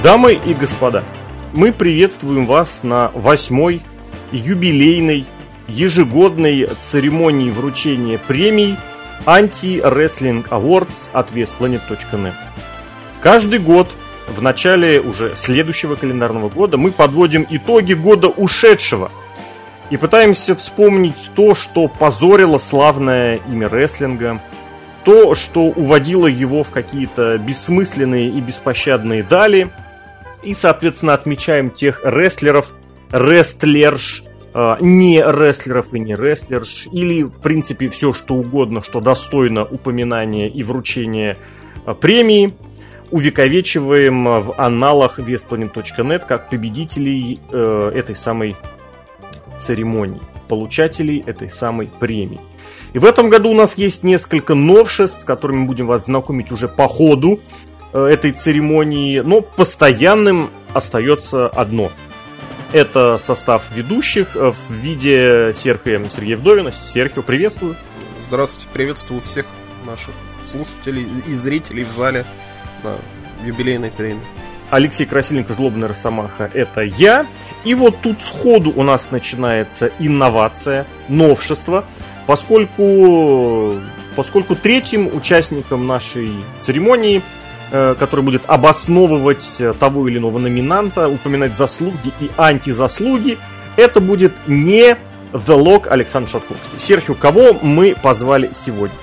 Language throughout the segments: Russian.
Дамы и господа, мы приветствуем вас на 8-й юбилейной ежегодной церемонии вручения премий Anti-Wrestling Awards от VSPlanet.net. Каждый год в начале уже следующего календарного года мы подводим итоги года ушедшего и пытаемся вспомнить то, что позорило славное имя рестлинга, то, что уводило его в какие-то бессмысленные и беспощадные дали, и, соответственно, отмечаем тех рестлеров, рестлерш, не рестлеров и не рестлерш, или, в принципе, все что угодно, что достойно упоминания и вручения премии, увековечиваем в аналах VSPlanet.net как победителей этой самой церемонии, получателей этой самой премии. И в этом году у нас есть несколько новшеств, с которыми мы будем вас знакомить уже по ходу этой церемонии, но постоянным остается одно. Это состав ведущих в виде Серхио Вдовина. Серхио, приветствую. Здравствуйте, приветствую всех наших слушателей и зрителей в зале на юбилейной премии. Алексей Красильников, Злобная Росомаха, это я. И вот тут сходу у нас начинается инновация, новшество, поскольку третьим участником нашей церемонии, который будет обосновывать того или иного номинанта, упоминать заслуги и антизаслуги, это будет не The Lock Александр Шатковский. Серхио, кого мы позвали сегодня?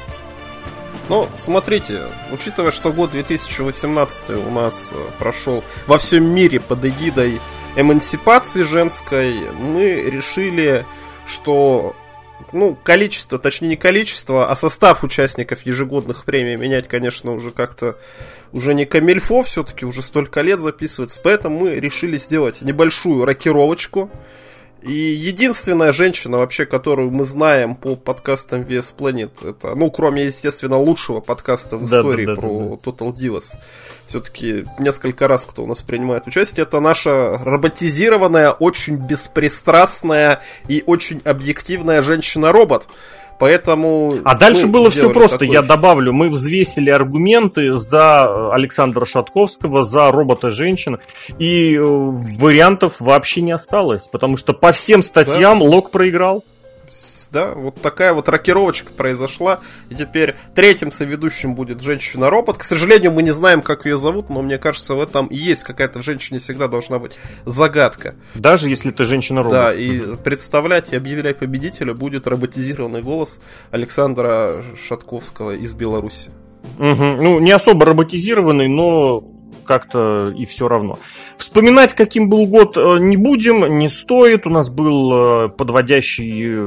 Ну, смотрите, учитывая, что год 2018 у нас прошел во всем мире под эгидой эмансипации женской, мы решили, что количество, точнее не количество, а состав участников ежегодных премий менять, конечно, уже как-то уже не камильфо, все-таки уже столько лет записывается, поэтому мы решили сделать небольшую рокировочку. И единственная женщина, вообще, которую мы знаем по подкастам VS Planet, это, кроме, естественно, лучшего подкаста в истории про Total Divas, все-таки несколько раз кто у нас принимает участие, это наша роботизированная, очень беспристрастная и очень объективная женщина-робот. Поэтому... А дальше было все просто, я добавлю, мы взвесили аргументы за Александра Шатковского, за робота-женщину, и вариантов вообще не осталось, потому что по всем статьям Лок проиграл. Да, вот такая вот рокировочка произошла, и теперь третьим соведущим будет женщина-робот. К сожалению, мы не знаем, как ее зовут, но мне кажется, в этом и есть какая-то в женщине всегда должна быть загадка. Даже если это женщина-робот. Да, и представлять и объявлять победителя будет роботизированный голос Александра Шатковского из Беларуси. Угу. Не особо роботизированный, но как-то и все равно. Вспоминать, каким был год, не будем, не стоит. У нас был подводящий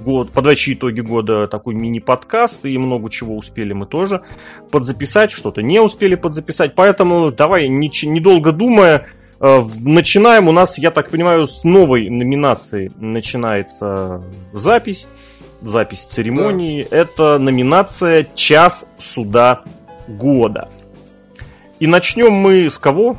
итоги года такой мини-подкаст, и много чего успели мы тоже подзаписать, что-то не успели подзаписать. Поэтому давай, недолго думая, начинаем. У нас, я так понимаю, с новой номинации начинается запись церемонии. Да. Это номинация «Час суда года». И начнем мы с кого?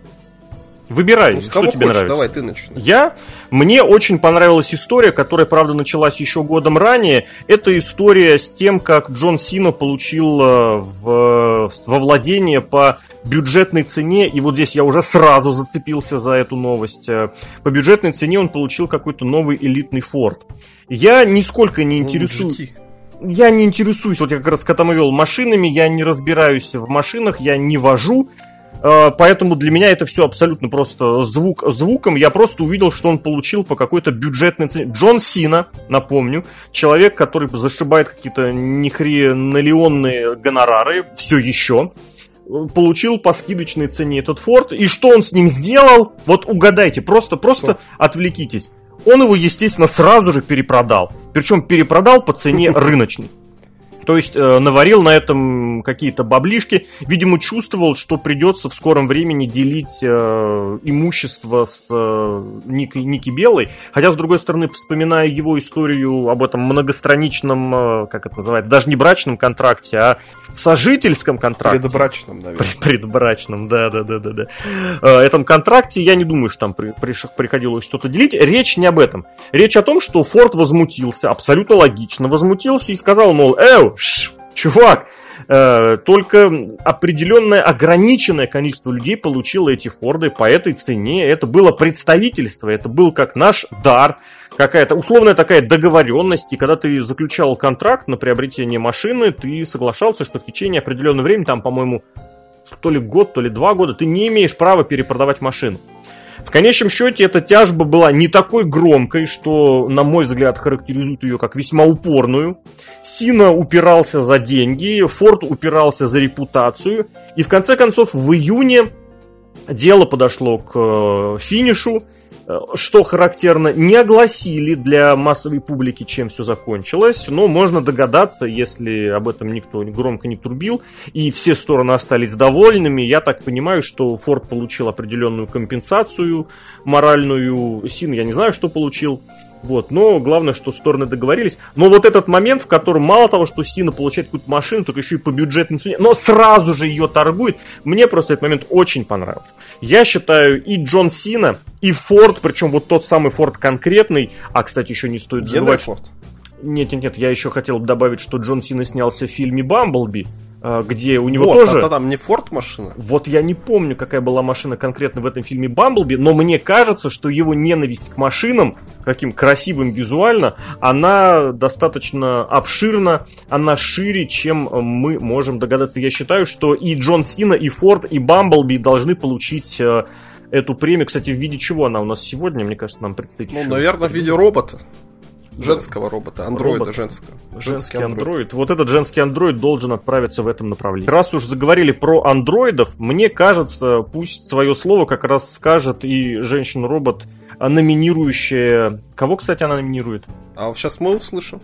Выбирай, что тебе нравится. Давай, ты начни. Мне очень понравилась история, которая, правда, началась еще годом ранее. Это история с тем, как Джон Сина получил во владение по бюджетной цене. И вот здесь я уже сразу зацепился за эту новость. По бюджетной цене он получил какой-то новый элитный Форд. Я нисколько не интересуюсь. Я не интересуюсь, вот я как раз когда мы вел машинами, я не разбираюсь в машинах, я не вожу, поэтому для меня это все абсолютно просто звуком. Я просто увидел, что он получил по какой-то бюджетной цене. Джон Сина, напомню, человек, который зашибает какие-то нехренолеонные гонорары, все еще, получил по скидочной цене этот Форд. И что он с ним сделал? Вот угадайте, просто отвлекитесь. Он его, естественно, сразу же перепродал. Причем перепродал по цене рыночной. То есть наварил на этом какие-то баблишки. Видимо, чувствовал, что придется в скором времени делить имущество с Ники Белой. Хотя, с другой стороны, вспоминая его историю об этом многостраничном, как это называется, даже не брачном контракте, а сожительском контракте. Предбрачном, наверное. Предбрачном, да. Этом контракте я не думаю, что там приходилось что-то делить. Речь не об этом. Речь о том, что Форд возмутился, абсолютно логично возмутился и сказал, мол, чувак, Только определенное ограниченное количество людей получило эти Форды по этой цене. Это было представительство, это был как наш дар, какая-то условная такая договоренность. И когда ты заключал контракт на приобретение машины, ты соглашался, что в течение определенного времени, там, по-моему, то ли год, то ли 2 года, ты не имеешь права перепродавать машину. В конечном счете, эта тяжба была не такой громкой, что, на мой взгляд, характеризует ее как весьма упорную. Сина упирался за деньги, Форд упирался за репутацию. И, в конце концов, в июне дело подошло к финишу. Что характерно, не огласили для массовой публики, чем все закончилось, но можно догадаться, если об этом никто громко не трубил, и все стороны остались довольными. Я так понимаю, что Форд получил определенную компенсацию моральную, Син, я не знаю, что получил. Вот, но главное, что стороны договорились. Но вот этот момент, в котором мало того, что Сина получает какую-то машину, только еще и по бюджетной цене, но сразу же ее торгует, мне просто этот момент очень понравился. Я считаю, и Джон Сина, и Форд, причем вот тот самый Форд конкретный, а, кстати, еще не стоит забывать... Нет, я еще хотел бы добавить, что Джон Сина снялся в фильме «Бамблби», где у него вот, тоже... Вот, а там не Форд машина? Вот я не помню, какая была машина конкретно в этом фильме «Бамблби», но мне кажется, что его ненависть к машинам, каким красивым визуально, она достаточно обширна, она шире, чем мы можем догадаться. Я считаю, что и Джон Сина, и Форд, и «Бамблби» должны получить эту премию. Кстати, в виде чего она у нас сегодня, мне кажется, нам предстоит еще... Ну, наверное, в виде робота. Женского робота, андроида женского. Женский андроид. Вот этот женский андроид должен отправиться в этом направлении. Раз уж заговорили про андроидов, мне кажется, пусть свое слово как раз скажет и женщина-робот, номинирующая... Кого, кстати, она номинирует? А вот сейчас мы услышим.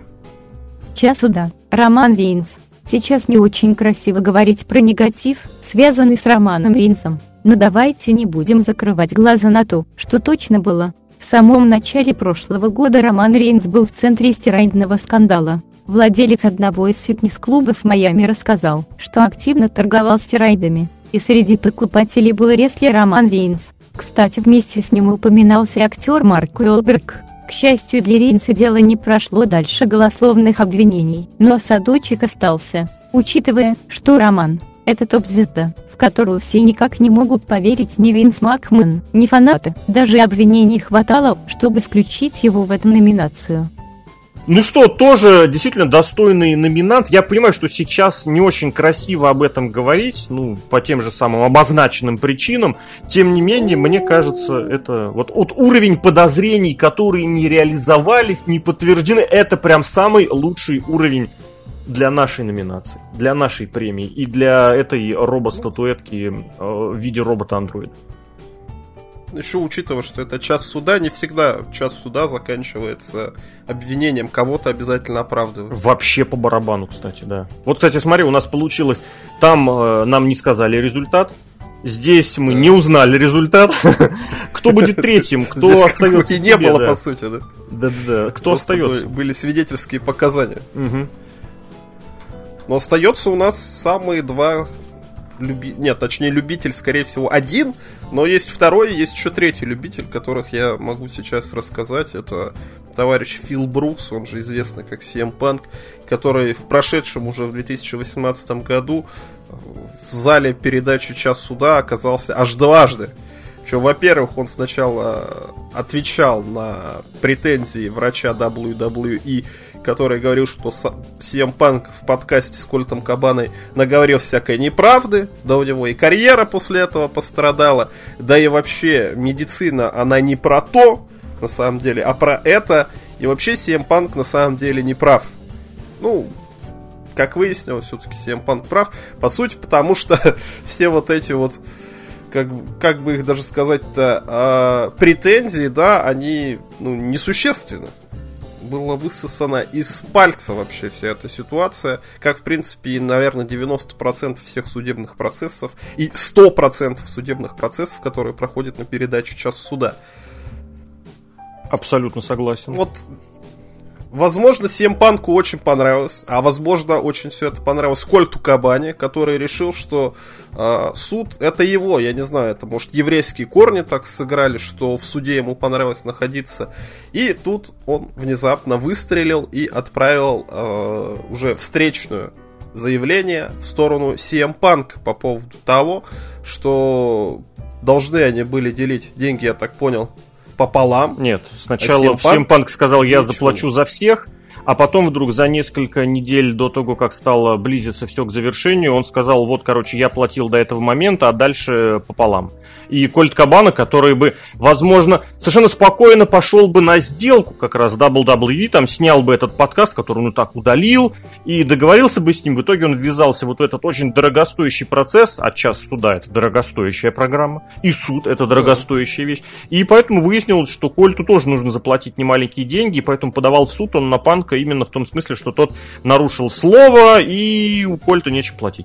Час суда. Роман Рейнс. Сейчас не очень красиво говорить про негатив, связанный с Романом Рейнсом, но давайте не будем закрывать глаза на то, что точно было. В самом начале прошлого года Роман Рейнс был в центре стероидного скандала. Владелец одного из фитнес-клубов в Майами рассказал, что активно торговал стероидами, и среди покупателей был рестлер Роман Рейнс. Кстати, вместе с ним упоминался актер Марк Уолберг. К счастью для Рейнса, дело не прошло дальше голословных обвинений, но осадочек остался, учитывая, что Роман – это топ-звезда, в которую все никак не могут поверить ни Винс Макмен, ни фанаты. Даже обвинений хватало, чтобы включить его в эту номинацию. Ну что, тоже действительно достойный номинант. Я понимаю, что сейчас не очень красиво об этом говорить, ну, по тем же самым обозначенным причинам. Тем не менее, мне кажется, это вот уровень подозрений, которые не реализовались, не подтверждены, это прям самый лучший уровень для нашей номинации, для нашей премии и для этой робо-статуэтки в виде робота-андроида. Еще учитывая, что это час суда, не всегда час суда заканчивается обвинением, кого-то обязательно оправдывают. Вообще по барабану, кстати, да. Вот, кстати, смотри, у нас получилось, там нам не сказали результат, здесь мы не узнали результат. Кто будет третьим, кто остается? Не было, по сути, да? Да-да-да, кто остается? Были свидетельские показания. Но остается у нас самые два... Нет, точнее, любитель, скорее всего, один, но есть второй, есть еще третий любитель, которых я могу сейчас рассказать. Это товарищ Фил Брукс, он же известный как CM Punk, который в прошедшем уже в 2018 году в зале передачи «Час суда» оказался аж дважды. Причем, во-первых, он сначала отвечал на претензии врача WWE, который говорил, что CM Punk в подкасте с Кольтом Кабаной наговорил всякой неправды, да у него и карьера после этого пострадала, да и вообще медицина, она не про то, на самом деле, а про это, и вообще CM Punk на самом деле не прав. Ну, как выяснилось, все-таки CM Punk прав, по сути, потому что все вот эти вот, как бы их даже сказать-то, претензии, да, они, ну, несущественны. Была высосана из пальца вообще вся эта ситуация, как, в принципе, и, наверное, 90% всех судебных процессов и 100% судебных процессов, которые проходят на передаче «Час суда». Абсолютно согласен. Вот, возможно, CM Punk'у очень понравилось, а возможно, очень все это понравилось Кольту Кабане, который решил, что суд это его, я не знаю, это может еврейские корни так сыграли, что в суде ему понравилось находиться. И тут он внезапно выстрелил и отправил уже встречную заявление в сторону CM Punk по поводу того, что должны они были делить деньги, я так понял, пополам. Нет, сначала CM Punk сказал, я заплачу за всех, а потом вдруг за несколько недель до того, как стало близиться все к завершению, он сказал, вот, короче, я платил до этого момента, а дальше пополам. И Кольт Кабана, который бы, возможно, совершенно спокойно пошел бы на сделку как раз WWE, там снял бы этот подкаст, который он и так удалил, и договорился бы с ним. В итоге он ввязался вот в этот очень дорогостоящий процесс, а час суда — это дорогостоящая программа, и суд — это дорогостоящая вещь. И поэтому выяснилось, что Кольту тоже нужно заплатить немаленькие деньги, и поэтому подавал в суд он на Панка именно в том смысле, что тот нарушил слово, и у Кольта нечем платить.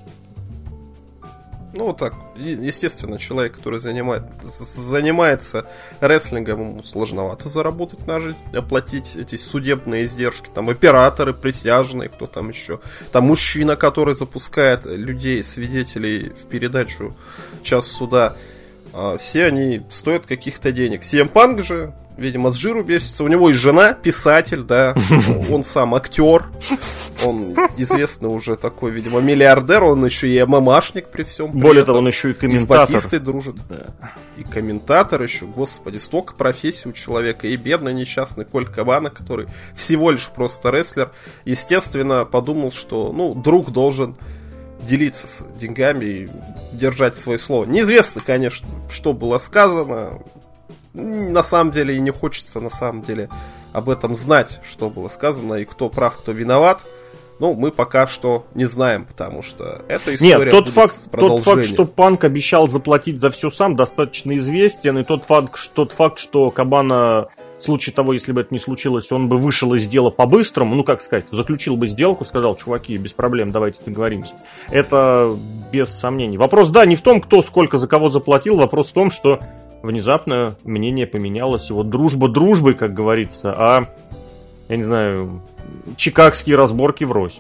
Ну, вот так. Естественно, человек, который занимается рестлингом, ему сложновато заработать на жизнь, оплатить эти судебные издержки. Там операторы, присяжные, кто там еще. Там мужчина, который запускает людей, свидетелей в передачу «Час суда». Все они стоят каких-то денег. CM Punk же, видимо, с жиру бесится. У него и жена писатель, да. Он сам актер. Он известный уже такой, видимо, миллиардер. Он еще и ММАшник при всем. Более того, он еще и комментатор. И с Батистой дружит. Да. И комментатор еще. Господи, столько профессий у человека. И бедный несчастный Кольт Кабана, который всего лишь просто рестлер, естественно, подумал, что, друг должен делиться с деньгами и держать свое слово. Неизвестно, конечно, что было сказано. На самом деле и не хочется на самом деле об этом знать, что было сказано и кто прав, кто виноват. Но мы пока что не знаем, потому что эта история будет с продолжением. Тот факт, что Панк обещал заплатить за все сам, достаточно известен. И тот факт, что Кабана, в случае того, если бы это не случилось, он бы вышел из дела по-быстрому, заключил бы сделку, сказал, чуваки, без проблем, давайте договоримся. Это без сомнений. Вопрос, не в том, кто сколько за кого заплатил, вопрос в том, что внезапно мнение поменялось. И вот дружба дружбой, как говорится, а, я не знаю, чикагские разборки врозь.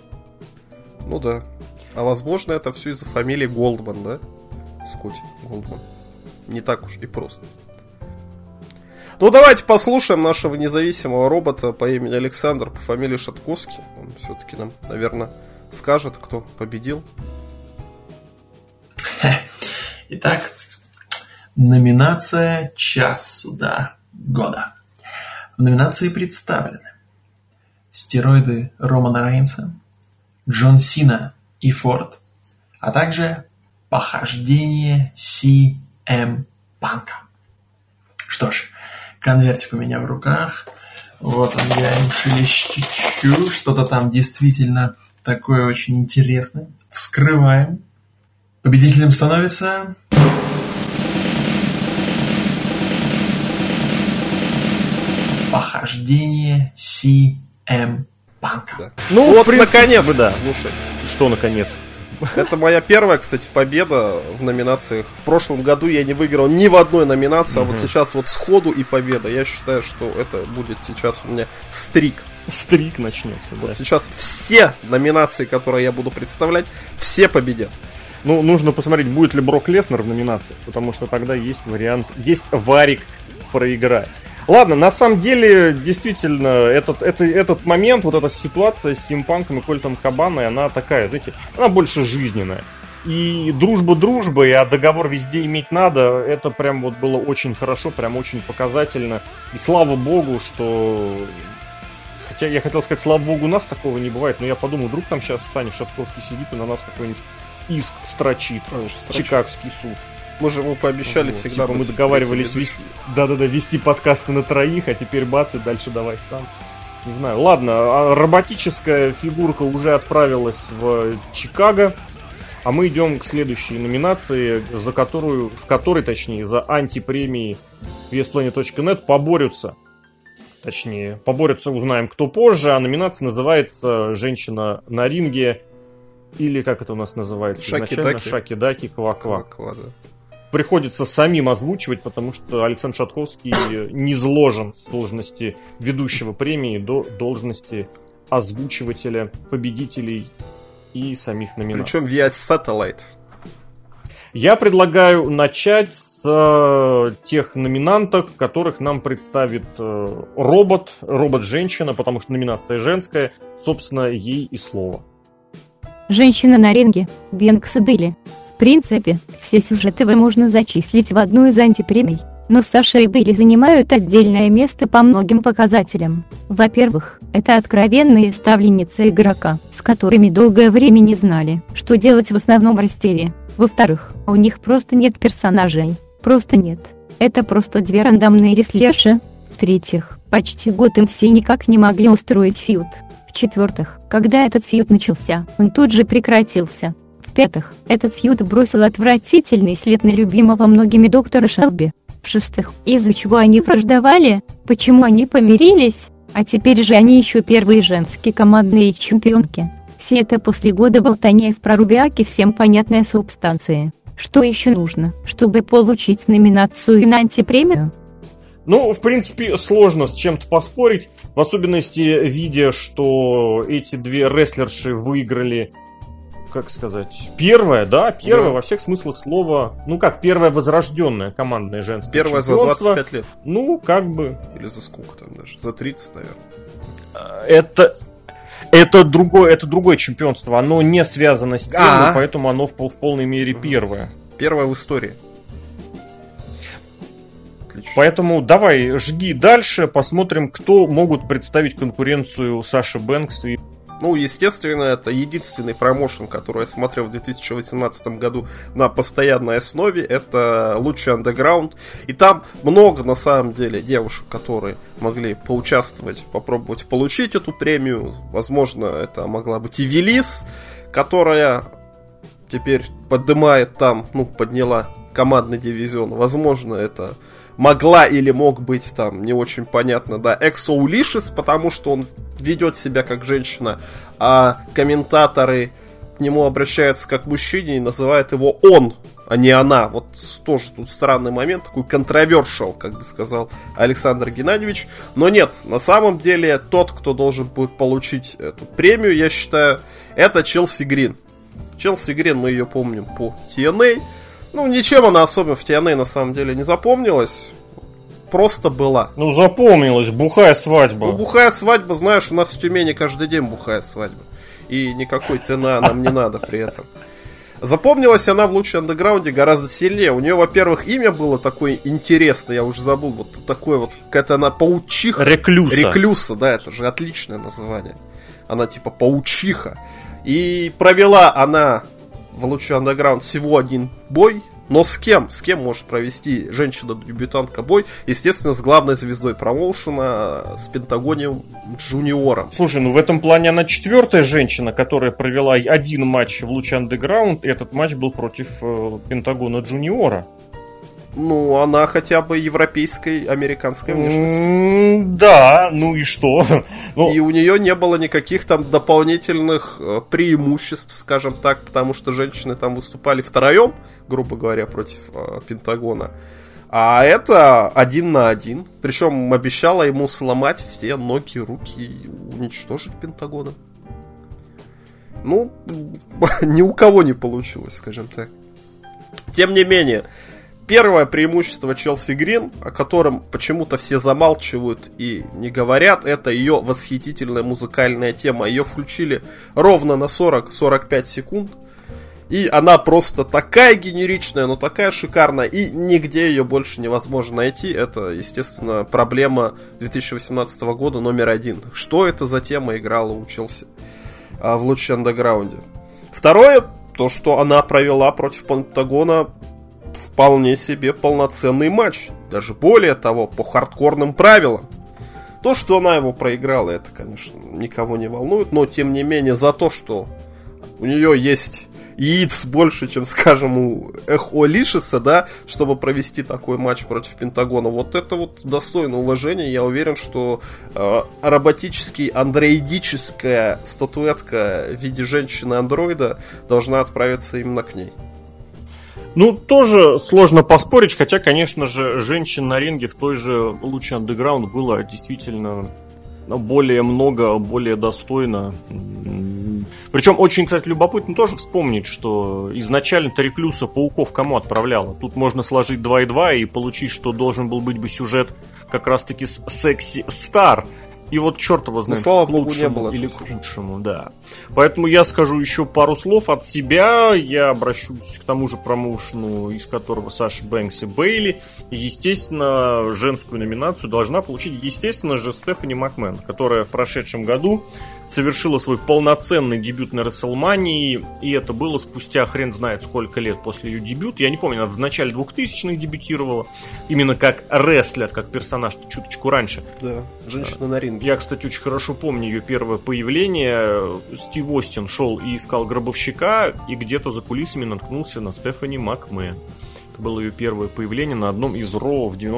Ну да. А возможно, это все из-за фамилии Голдман, да? Скотти Голдман. Не так уж и просто. Ну, давайте послушаем нашего независимого робота по имени Александр, по фамилии Шатковский. Он все-таки нам, наверное, скажет, кто победил. Итак, номинация «Час суда года». В номинации представлены стероиды Романа Рейнса, Джон Сина и Форд, а также похождение CM Панка. Что ж, конвертик у меня в руках. Вот он, я им шелещу. Что-то там действительно такое очень интересное. Вскрываем. Победителем становится... похождение CM Панка. Да. Ну, вот, наконец-то, да. Слушай. Что наконец? Это моя первая, кстати, победа в номинациях. В прошлом году я не выиграл ни в одной номинации, а вот сейчас вот сходу и победа. Я считаю, что это будет сейчас у меня стрик. Стрик начнется, да. Вот сейчас все номинации, которые я буду представлять, все победят. Ну, нужно посмотреть, будет ли Брок Леснер в номинации, потому что тогда есть вариант, есть варик проиграть. Ладно, на самом деле, действительно, этот момент, вот эта ситуация с CM Punk'ом и Кольтом Кабаной, она такая, знаете, она больше жизненная. И дружба дружбой, а договор везде иметь надо, это прям вот было очень хорошо, прям очень показательно. И слава богу, что... Хотя я хотел сказать, слава богу, у нас такого не бывает, но я подумал, вдруг там сейчас Саня Шатковский сидит и на нас какой-нибудь иск строчит, Чикагский суд. Мы же ему пообещали всегда. Типа мы договаривались вести подкасты на троих, а теперь бац, и дальше давай сам. Не знаю. Ладно, а роботическая фигурка уже отправилась в Чикаго, а мы идем к следующей номинации, в которой, за антипремии VSPlanet.net поборются. Точнее, узнаем, кто позже, а номинация называется «Женщина на ринге», или как это у нас называется изначально? Шаки-даки, ква-ква. Приходится самим озвучивать, потому что Александр Шатковский низвложен с должности ведущего премии до должности озвучивателя победителей и самих номинаций. Причем via satellite. Я предлагаю начать с тех номинанток, которых нам представит робот-женщина, потому что номинация женская, собственно, ей и слово. Женщина на ринге, Бэнкс и Бейли. В принципе, все сюжеты можно зачислить в одну из антипремий, но Саша и Бейли занимают отдельное место по многим показателям. Во-первых, это откровенные ставленницы игрока, с которыми долгое время не знали, что делать в основном ростере. Во-вторых, у них просто нет персонажей. Просто нет. Это просто две рандомные рестлерши. В-третьих, почти год им все никак не могли устроить фьюд. В-четвертых, когда этот фьюд начался, он тут же прекратился. В-пятых, этот фьюд бросил отвратительный след на любимого многими доктора Шелби. В-шестых, из-за чего они враждовали, почему они помирились, а теперь же они еще первые женские командные чемпионки. Все это после года болтания в прорубиаке всем понятная субстанция. Что еще нужно, чтобы получить номинацию на антипремию? Ну, в принципе, сложно с чем-то поспорить, в особенности видя, что эти две рестлерши выиграли, как сказать, первая во всех смыслах слова, ну как, первая возрожденная командная женская первая чемпионство. за 25 лет. Ну, как бы... Или за сколько там даже? За 30, наверное. Это другое чемпионство, оно не связано с тем, поэтому оно в полной мере первое. Первое в истории. Отлично. Поэтому давай, жги дальше, посмотрим, кто могут представить конкуренцию Саши Бэнкс и... Ну, естественно, это единственный промоушен, который я смотрел в 2018 году на постоянной основе. Это Lucha Underground. И там много, на самом деле, девушек, которые могли поучаствовать, попробовать получить эту премию. Возможно, это могла быть и Велис, которая теперь поднимает там, подняла командный дивизион. Возможно, это... могла или мог быть там, не очень понятно, Exo-Licious, потому что он ведет себя как женщина, а комментаторы к нему обращаются как к мужчине и называют его он, а не она. Вот тоже тут странный момент, такой контровершал, как бы сказал Александр Геннадьевич. Но нет, на самом деле тот, кто должен будет получить эту премию, я считаю, это Челси Грин. Челси Грин, мы ее помним по TNA. Ничем она особо в TNA на самом деле не запомнилась. Просто была. Запомнилась, бухая свадьба. Бухая свадьба, знаешь, у нас в Тюмени каждый день бухая свадьба. И никакой TNA нам не надо при этом. Запомнилась она в Lucha Underground гораздо сильнее. У нее, во-первых, имя было такое интересное, я уже забыл, вот такое вот, какая-то она паучиха. Реклюса, это же отличное название. Она типа паучиха. И провела она в Lucha Underground всего один бой. Но с кем? С кем может провести женщина-дебютантка бой? Естественно, с главной звездой промоушена, с Пентагоном Джуниором. Слушай, в этом плане она четвертая женщина, которая провела один матч в Lucha Underground. И этот матч был против Пентагона Джуниора. Она хотя бы европейской, американской внешности. Да, и что? И у нее не было никаких там дополнительных преимуществ, скажем так, потому что женщины там выступали втроем, грубо говоря, против Пентагона. А это 1 на 1. Причем обещала ему сломать все ноги, руки и уничтожить Пентагона. Ни у кого не получилось, скажем так. Тем не менее, первое преимущество Челси Грин, о котором почему-то все замалчивают и не говорят, это ее восхитительная музыкальная тема. Ее включили ровно на 40-45 секунд. И она просто такая генеричная, но такая шикарная. И нигде ее больше невозможно найти. Это, естественно, проблема 2018 года номер 1. Что это за тема играла у Челси в Lucha Underground? Второе, то, что она провела против Пентагона вполне себе полноценный матч. Даже более того, по хардкорным правилам. То, что она его проиграла, это, конечно, никого не волнует. Но, тем не менее, за то, что у нее есть яиц больше, чем, скажем, у Exo-Licious, чтобы провести такой матч против Пентагона. Вот это вот достойно уважения. Я уверен, что андроидическая статуэтка в виде женщины-андроида должна отправиться именно к ней. Тоже сложно поспорить, хотя, конечно же, женщин на ринге в той же Lucha Underground было действительно более много, более достойно. Причем очень, кстати, любопытно тоже вспомнить, что изначально-то Реклюса пауков кому отправляла? Тут можно сложить 2 и 2 и получить, что должен был быть бы сюжет как раз-таки с Секси Стар. И вот черт его знает, слава к богу, лучшему не было или к худшему, да. Поэтому я скажу еще пару слов от себя. Я обращусь к тому же промоушену, из которого Саша Бэнкс и Бейли. И, естественно, женскую номинацию должна получить, естественно же, Стефани Макмен, которая в прошедшем году совершила свой полноценный дебют на Расселмании. И это было спустя хрен знает сколько лет после ее дебюта. Я не помню, она в начале 2000-х дебютировала. Именно как рестлер, как персонаж, чуточку раньше. Да, женщина на ринге. Я, кстати, очень хорошо помню ее первое появление. Стив Остин шел и искал гробовщика, и где-то за кулисами наткнулся на Стефани Макмен. Это было ее первое появление на одном из Ро в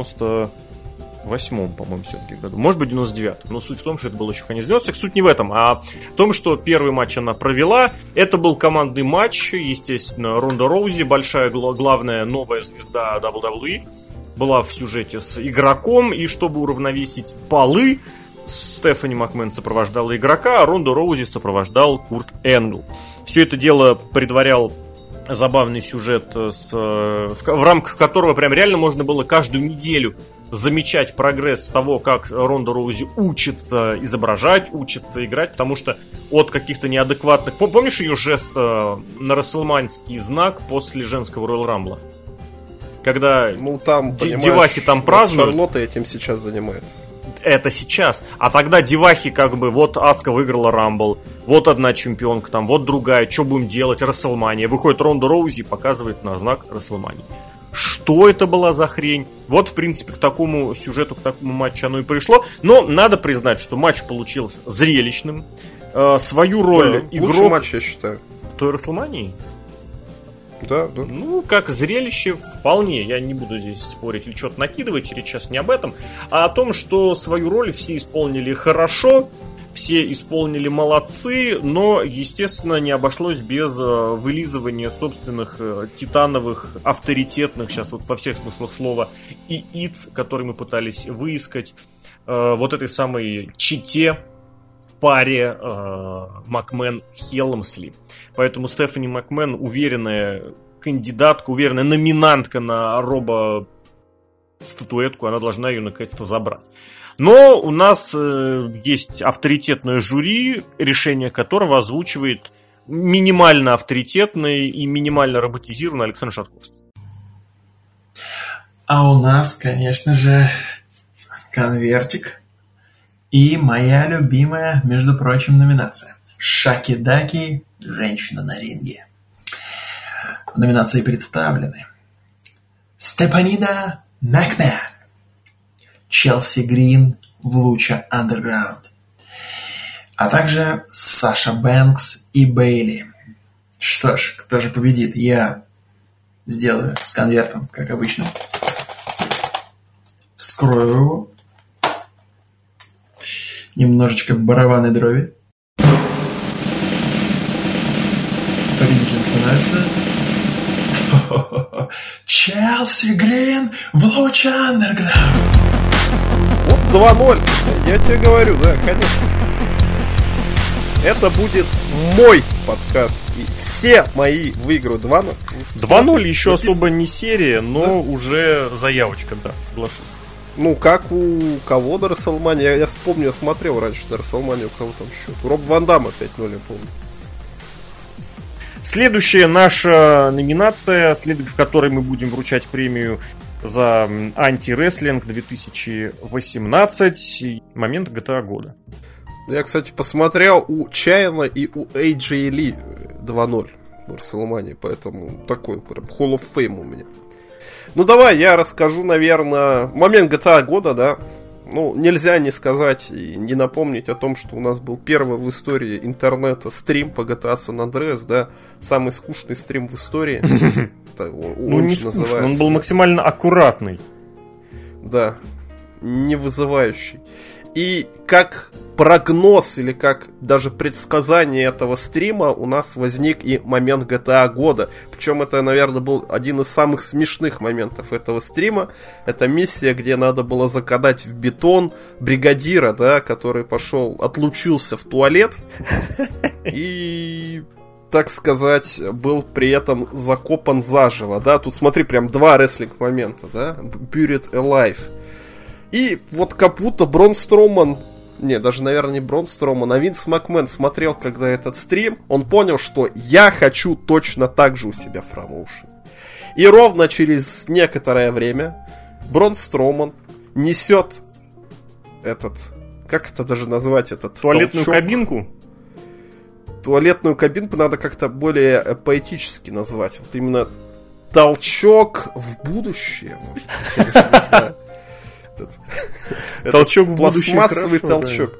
98-м, по-моему, все-таки году. Может быть, 99-м. Но суть в том, что это было еще конец 90-х. Суть не в этом, а в том, что первый матч она провела. Это был командный матч. Естественно, Ронда Роузи, большая, главная новая звезда WWE, была в сюжете с игроком. И чтобы уравновесить полы, Стефани Макмен сопровождала игрока, а Ронда Роузи сопровождал Курт Энгл. Все это дело предварял забавный сюжет, в рамках которого прям реально можно было каждую неделю замечать прогресс того, как Ронда Роузи учится изображать, учится играть, потому что от каких-то неадекватных... Помнишь ее жест на расселманский знак после женского Роyal Рамбла? Когда там, девахи там празднуют... Шарлотта этим сейчас занимается. Это сейчас. А тогда девахи как бы, вот Аска выиграла Рамбл, вот одна чемпионка там, вот другая, что будем делать, Расселмания. Выходит Ронда Роузи и показывает на знак Расселмании. Что это была за хрень? Вот, в принципе, к такому сюжету, к такому матчу оно и пришло. Но надо признать, что матч получился зрелищным. Свою роль игрок... Лучший матч, я считаю. Той Расселмании? Да. Ну, как зрелище вполне. Я не буду здесь спорить или что-то накидывать. Речь сейчас не об этом, а о том, что свою роль все исполнили хорошо, все исполнили молодцы, но, естественно, не обошлось без вылизывания собственных титановых, авторитетных, сейчас вот во всех смыслах слова, яиц, которые мы пытались выискать, вот этой самой чите, паре Макмен-Хелмсли. Поэтому Стефани Макмен уверенная кандидатка, уверенная номинантка на Роба статуэтку, она должна ее наконец-то забрать. Но у нас есть авторитетное жюри, решение которого озвучивает минимально авторитетный и минимально роботизированный Александр Шатковский. А у нас, конечно же, конвертик. И моя любимая, между прочим, номинация. Шаки-даки «Женщина на ринге». В номинации представлены Степанида Макмен, Челси Грин в Луча Андерграунд, а также Саша Бэнкс и Бейли. Что ж, кто же победит? Я сделаю с конвертом, как обычно. Вскрою его. Немножечко барабанной дроби. Победителем становится Челси Грин в Луча Андерграунд. Вот 2-0. Я тебе говорю, да, конечно. Это будет мой подкаст. И все мои выиграют 2-0. 2-0 еще особо не серия, но уже заявочка, да, соглашусь. Ну, как у кого до Расселмании? Я вспомню, я смотрел раньше до Расселмании, у кого там счет. Роб Ван Дамма 5-0, я помню. Следующая наша номинация, в которой мы будем вручать премию за антирестлинг 2018, момент GTA года. Я, кстати, посмотрел у Чайна и у AJ Ли 2-0 в Расселмании, поэтому такой прям Hall of Fame у меня. Ну, давай я расскажу, наверное, момент GTA года, да. Ну, нельзя не сказать и не напомнить о том, что у нас был первый в истории интернета стрим по GTA San Andreas, да. Самый скучный стрим в истории. Ну, не скучный, он был максимально аккуратный. Да, не вызывающий. И как прогноз или как даже предсказание этого стрима у нас возник и момент GTA года. Причем это, наверное, был один из самых смешных моментов этого стрима. Это миссия, где надо было закадать в бетон бригадира, да, который отлучился в туалет и, так сказать, был при этом закопан заживо, да. Тут смотри, прям два рестлинг-момента, да. Buried Alive. И вот как будто Брон Строуман Не, даже, наверное, не Брон Строман, а Винс Макмен смотрел, когда этот стрим, он понял, что я хочу точно так же у себя в промоушене. И ровно через некоторое время Брон Строман несет этот... Как это даже назвать? Туалетную кабинку? Туалетную кабинку надо как-то более поэтически назвать. Вот именно толчок в будущее, может быть, я не знаю. Толчок в будущее. Пластмассовый толчок.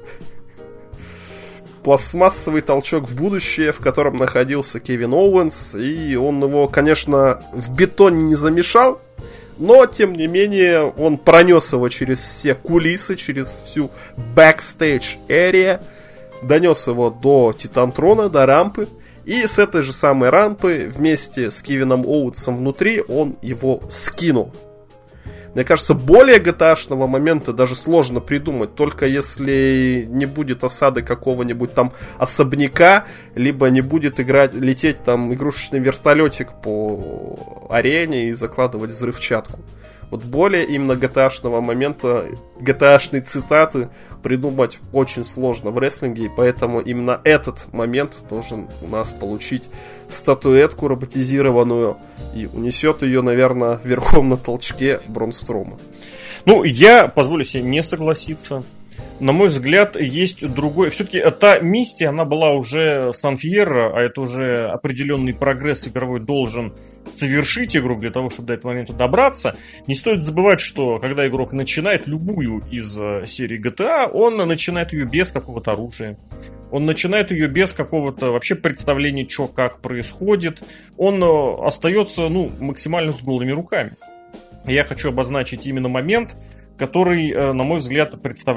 Пластмассовый толчок в будущее, в котором находился Кевин Оуэнс. И он его, конечно, в бетон не замешал, но, тем не менее, он пронес его через все кулисы, через всю backstage area, донес его до Титантрона, до рампы. И с этой же самой рампы вместе с Кевином Оуэнсом внутри он его скинул. Мне кажется, более GTA-шного момента даже сложно придумать, только если не будет осады какого-нибудь там особняка, либо не будет лететь там игрушечный вертолетик по арене и закладывать взрывчатку. Вот более именно GTA-шного момента, GTA-шные цитаты придумать очень сложно в рестлинге, и поэтому именно этот момент должен у нас получить статуэтку роботизированную, и унесет ее, наверное, верхом на толчке Брон Строман. Ну, я позволю себе не согласиться. На мой взгляд, есть другой... Все-таки та миссия, она была уже Сан-Фьерро, а это уже определенный прогресс игровой должен совершить игру для того, чтобы до этого момента добраться. Не стоит забывать, что когда игрок начинает любую из серий GTA, он начинает ее без какого-то оружия. Он начинает ее без какого-то вообще представления, что как происходит. Он остается, максимально с голыми руками. Я хочу обозначить именно момент, который, на мой взгляд,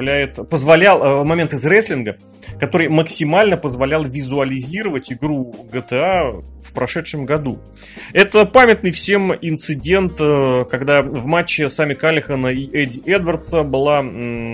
позволял момент из рестлинга, который максимально позволял визуализировать игру GTA в прошедшем году. Это памятный всем инцидент, когда в матче Сами Каллихана и Эдди Эдвардса была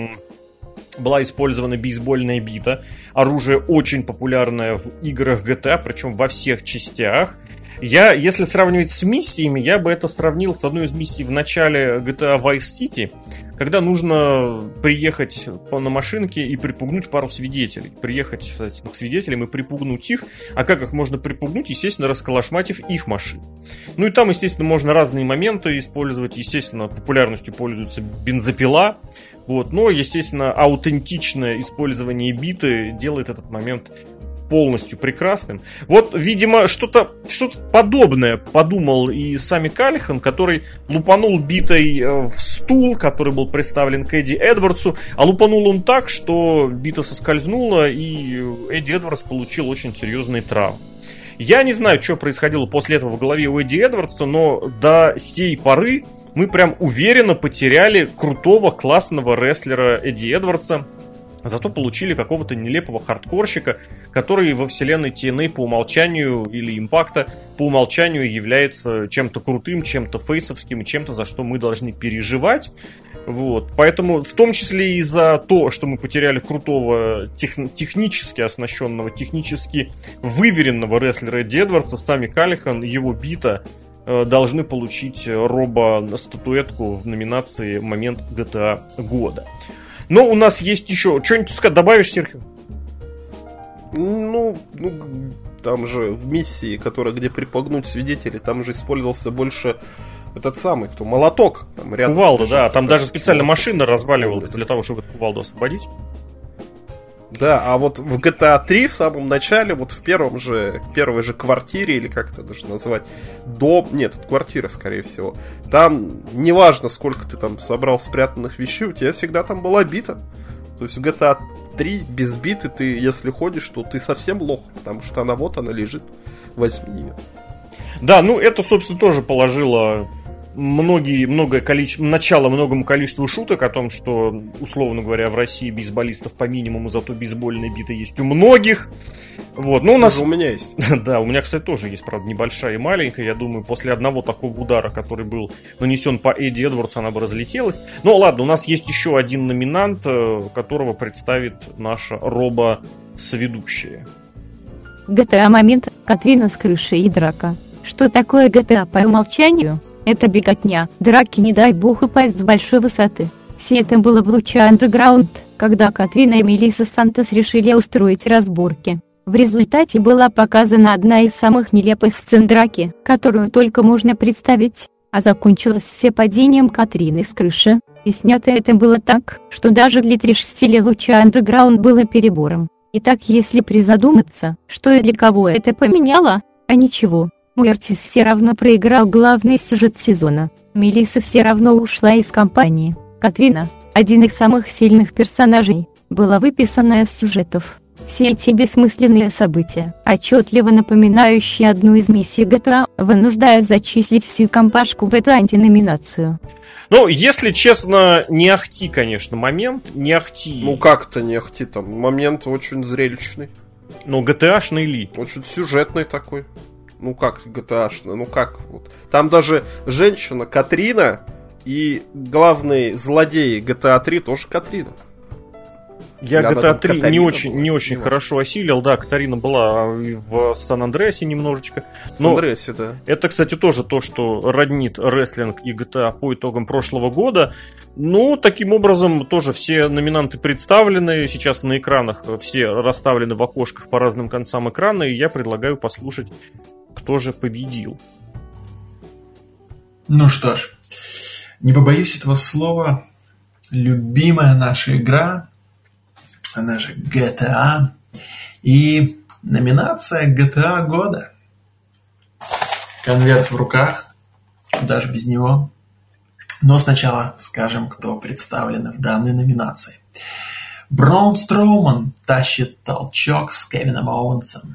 использована бейсбольная бита. Оружие очень популярное в играх GTA, причем во всех частях. Если сравнивать с миссиями, я бы это сравнил с одной из миссий в начале GTA Vice City, когда нужно приехать на машинке и припугнуть пару свидетелей. Приехать к свидетелям и припугнуть их. А как их можно припугнуть? Естественно, расколошматив их машину. Ну и там, естественно, можно разные моменты использовать. Естественно, популярностью пользуется бензопила. Но, естественно, аутентичное использование биты делает этот момент полностью прекрасным. Вот, видимо, что-то подобное подумал и Сами Каллихан, который лупанул битой в стул, который был представлен к Эдди Эдвардсу, а лупанул он так, что бита соскользнула, и Эдди Эдвардс получил очень серьезные травмы. Я не знаю, что происходило после этого в голове у Эдди Эдвардса, но до сей поры мы прям уверенно потеряли крутого, классного рестлера Эдди Эдвардса. Зато получили какого-то нелепого хардкорщика, который во вселенной TNA по умолчанию или Импакта по умолчанию является чем-то крутым, чем-то фейсовским и чем-то, за что мы должны переживать. Поэтому в том числе и за то, что мы потеряли крутого, технически оснащенного, технически выверенного рестлера Эдди Эдвардса, Сами Каллихан, его бита должны получить робо-статуэтку в номинации «Момент GTA года». Но у нас есть еще... Что-нибудь добавишь, Серхио? Там же в миссии, где припугнуть свидетелей, там же использовался больше этот самый, молоток. Там рядом кувалда, да. Там даже специально машина разваливалась для того, чтобы эту кувалду освободить. Да, а вот в GTA 3 в самом начале, вот в первой же квартире, или как это даже назвать, это квартира, скорее всего, там неважно, сколько ты там собрал спрятанных вещей, у тебя всегда там была бита. То есть в GTA 3 без биты ты, если ходишь, то ты совсем лох, потому что она лежит, возьми ее. Да, это, собственно, тоже положило начало многому количеству шуток о том, что, условно говоря, в России бейсболистов по минимуму, зато бейсбольная бита есть у многих. У нас... У меня есть. Да, у меня, кстати, тоже есть, правда, небольшая и маленькая. Я думаю, после одного такого удара, который был нанесен по Эдди Эдвардсу, она бы разлетелась. Ладно, у нас есть еще один номинант, которого представит наша робо-соведущая. GTA момент, Катрина с крыши и драка. Что такое GTA по умолчанию? Это беготня, драки, не дай бог упасть с большой высоты. Все это было в луче Underground. когда Катрина и Мелисса Сантос решили устроить разборки. В результате была показана одна из самых нелепых сцен драки, которую только можно представить, а закончилось все падением Катрины с крыши, и снято это было так, что даже для трэш-стиля Луча Underground было перебором. Итак, если призадуматься, что и для кого это поменяло, а ничего, Муэртис все равно проиграл главный сюжет сезона, Мелисса все равно ушла из компании, Катрина, один из самых сильных персонажей, была выписана из сюжетов. Все эти бессмысленные события, отчетливо напоминающие одну из миссий GTA, вынуждают зачислить всю компашку в эту антиноминацию. Ну, если честно, не ахти, конечно, момент, не ахти. Ну как-то не ахти, там момент очень зрелищный. Ну, GTA-шный ли? Очень сюжетный такой. Ну как GTA-шный, ну как вот. Там даже женщина Катрина и главный злодей GTA 3 тоже Катрина. Я GTA 3 не очень хорошо осилил, да, Катарина была в Сан-Андреасе немножечко. Сан-Андреасе, да. Это, кстати, тоже то, что роднит рестлинг и GTA по итогам прошлого года. Ну, таким образом, тоже все номинанты представлены, сейчас на экранах все расставлены в окошках по разным концам экрана, и я предлагаю послушать, кто же победил. Ну что ж, не побоюсь этого слова, любимая наша игра, она же GTA, и номинация GTA года. Конверт в руках, даже без него. Но сначала скажем, кто представлен в данной номинации. Braun Strowman тащит толчок с Кевином Оуэнсом.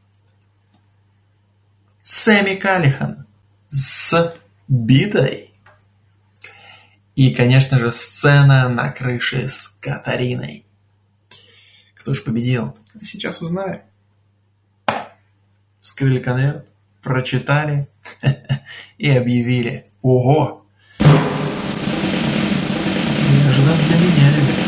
Сэмми Каллихан с битой. И, конечно же, сцена на крыше с Катариной. Кто же победил? Сейчас узнаем. Вскрыли конверт, прочитали и объявили. Ого! Неожиданно для меня,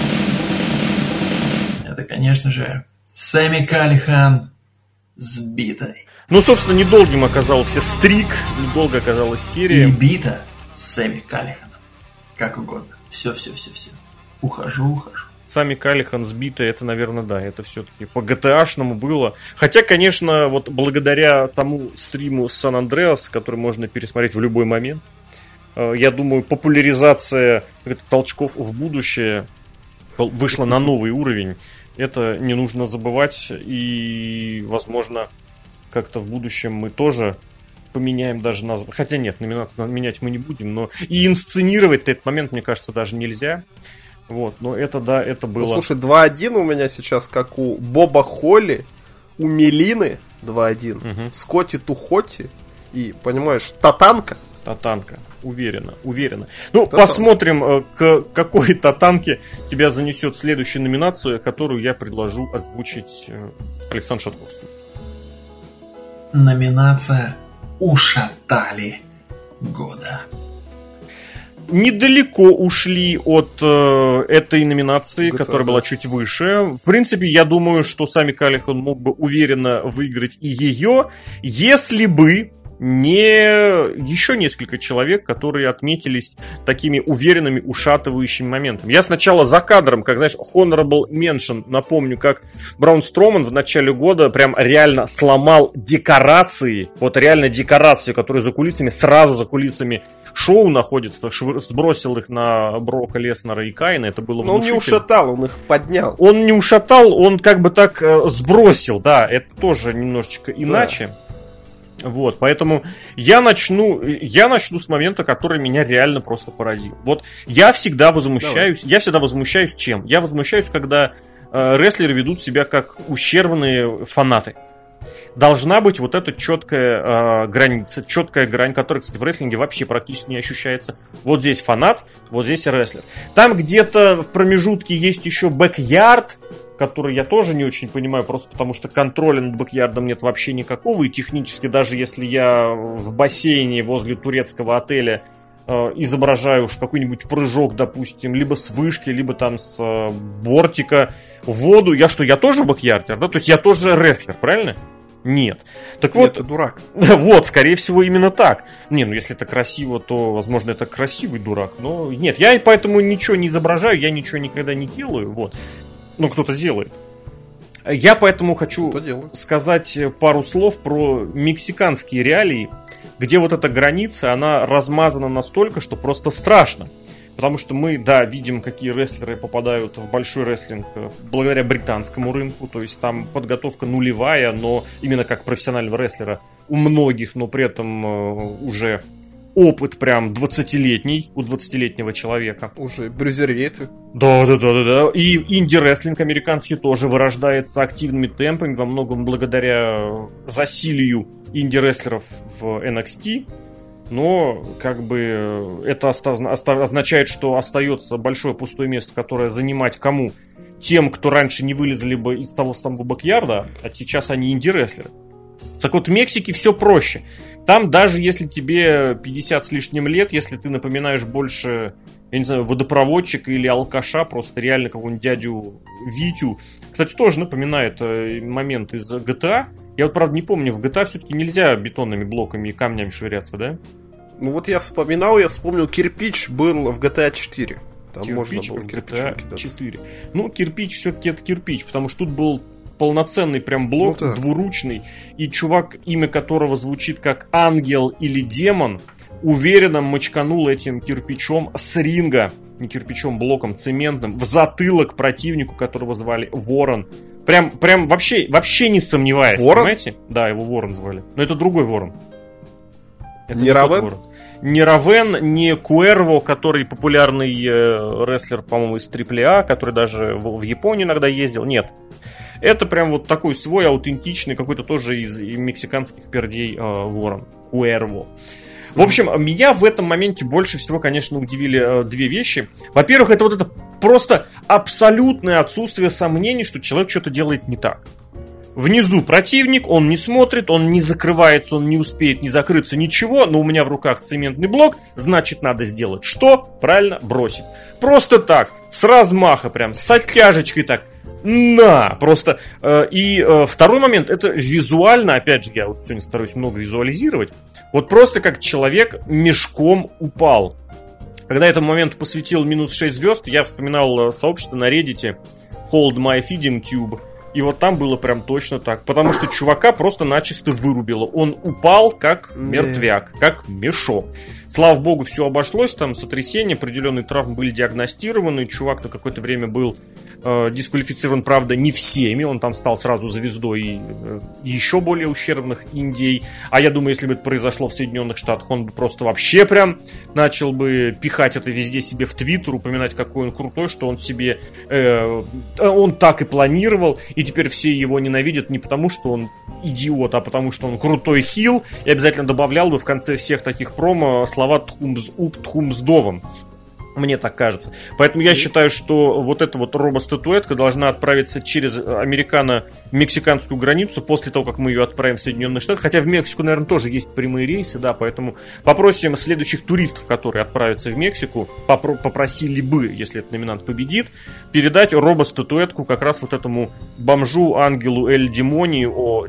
ребят. Это, конечно же, Сэмми Каллихан с битой. Ну, собственно, недолгим оказался стрик, недолго оказалась серия. И бита с Сэмми Каллиханом. Как угодно. Все. Ухожу. Сами Каллихан сбитые, это, наверное, да, это все-таки по GTA-шному было. Хотя, конечно, вот благодаря тому стриму Сан-Андреас, который можно пересмотреть в любой момент, я думаю, популяризация толчков в будущее вышла на новый уровень. Это не нужно забывать, и, возможно, как-то в будущем мы тоже поменяем даже название. Хотя нет, номинацию менять мы не будем, но и инсценировать этот момент, мне кажется, даже нельзя. Вот, но это, да, это было... Ну, слушай, 2-1 у меня сейчас, как у Боба Холли, у Мелины 2-1, Скотти Тухоти и, понимаешь, Татанка. Уверенно. Ну, посмотрим, к какой Татанке тебя занесет следующая номинация, которую я предложу озвучить Александру Шатковскому. Номинация «Ушатали года». Недалеко ушли от этой номинации, которая была чуть выше. В принципе, я думаю, что Сами Каллихан мог бы уверенно выиграть и ее, если бы не еще несколько человек, которые отметились такими уверенными, ушатывающими моментами. Я сначала за кадром, как, знаешь, honorable mention, напомню, как Braun Strowman в начале года прям реально сломал декорации, вот реально декорации, которые сразу за кулисами шоу находятся, сбросил их на Брока Леснера и Кайна, это было внушительно. Но он не ушатал, он их поднял. Он не ушатал, он как бы так сбросил, да, это тоже немножечко иначе. Да. Вот, поэтому я начну с момента, который меня реально просто поразил. Вот я всегда возмущаюсь чем? Я возмущаюсь, когда рестлеры ведут себя как ущербные фанаты. Должна быть вот эта четкая граница, четкая грань, которая, кстати, в рестлинге вообще практически не ощущается. Вот здесь фанат, вот здесь рестлер. Там где-то в промежутке есть еще бэк-ярд, который я тоже не очень понимаю, просто потому что контроля над бэк-ярдом нет вообще никакого, и технически, даже если я в бассейне возле турецкого отеля изображаю уж какой-нибудь прыжок, допустим, либо с вышки, либо там с бортика в воду, я тоже бэк-ярдер, да? То есть я тоже рестлер, правильно? Нет. Так Нет, вот, ты дурак. Вот, скорее всего, именно так. Не, ну если это красиво, то, возможно, это красивый дурак. Но нет, я поэтому ничего не изображаю, я ничего никогда не делаю. Вот. Ну, кто-то делает. Я поэтому хочу сказать пару слов про мексиканские реалии, где вот эта граница, она размазана настолько, что просто страшно. Потому что мы, да, видим, какие рестлеры попадают в большой рестлинг благодаря британскому рынку. То есть там подготовка нулевая, но именно как профессионального рестлера у многих, но при этом уже опыт прям 20-летний у 20-летнего человека. Уже брюзервейты. Да. И инди-рестлинг американский тоже вырождается активными темпами, во многом благодаря засилию инди-рестлеров в NXT. Но, как бы, это означает, что остается большое пустое место, которое занимать кому? Тем, кто раньше не вылезли бы из того самого бэк-ярда, а сейчас они инди-рестлеры. Так вот, в Мексике все проще. Там даже если тебе 50 с лишним лет, если ты напоминаешь больше, я не знаю, водопроводчика или алкаша, просто реально какого-нибудь дядю Витю. Кстати, тоже напоминает момент из GTA. Я вот, правда, не помню, в GTA все-таки нельзя бетонными блоками и камнями швыряться, да? Ну вот я вспомнил, кирпич был в GTA 4. Там кирпич можно было в кирпичом GTA кидаться. 4. Ну, кирпич все-таки это кирпич, потому что тут был полноценный прям блок, ну, да. Двуручный, и чувак, имя которого звучит как ангел или демон, уверенно мочканул этим кирпичом с ринга, не кирпичом, блоком, цементным, в затылок противнику, которого звали Ворон. Прям вообще не сомневаясь, Ворон? понимаете? Да, его Ворон звали. Но это другой Ворон. Это не Равен? Не Равен, не Куэрво, который популярный рестлер, по-моему, из AAA, который даже в Японию иногда ездил. Нет. Это прям вот такой свой аутентичный, какой-то тоже из мексиканских пердей Ворон. Куэрво. В общем, меня в этом моменте больше всего, конечно, удивили две вещи. Во-первых, это вот это просто абсолютное отсутствие сомнений, что человек что-то делает не так. Внизу противник, он не смотрит, он не закрывается, он не успеет не закрыться, ничего, но у меня в руках цементный блок, значит, надо сделать что? Правильно, бросить. Просто так, с размаха прям, с оттяжечкой так. На! Просто. И второй момент, это визуально, опять же, я вот сегодня стараюсь много визуализировать, вот просто как человек мешком упал. Когда я этому моменту посвятил минус 6 звезд, я вспоминал сообщество на Reddit Hold My Feeding Tube. И вот там было прям точно так. Потому что чувака просто начисто вырубило. Он упал как мертвяк, как мешок. Слава богу, все обошлось. Там сотрясение, определенные травмы были диагностированы. Чувак на какое-то время был дисквалифицирован, правда, не всеми. Он там стал сразу звездой еще более ущербных индей. А я думаю, если бы это произошло в Соединенных Штатах, он бы просто вообще прям начал бы пихать это везде себе в Твиттер, упоминать, какой он крутой, что он себе... он так и планировал, и теперь все его ненавидят не потому, что он идиот, а потому, что он крутой хил. И обязательно добавлял бы в конце всех таких промо слова «тхумз-уп, тхумздовым». Мне так кажется. Поэтому я считаю, что вот эта вот робо-статуэтка должна отправиться через американо-мексиканскую границу после того, как мы ее отправим в Соединенные Штаты. Хотя в Мексику, наверное, тоже есть прямые рейсы, да, поэтому попросим следующих туристов, которые отправятся в Мексику, попросили бы, если этот номинант победит, передать робо-статуэтку как раз вот этому бомжу ангелу Эль Демонио,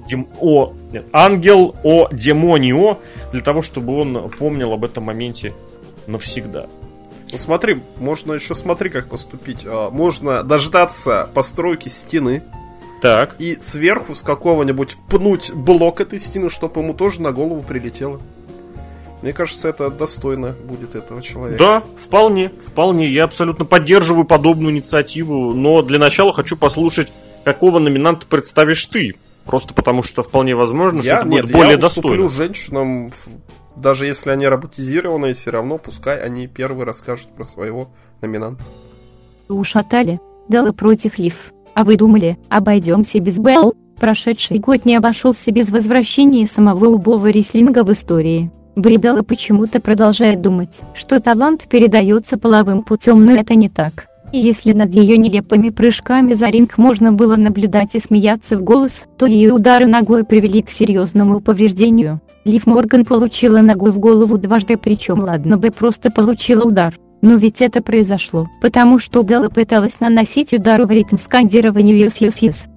ангел о Демонио, для того, чтобы он помнил об этом моменте навсегда. Ну смотри, можно еще как поступить. Можно дождаться постройки стены. Так. И сверху с какого-нибудь пнуть блок этой стены, чтобы ему тоже на голову прилетело. Мне кажется, это достойно будет этого человека. Да, вполне. Я абсолютно поддерживаю подобную инициативу. Но для начала хочу послушать, какого номинанта представишь ты. Просто потому что вполне возможно, что это будет более достойно. Я уступлю женщинам... Даже если они роботизированные, все равно пускай они первые расскажут про своего номинанта. Ушатали, Белла против Лив. А вы думали, обойдемся без Белл? Прошедший год не обошелся без возвращения самого убогого рестлинга в истории. Бри Белла почему-то продолжает думать, что талант передается половым путем, но это не так. И если над ее нелепыми прыжками за ринг можно было наблюдать и смеяться в голос, то ее удары ногой привели к серьезному повреждению. Лив Морган получила ногой в голову дважды, причем ладно бы просто получила удар. Но ведь это произошло, потому что Белла пыталась наносить удары в ритм скандирования «Yes, yes, yes».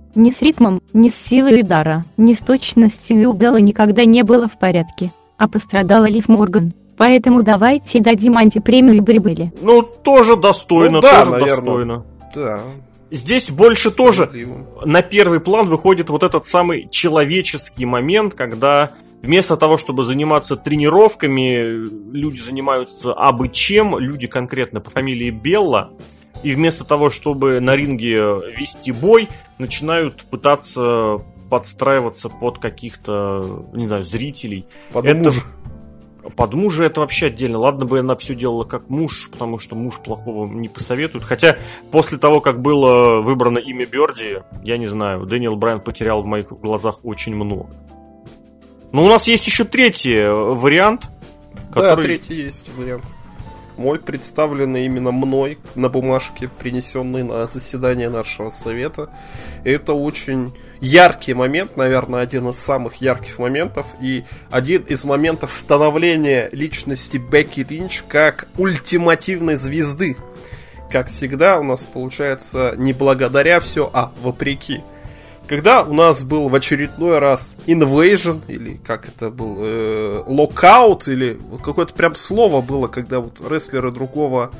Ни с ритмом, ни с силой удара, ни с точностью у Беллы никогда не было в порядке. А пострадала Лив Морган. Поэтому давайте дадим антипремию Бри Белли. Ну, тоже достойно, Ну да, тоже наверное. достойно. Да. Здесь больше тоже Справедливо. на первый план выходит вот этот самый человеческий момент, когда вместо того, чтобы заниматься тренировками, люди занимаются абы чем, люди конкретно по фамилии Белла, и вместо того, чтобы на ринге вести бой, начинают пытаться подстраиваться под каких-то, не знаю, зрителей. Под Это- мужа. Под мужа это вообще отдельно. Ладно бы она все делала как муж, потому что муж плохого не посоветует. Хотя после того, как было выбрано имя Бёрди, я не знаю, Дэниел Брайан потерял в моих глазах очень много. Но у нас есть еще третий вариант, Да, который... третий есть вариант. Мой, представленный именно мной на бумажке, принесенный на заседание нашего совета. Это очень яркий момент, наверное, один из самых ярких моментов. И один из моментов становления личности Бекки Линч как ультимативной звезды. Как всегда, у нас получается не благодаря все, а вопреки. Когда у нас был в очередной раз Invasion, или как это был, Lockout, или вот какое-то прям слово было, когда вот рестлеры другого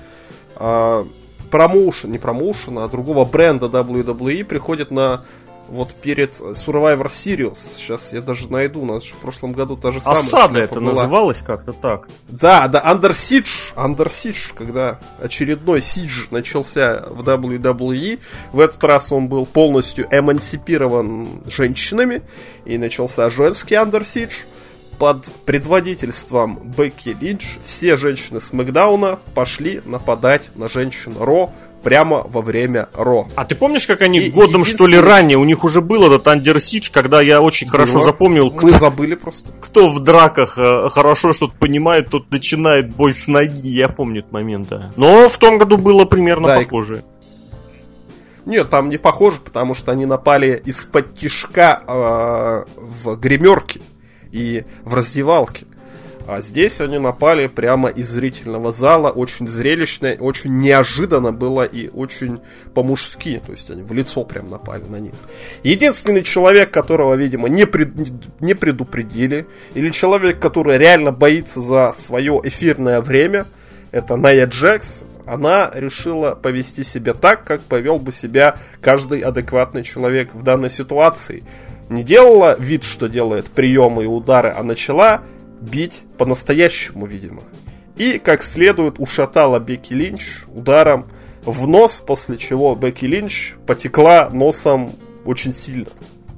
промоушена, а другого бренда WWE приходят на вот перед Survivor Series. Сейчас я даже найду, у нас же в прошлом году та же самая Осада шлюпа это была. называлось как-то так. Да, Under Siege, когда очередной Siege начался в WWE. В этот раз он был полностью эмансипирован женщинами, и начался женский Under Siege. Под предводительством Бекки Линч все женщины Смэкдауна пошли нападать на женщин Ро прямо во время Ро. А ты помнишь, как они И годом, что ли, единственное- ранее? У них уже был этот Under Siege, когда я очень хорошо Было. запомнил, Мы забыли просто. кто в драках хорошо что-то понимает, тот начинает бой с ноги. Я помню этот момент, да. Но в том году было примерно Да, и- похоже. Нет, там не похоже, потому что они напали из-под тишка в гримерке и в раздевалке. А здесь они напали прямо из зрительного зала. Очень зрелищно, очень неожиданно было и очень по-мужски. То есть они в лицо прям напали на них. Единственный человек, которого, видимо, не предупредили, или человек, который реально боится за свое эфирное время, это Ная Джекс. Она решила повести себя так, как повел бы себя каждый адекватный человек в данной ситуации. Не делала вид, что делает приемы и удары, а начала бить по-настоящему, видимо. И, как следует, ушатала Бекки Линч ударом в нос, после чего Бекки Линч потекла носом очень сильно.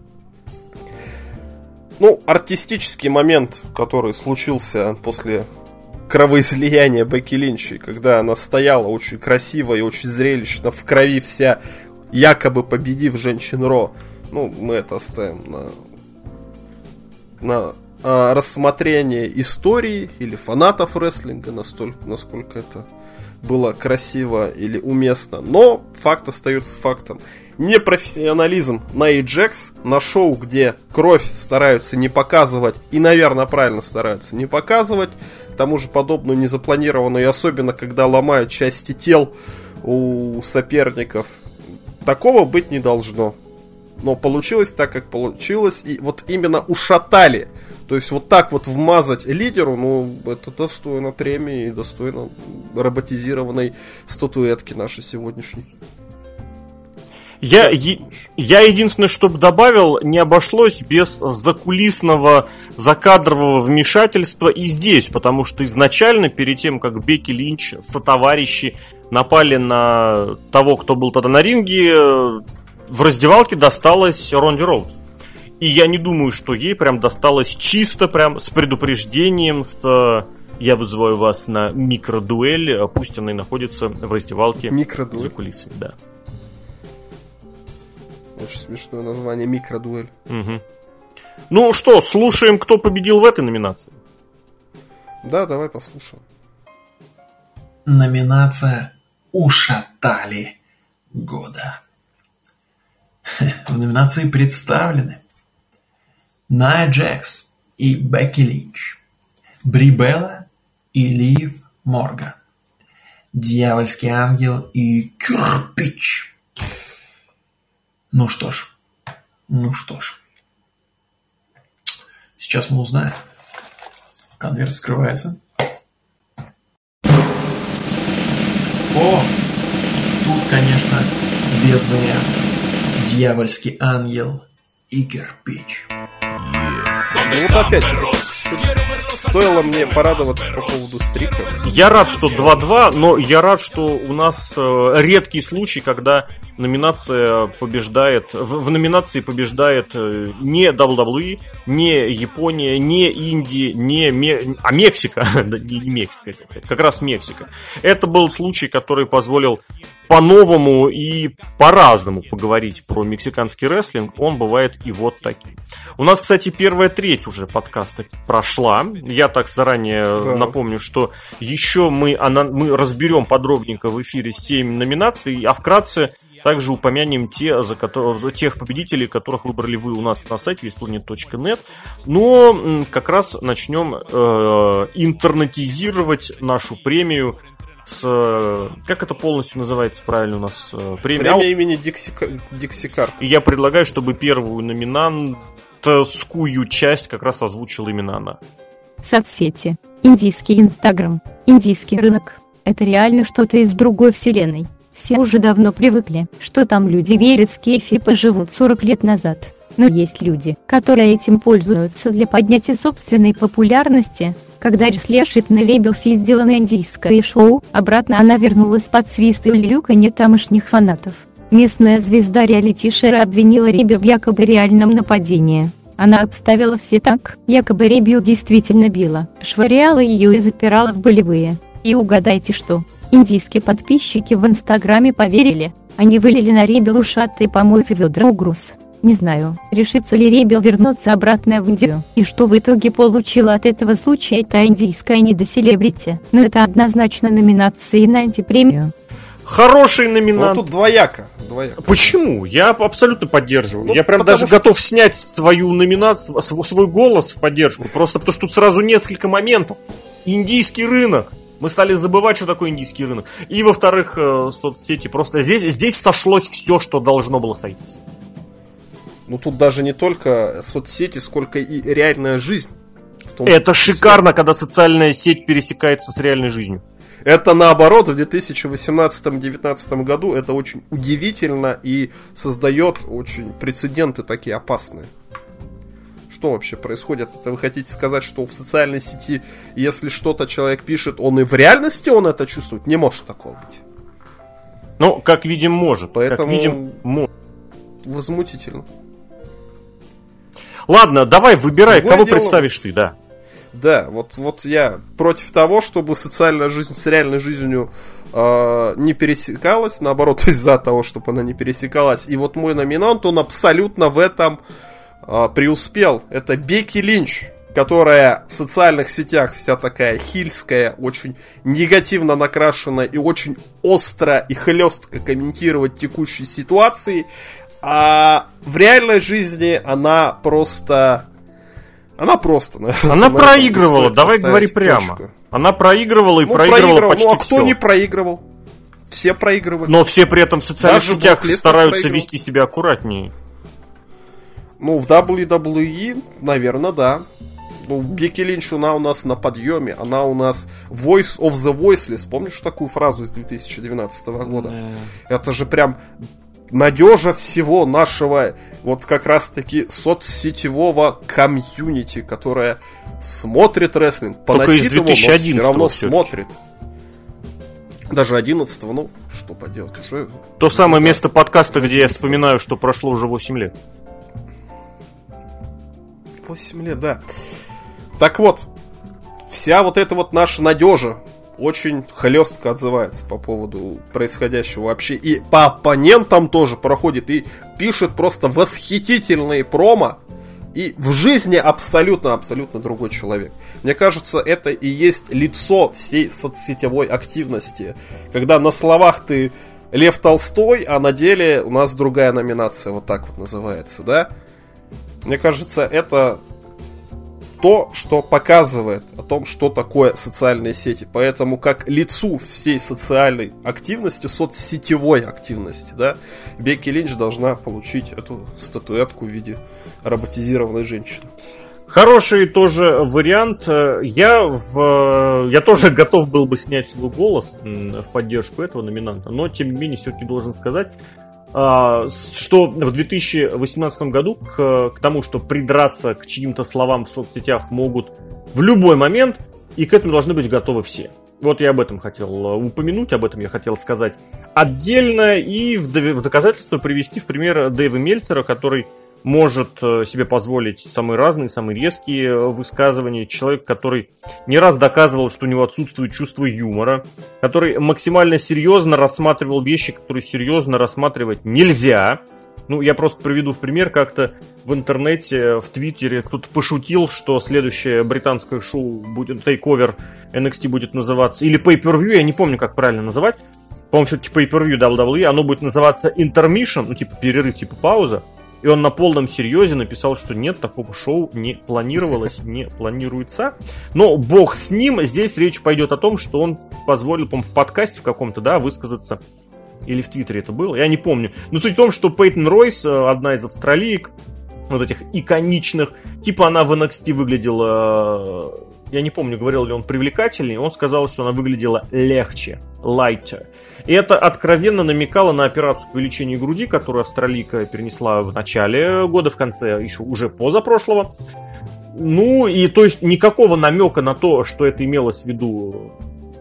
Ну, артистический момент, который случился после кровоизлияния Бекки Линч, когда она стояла очень красиво и очень зрелищно, в крови вся, якобы победив женщин Ро. Ну, мы это оставим на рассмотрение истории или фанатов рестлинга, настолько, насколько это было красиво или уместно. Но факт остается фактом. Непрофессионализм Наи Джекс на шоу, где кровь стараются не показывать, и, наверное, правильно стараются не показывать, к тому же подобную незапланированную, и особенно когда ломают части тел у соперников, такого быть не должно. Но получилось так, как получилось, и вот именно ушатали. То есть вот так вот вмазать лидеру, ну, это достойно премии и достойно роботизированной статуэтки нашей сегодняшней. Я единственное, что бы добавил, не обошлось без закулисного, закадрового вмешательства и здесь, потому что изначально, перед тем, как Бекки Линч сотоварищи напали на того, кто был тогда на ринге, в раздевалке досталось Ронди Роуз. И я не думаю, что ей прям досталось чисто, прям с предупреждением, с «я вызываю вас на микродуэль», пусть она и находится в раздевалке Микродуэль? за кулисами, да. Очень смешное название, микродуэль. Угу. Ну что, слушаем, кто победил в этой номинации. Да, давай послушаем. Номинация «Ушатали года». В номинации представлены Ная Джекс и Бекки Линч, Бри Белла и Лив Морган, Дьявольский ангел и Кирпич. Ну что ж, Ну что ж. Сейчас мы узнаем. Конверт скрывается. О! Тут, конечно, без вариантов. Дьявольский ангел и кирпич. Ну вот опять, стоило мне порадоваться по поводу стрика. Я рад, что 2-2, но я рад, что у нас редкий случай, когда номинация побеждает, в номинации побеждает не WWE, не Япония, не Индия, а Мексика. Не Мексика, хотел сказать, как раз Мексика. Это был случай, который позволил по-новому и по-разному поговорить про мексиканский рестлинг. Он бывает и вот таким. У нас, кстати, первая треть уже подкаста прошла. Я так заранее напомню, что еще мы разберем подробненько в эфире 7 номинаций, а вкратце также упомянем тех победителей, которых выбрали вы у нас на сайте westplanet.net. Но как раз начнем интернетизировать нашу премию с... Как это полностью называется правильно у нас? Премия имени Дикси Карт. И я предлагаю, чтобы первую номинантскую часть как раз озвучила именно она. Соцсети, индийский Инстаграм, индийский рынок. Это реально что-то из другой вселенной. Все уже давно привыкли, что там люди верят в кейф и живут 40 лет назад. Но есть люди, которые этим пользуются для поднятия собственной популярности. Когда рестлершип на лейбл съездила на индийское шоу, обратно она вернулась под свист и улюлюканье тамошних фанатов. Местная звезда реалити-шоу обвинила Реби в якобы реальном нападении. Она обставила все так, якобы Реби действительно била, швыряла ее и запирала в болевые. И угадайте что? Индийские подписчики в Инстаграме поверили. Они вылили на Ребел ушатые помойки ведра угроз. Не знаю, решится ли Ребел вернуться обратно в Индию, и что в итоге получила от этого случая та индийская недоселебрити. Но это однозначно номинации на антипремию. Хороший номинант. Ну тут двояко. Почему? Я абсолютно поддерживаю. Ну, я прям даже готов снять свою номинацию, свой голос в поддержку. Просто потому что тут сразу несколько моментов. Индийский рынок. Мы стали забывать, что такое индийский рынок. И, во-вторых, соцсети. Просто здесь сошлось все, что должно было сойтись. Ну, тут даже не только соцсети, сколько и реальная жизнь. Это шикарно, когда социальная сеть пересекается с реальной жизнью. Это наоборот, в 2018-2019 году это очень удивительно и создает очень прецеденты такие опасные. Что вообще происходит? Это вы хотите сказать, что в социальной сети, если что-то человек пишет, он и в реальности он это чувствует? Не может такого быть. Ну, как видим, может. Поэтому возмутительно. Ладно, давай, выбирай, кого представишь ты, да. Да, вот я против того, чтобы социальная жизнь с реальной жизнью не пересекалась. Наоборот, из-за того, чтобы она не пересекалась. И вот мой номинант, он абсолютно в этом преуспел. Это Бекки Линч, которая в социальных сетях вся такая хильская, очень негативно накрашенная и очень остро и хлестко комментировать текущие ситуации. А в реальной жизни она просто... Она проигрывала, давай говори прямо. Точку. Она проигрывала и проигрывала почти все. Ну а кто не проигрывал? Все проигрывали. Но все при этом в социальных сетях стараются вести себя аккуратнее. Ну, в WWE, наверное, да. Ну, Бекки Линч, она у нас на подъеме. Она у нас voice of the voiceless. Помнишь такую фразу из 2012 года? Это же прям... надежа всего нашего вот как раз таки соцсетевого комьюнити, которое смотрит рестлинг. Только из 2011 но все равно смотрит. Даже 11-го, ну, что поделать, уже... То самое место подкаста, где я вспоминаю, что прошло уже 8 лет. 8 лет, да. Так вот, вся вот эта вот наша надежа очень хлестко отзывается по поводу происходящего вообще. И по оппонентам тоже проходит. И пишет просто восхитительные промо. И в жизни абсолютно другой человек. Мне кажется, это и есть лицо всей соцсетевой активности. Когда на словах ты Лев Толстой, а на деле у нас другая номинация. Вот так вот называется, да? Мне кажется, это то, что показывает о том, что такое социальные сети. Поэтому как лицу всей социальной активности, соцсетевой активности, да, Бекки Линч должна получить эту статуэтку в виде роботизированной женщины. Хороший тоже вариант. Я тоже готов был бы снять свой голос в поддержку этого номинанта, но тем не менее все-таки должен сказать, что в 2018 году к тому, что придраться к чьим-то словам в соцсетях могут в любой момент, и к этому должны быть готовы все. Вот я об этом хотел упомянуть, об этом я хотел сказать отдельно и в доказательство привести в пример Дэйва Мельцера, который может себе позволить самые разные, самые резкие высказывания. Человек, который не раз доказывал, что у него отсутствует чувство юмора, который максимально серьезно рассматривал вещи, которые серьезно рассматривать нельзя. Ну, я просто приведу в пример, как-то в интернете, в Твиттере кто-то пошутил, что следующее британское шоу будет, Takeover NXT будет называться, или Pay-Per-View, я не помню, как правильно называть, по-моему, все-таки Pay-Per-View WWE, оно будет называться Intermission, ну, типа перерыв, типа пауза. И он на полном серьезе написал, что нет, такого шоу не планировалось, не планируется. Но бог с ним, здесь речь пойдет о том, что он позволил, по-моему, в подкасте в каком-то, да, высказаться. Или в Твиттере это было, я не помню. Но суть в том, что Пейтон Ройс, одна из австралиек, вот этих иконичных, типа она в NXT выглядела, я не помню, говорил ли он привлекательнее, он сказал, что она выглядела легче, lighter. И это откровенно намекало на операцию по увеличению груди, которую австралийка перенесла в начале года, в конце, еще уже позапрошлого. Ну, и то есть никакого намека на то, что это имелось в виду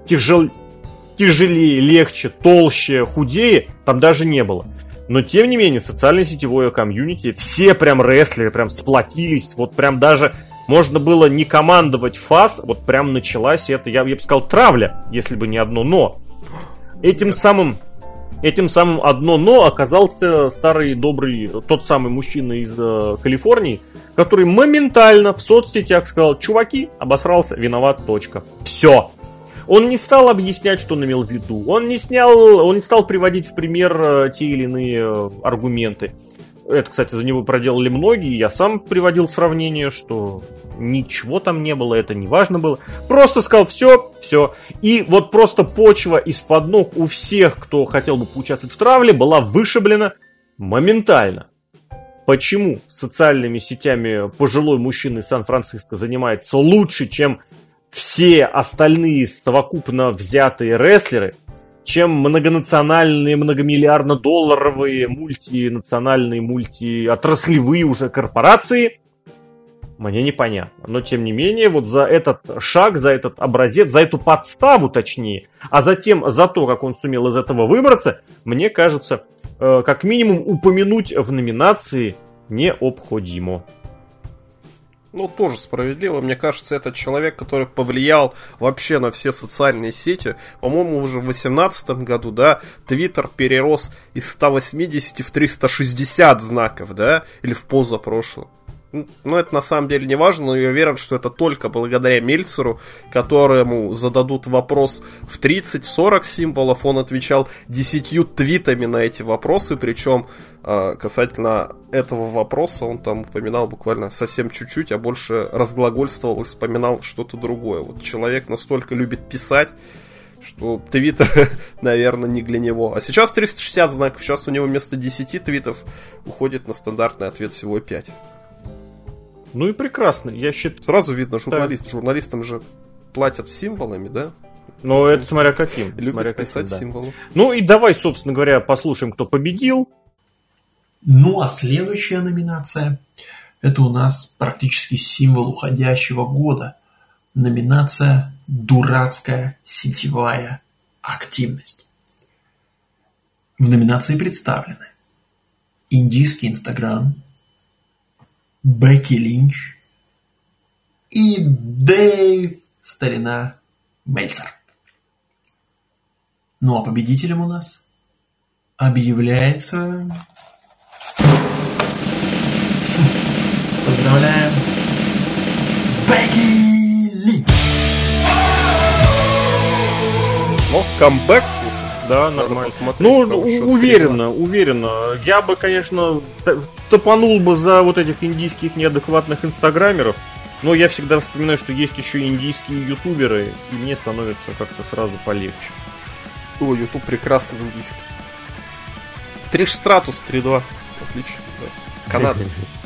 тяжелее, легче, толще, худее, там даже не было. Но, тем не менее, социально-сетевое комьюнити, все прям рестлеры прям сплотились, вот прям даже можно было не командовать фас, вот прям началась это, я бы сказал, травля, если бы не одно «но». Этим самым одно «но» оказался старый добрый, тот самый мужчина из Калифорнии, который моментально в соцсетях сказал: чуваки, обосрался, виноват, точка. Все. Он не стал объяснять, что он имел в виду. Он не стал приводить в пример те или иные аргументы. Это, кстати, за него проделали многие. Я сам приводил сравнение, что ничего там не было, это не важно было. Просто сказал все. И вот просто почва из-под ног у всех, кто хотел бы поучаствовать в травле, была вышиблена моментально. Почему социальными сетями пожилой мужчина из Сан-Франциско занимается лучше, чем все остальные совокупно взятые рестлеры, чем многонациональные, многомиллиардно-долларовые, мультинациональные, мультиотраслевые уже корпорации, мне непонятно. Но, тем не менее, вот за этот шаг, за этот образец, за эту подставу, точнее, а затем за то, как он сумел из этого выбраться, мне кажется, как минимум упомянуть в номинации необходимо. Ну, тоже справедливо. Мне кажется, это человек, который повлиял вообще на все социальные сети. По-моему, уже в 2018 году, да, Твиттер перерос из 180 в 360 знаков, да, или в позапрошлом. Ну, это на самом деле не важно, но я уверен, что это только благодаря Мельцеру, которому зададут вопрос в 30-40 символов, он отвечал 10 твитами на эти вопросы, причем касательно этого вопроса он там упоминал буквально совсем чуть-чуть, а больше разглагольствовал и вспоминал что-то другое. Вот человек настолько любит писать, что Твиттер, наверное, не для него. А сейчас 360 знаков, сейчас у него вместо 10 твитов уходит на стандартный ответ всего 5. Ну и прекрасно, я считаю. Сразу видно, журналист. Да. Журналистам же платят символами, да? Ну, это смотря каким. Любят смотря писать каким, да. Символы. Ну и давай, собственно говоря, послушаем, кто победил. Ну, а следующая номинация – это у нас практически символ уходящего года. Номинация «Дурацкая сетевая активность». В номинации представлены индийский Инстаграм, Бекки Линч и Дэйв старина Мельцер. Ну а победителем у нас объявляется... Поздравляем, Бекки Линч! Ну, камбэк, слушай. Да, нормально. Ну, уверенно. Я бы, конечно, топанул бы за вот этих индийских неадекватных инстаграмеров. Но я всегда вспоминаю, что есть еще индийские ютуберы, и мне становится как-то сразу полегче. О, ютуб прекрасный индийский. Триш Стратус 3.2. Отлично, да. Канада.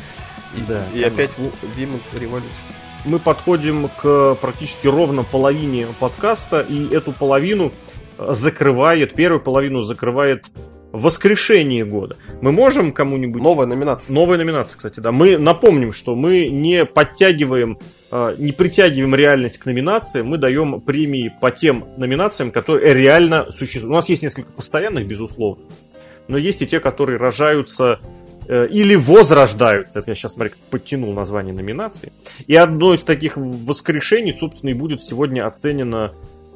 И опять Women's Revolution. Мы подходим к практически ровно половине подкаста, и эту половину первую половину закрывает воскрешение года. Мы можем кому-нибудь... Новая номинация. Новая номинация, кстати, да. Мы напомним, что мы не притягиваем реальность к номинациям, мы даем премии по тем номинациям, которые реально существуют. У нас есть несколько постоянных, безусловно, но есть и те, которые рожаются или возрождаются. Это я сейчас, смотри, подтянул название номинации. И одно из таких воскрешений, собственно, и будет сегодня оценено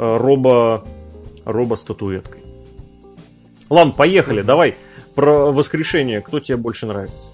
робо-статуэткой. Ладно, поехали, давай про воскрешение. Кто тебе больше нравится?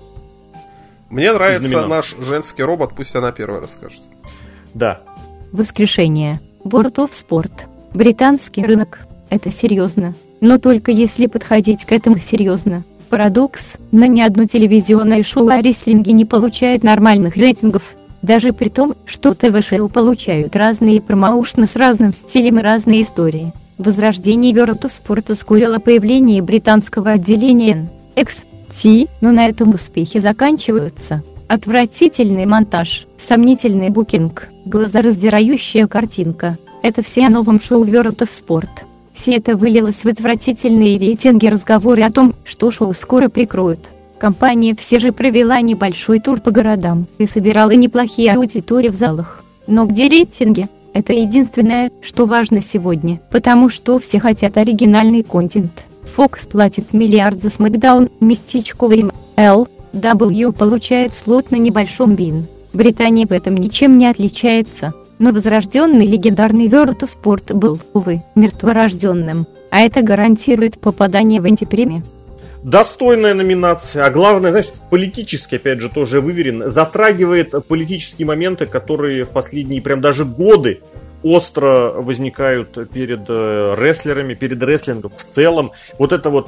Мне нравится наш женский робот, пусть она первая расскажет. Да. Воскрешение. World of Sport. Британский рынок. Это серьезно. Но только если подходить к этому серьезно. Парадокс, но ни одно телевизионное шоу о рестлинге не получает нормальных рейтингов. Даже при том, что ТВ-шоу получают разные промоушены с разным стилем и разные истории. Возрождение World of Sport ускорило появление британского отделения NXT, но на этом успехи заканчиваются. Отвратительный монтаж, сомнительный букинг, глазораздирающая картинка. Это все о новом шоу World of Sport. Все это вылилось в отвратительные рейтинги, разговоры о том, что шоу скоро прикроют. Компания все же провела небольшой тур по городам и собирала неплохие аудитории в залах. Но где рейтинги? Это единственное, что важно сегодня, потому что все хотят оригинальный контент. Fox платит $1 миллиард за SmackDown, местечковый MLW получает слот на небольшом бин. Британия в этом ничем не отличается. Но возрожденный легендарный World of Sport был, увы, мертворожденным, а это гарантирует попадание в антипремию. Достойная номинация, а главное, знаешь, политически, опять же, тоже выверен, затрагивает политические моменты, которые в последние прям даже годы остро возникают перед рестлерами, перед рестлингом в целом. Вот эта вот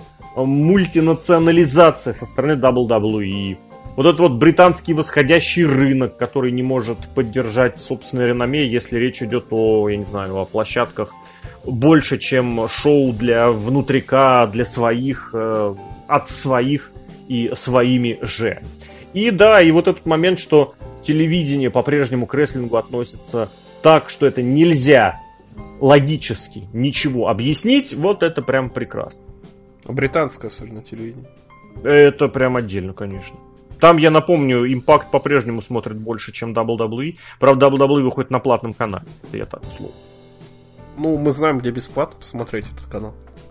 мультинационализация со стороны WWE. Вот этот вот британский восходящий рынок, который не может поддержать собственное реноме, если речь идет о, я не знаю, о площадках больше, чем шоу для внутрика, для своих, от своих и своими же. И да, и вот этот момент, что телевидение по-прежнему к рестлингу относится так, что это нельзя логически ничего объяснить, вот это прям прекрасно. Британское, особенно, телевидение. Это прям отдельно, конечно. Там, я напомню, Impact по-прежнему смотрит больше, чем WWE. Правда, WWE выходит на платном канале. Это я так, условно. Ну, мы знаем, где бесплатно посмотреть этот канал.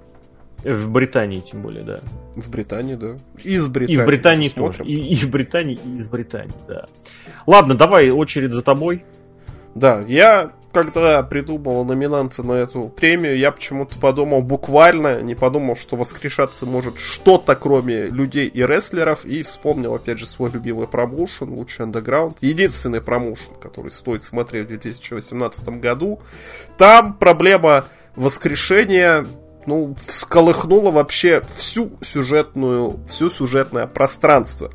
В Британии, тем более, да. В Британии, да. Из Британии. И в Британии тоже. И в Британии, и из Британии, да. Ладно, давай, очередь за тобой. Да, я, когда придумал номинанты на эту премию, я почему-то подумал буквально, не подумал, что воскрешаться может что-то, кроме людей и рестлеров, и вспомнил, опять же, свой любимый промоушен, Lucha Underground. Единственный промоушен, который стоит смотреть в 2018 году. Там проблема воскрешения, ну, всколыхнула вообще все сюжетное пространство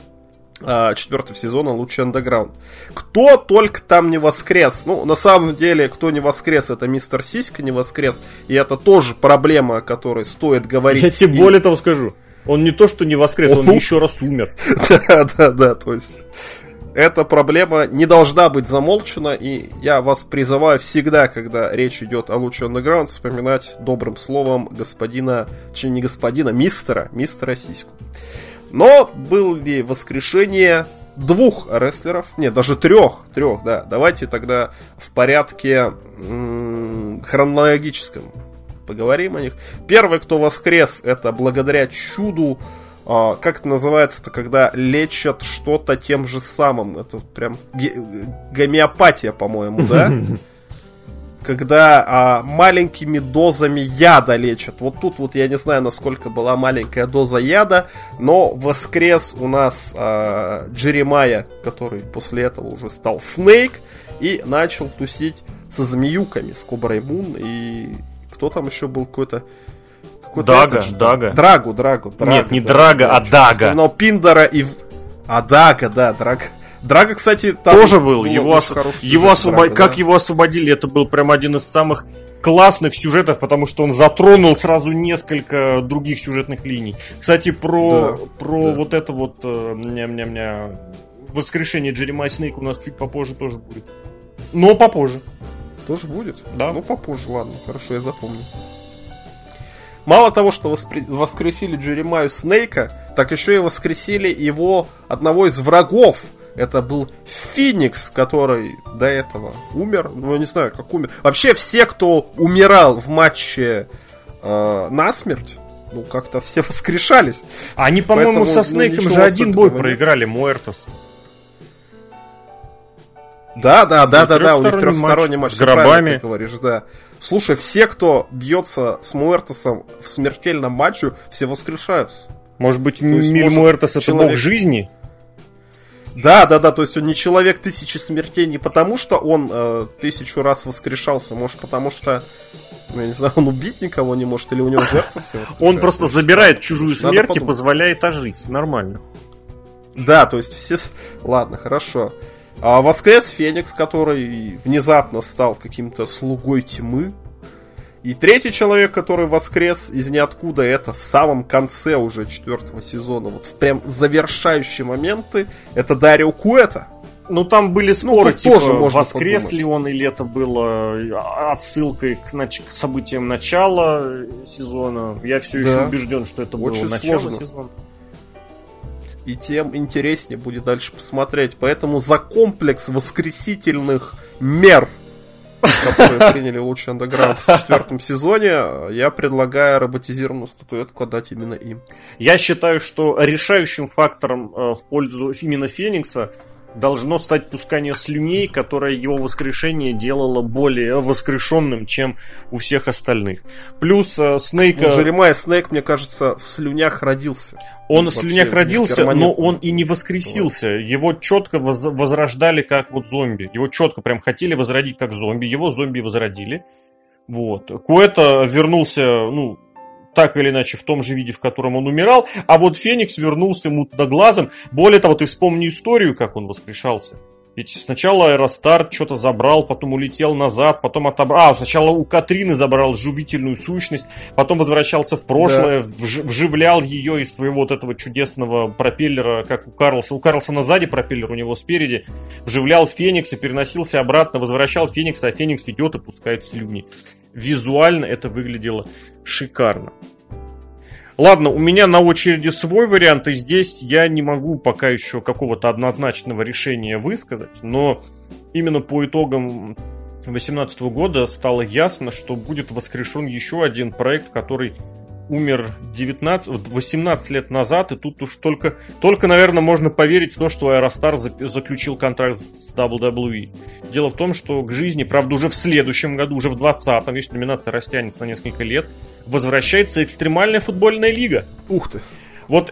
4-го сезона Lucha Underground. Кто только там не воскрес. Ну, на самом деле, кто не воскрес, это Мистер Сиська не воскрес. И это тоже проблема, о которой стоит говорить. Я тебе более того скажу. Он не то, что не воскрес, он еще раз умер. Да, то есть эта проблема не должна быть замолчена. И я вас призываю всегда, когда речь идет о Lucha Underground, вспоминать добрым словом мистера Сиську. Но было ли воскрешение 2 рестлеров? Нет, даже 3, да. Давайте тогда в порядке хронологическом поговорим о них. Первый, кто воскрес, это благодаря чуду, как это называется-то, когда лечат что-то тем же самым. Это прям гомеопатия, по-моему, да? Когда маленькими дозами яда лечат. Вот тут вот я не знаю, насколько была маленькая доза яда, но воскрес у нас Джеремайя, который после этого уже стал Снейк и начал тусить со змеюками, с Коброй Мун, и кто там еще был, какой-то Дага. Драгу. Нет, не Драга, а Дага. Но Пиндора и... Дага, да, Драго, кстати, там тоже был. Его освободили, это был прям один из самых классных сюжетов, потому что он затронул сразу несколько других сюжетных линий. Кстати, про вот это вот воскрешение Джеремайя Снейка у нас чуть попозже тоже будет. Но попозже. Тоже будет? Да. Ну, попозже, ладно, хорошо, я запомню. Мало того, что воскресили Джеремайю Снейка, так еще и воскресили его одного из врагов. Это был Феникс, который до этого умер. Ну, я не знаю, как умер. Вообще, все, кто умирал в матче насмерть, ну, как-то все воскрешались. Они, по-моему, со Снейком же один бой проиграли, Муэртос. Да, у них трехсторонний матч. С гробами. Ты говоришь, да. Слушай, все, кто бьется с Муэртосом в смертельном матче, все воскрешаются. Может быть, Муэртос это бог жизни? Да, то есть он не человек тысячи смертей не потому, что он 1000 раз воскрешался, может потому что, я не знаю, он убить никого не может, или у него жертвы все воскрешаются. Он просто забирает чужую смерть и позволяет ожить, нормально. Да, то есть все... Ладно, хорошо. А воскрес Феникс, который внезапно стал каким-то слугой тьмы. И третий человек, который воскрес из ниоткуда, это в самом конце уже 4-го сезона, вот в прям завершающие моменты, это Дарио Куэта. Ну, там были споры, типа, воскрес ли он, или это было отсылкой к событиям начала сезона. Я все еще убежден, что это было начало сезона. И тем интереснее будет дальше посмотреть. Поэтому за комплекс воскресительных мер, которые приняли лучший андеграунд в 4-м сезоне, я предлагаю роботизированную статуэтку отдать именно им. Я считаю, что решающим фактором в пользу именно Феникса должно стать пускание слюней, которое его воскрешение делало более воскрешенным, чем у всех остальных. Плюс Снейка... Джеремайя Снейк, мне кажется, в слюнях родился. Он в слюнях родился, но он и не воскресился. Его четко возрождали как вот зомби. Его четко прям хотели возродить как зомби. Его зомби возродили. Вот. Куэта вернулся, ну, так или иначе, в том же виде, в котором он умирал. А вот Феникс вернулся мутноглазым. Более того, ты вспомни историю, как он воскрешался. Ведь сначала Аэростар что-то забрал, потом улетел назад, потом отобрал... сначала у Катрины забрал живительную сущность, потом возвращался в прошлое, вживлял ее из своего вот этого чудесного пропеллера, как у Карлса. У Карлсона сзади пропеллер, у него спереди. Вживлял Феникса, переносился обратно, возвращал Феникса, а Феникс идет и пускает слюни. Визуально это выглядело шикарно. Ладно, у меня на очереди свой вариант, и здесь я не могу пока еще какого-то однозначного решения высказать, но именно по итогам 2018 года стало ясно, что будет воскрешен еще один проект, который умер 18 лет назад, и тут уж только, наверное, можно поверить в то, что Аэростар заключил контракт с WWE. Дело в том, что к жизни, правда, уже в следующем году, уже в 2020-м, видишь, номинация растянется на несколько лет, возвращается экстремальная футбольная лига. Ух ты! Вот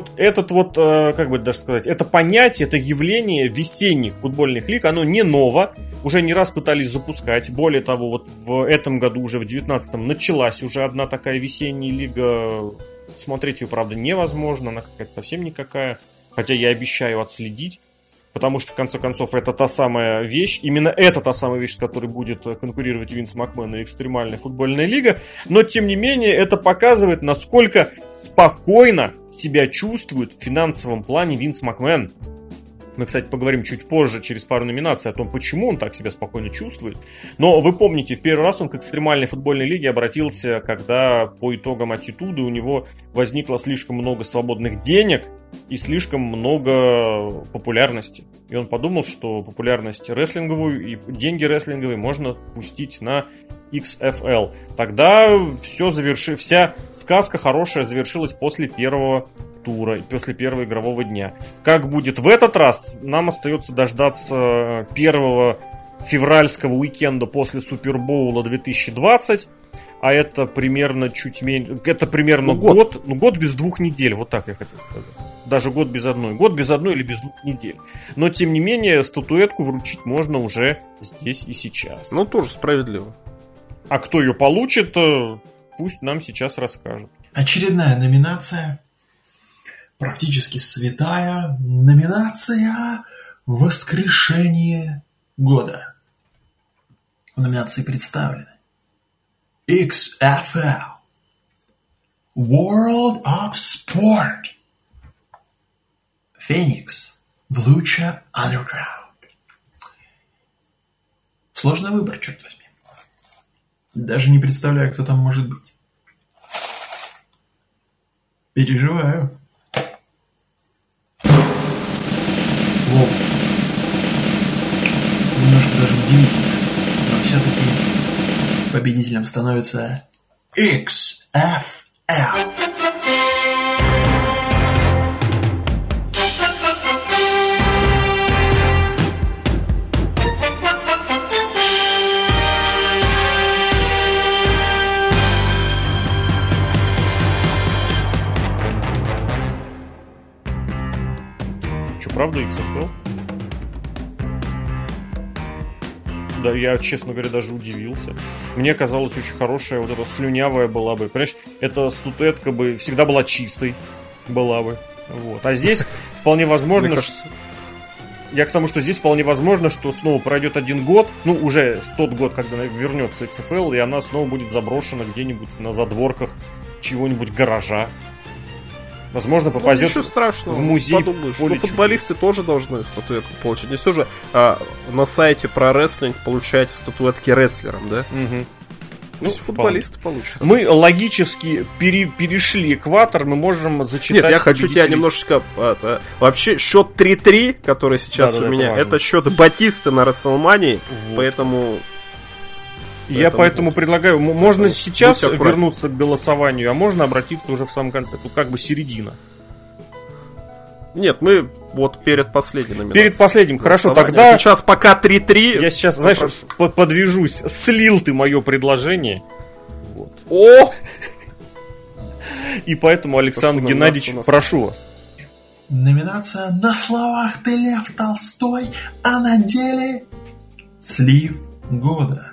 как бы даже сказать, это понятие, это явление весенних футбольных лиг, оно не ново, уже не раз пытались запускать. Более того, вот в этом году, уже в 19-м, началась уже одна такая весенняя лига. Смотреть ее, правда, невозможно, она какая-то совсем никакая, хотя я обещаю отследить. Потому что, в конце концов, это та самая вещь, именно это та самая вещь, с которой будет конкурировать Винс Макмен и экстремальная футбольная лига. Но, тем не менее, это показывает, насколько спокойно себя чувствует в финансовом плане Винс Макмен. Мы, кстати, поговорим чуть позже, через пару номинаций, о том, почему он так себя спокойно чувствует. Но вы помните, в первый раз он к экстремальной футбольной лиге обратился, когда по итогам аттитуды у него возникло слишком много свободных денег и слишком много популярности. И он подумал, что популярность рестлинговую и деньги рестлинговые можно пустить на XFL. Тогда вся сказка хорошая завершилась после первого тура, после первого игрового дня. Как будет в этот раз, нам остается дождаться первого февральского уикенда после Супербоула 2020, а это примерно чуть меньше, это примерно год без 2 недель, вот так я хотел сказать. Даже год без одной или без 2 недель. Но, тем не менее, статуэтку вручить можно уже здесь и сейчас. Ну, тоже справедливо. А кто ее получит, пусть нам сейчас расскажут. Очередная номинация, практически святая номинация Воскрешение года. В номинации представлены XFL, World of Sport, Phoenix, Lucha Underground. Сложный выбор, черт возьми. Даже не представляю, кто там может быть. Переживаю. Воу. Немножко даже удивительно. Но все-таки победителем становится XFL. Правда, XFL? Да, я, честно говоря, даже удивился. Мне казалось, очень хорошая, вот эта слюнявая была бы. Понимаешь, эта статуэтка бы всегда была чистой. Была бы. Вот. А здесь вполне возможно, что... Я к тому, что здесь вполне возможно, что снова пройдет 1 год, ну, уже тот год, когда вернется XFL, и она снова будет заброшена где-нибудь на задворках чего-нибудь гаража. Возможно, попадет в музей. Подумаешь, ну, футболисты тоже должны статуэтку получить. Не все же на сайте про рестлинг получаете статуэтки рестлерам, да? Угу. Ну, футболисты получат. Мы логически перешли экватор, мы можем зачитать. Нет, я хочу тебя немножечко... вообще, счет 3-3, который сейчас у меня, это счет Батисты на Расселмании, поэтому... Я поэтому предлагаю, можно сейчас вернуться к голосованию, а можно обратиться уже в самом конце. Тут как бы середина. Нет, мы вот перед последним номинацией. Перед последним, хорошо, тогда... Сейчас пока 3-3. Я сейчас, знаешь, подвяжусь. Слил ты мое предложение. Вот. О! И поэтому, Александр Геннадьевич, прошу вас. Номинация «На словах ты Лев Толстой, а на деле слив года».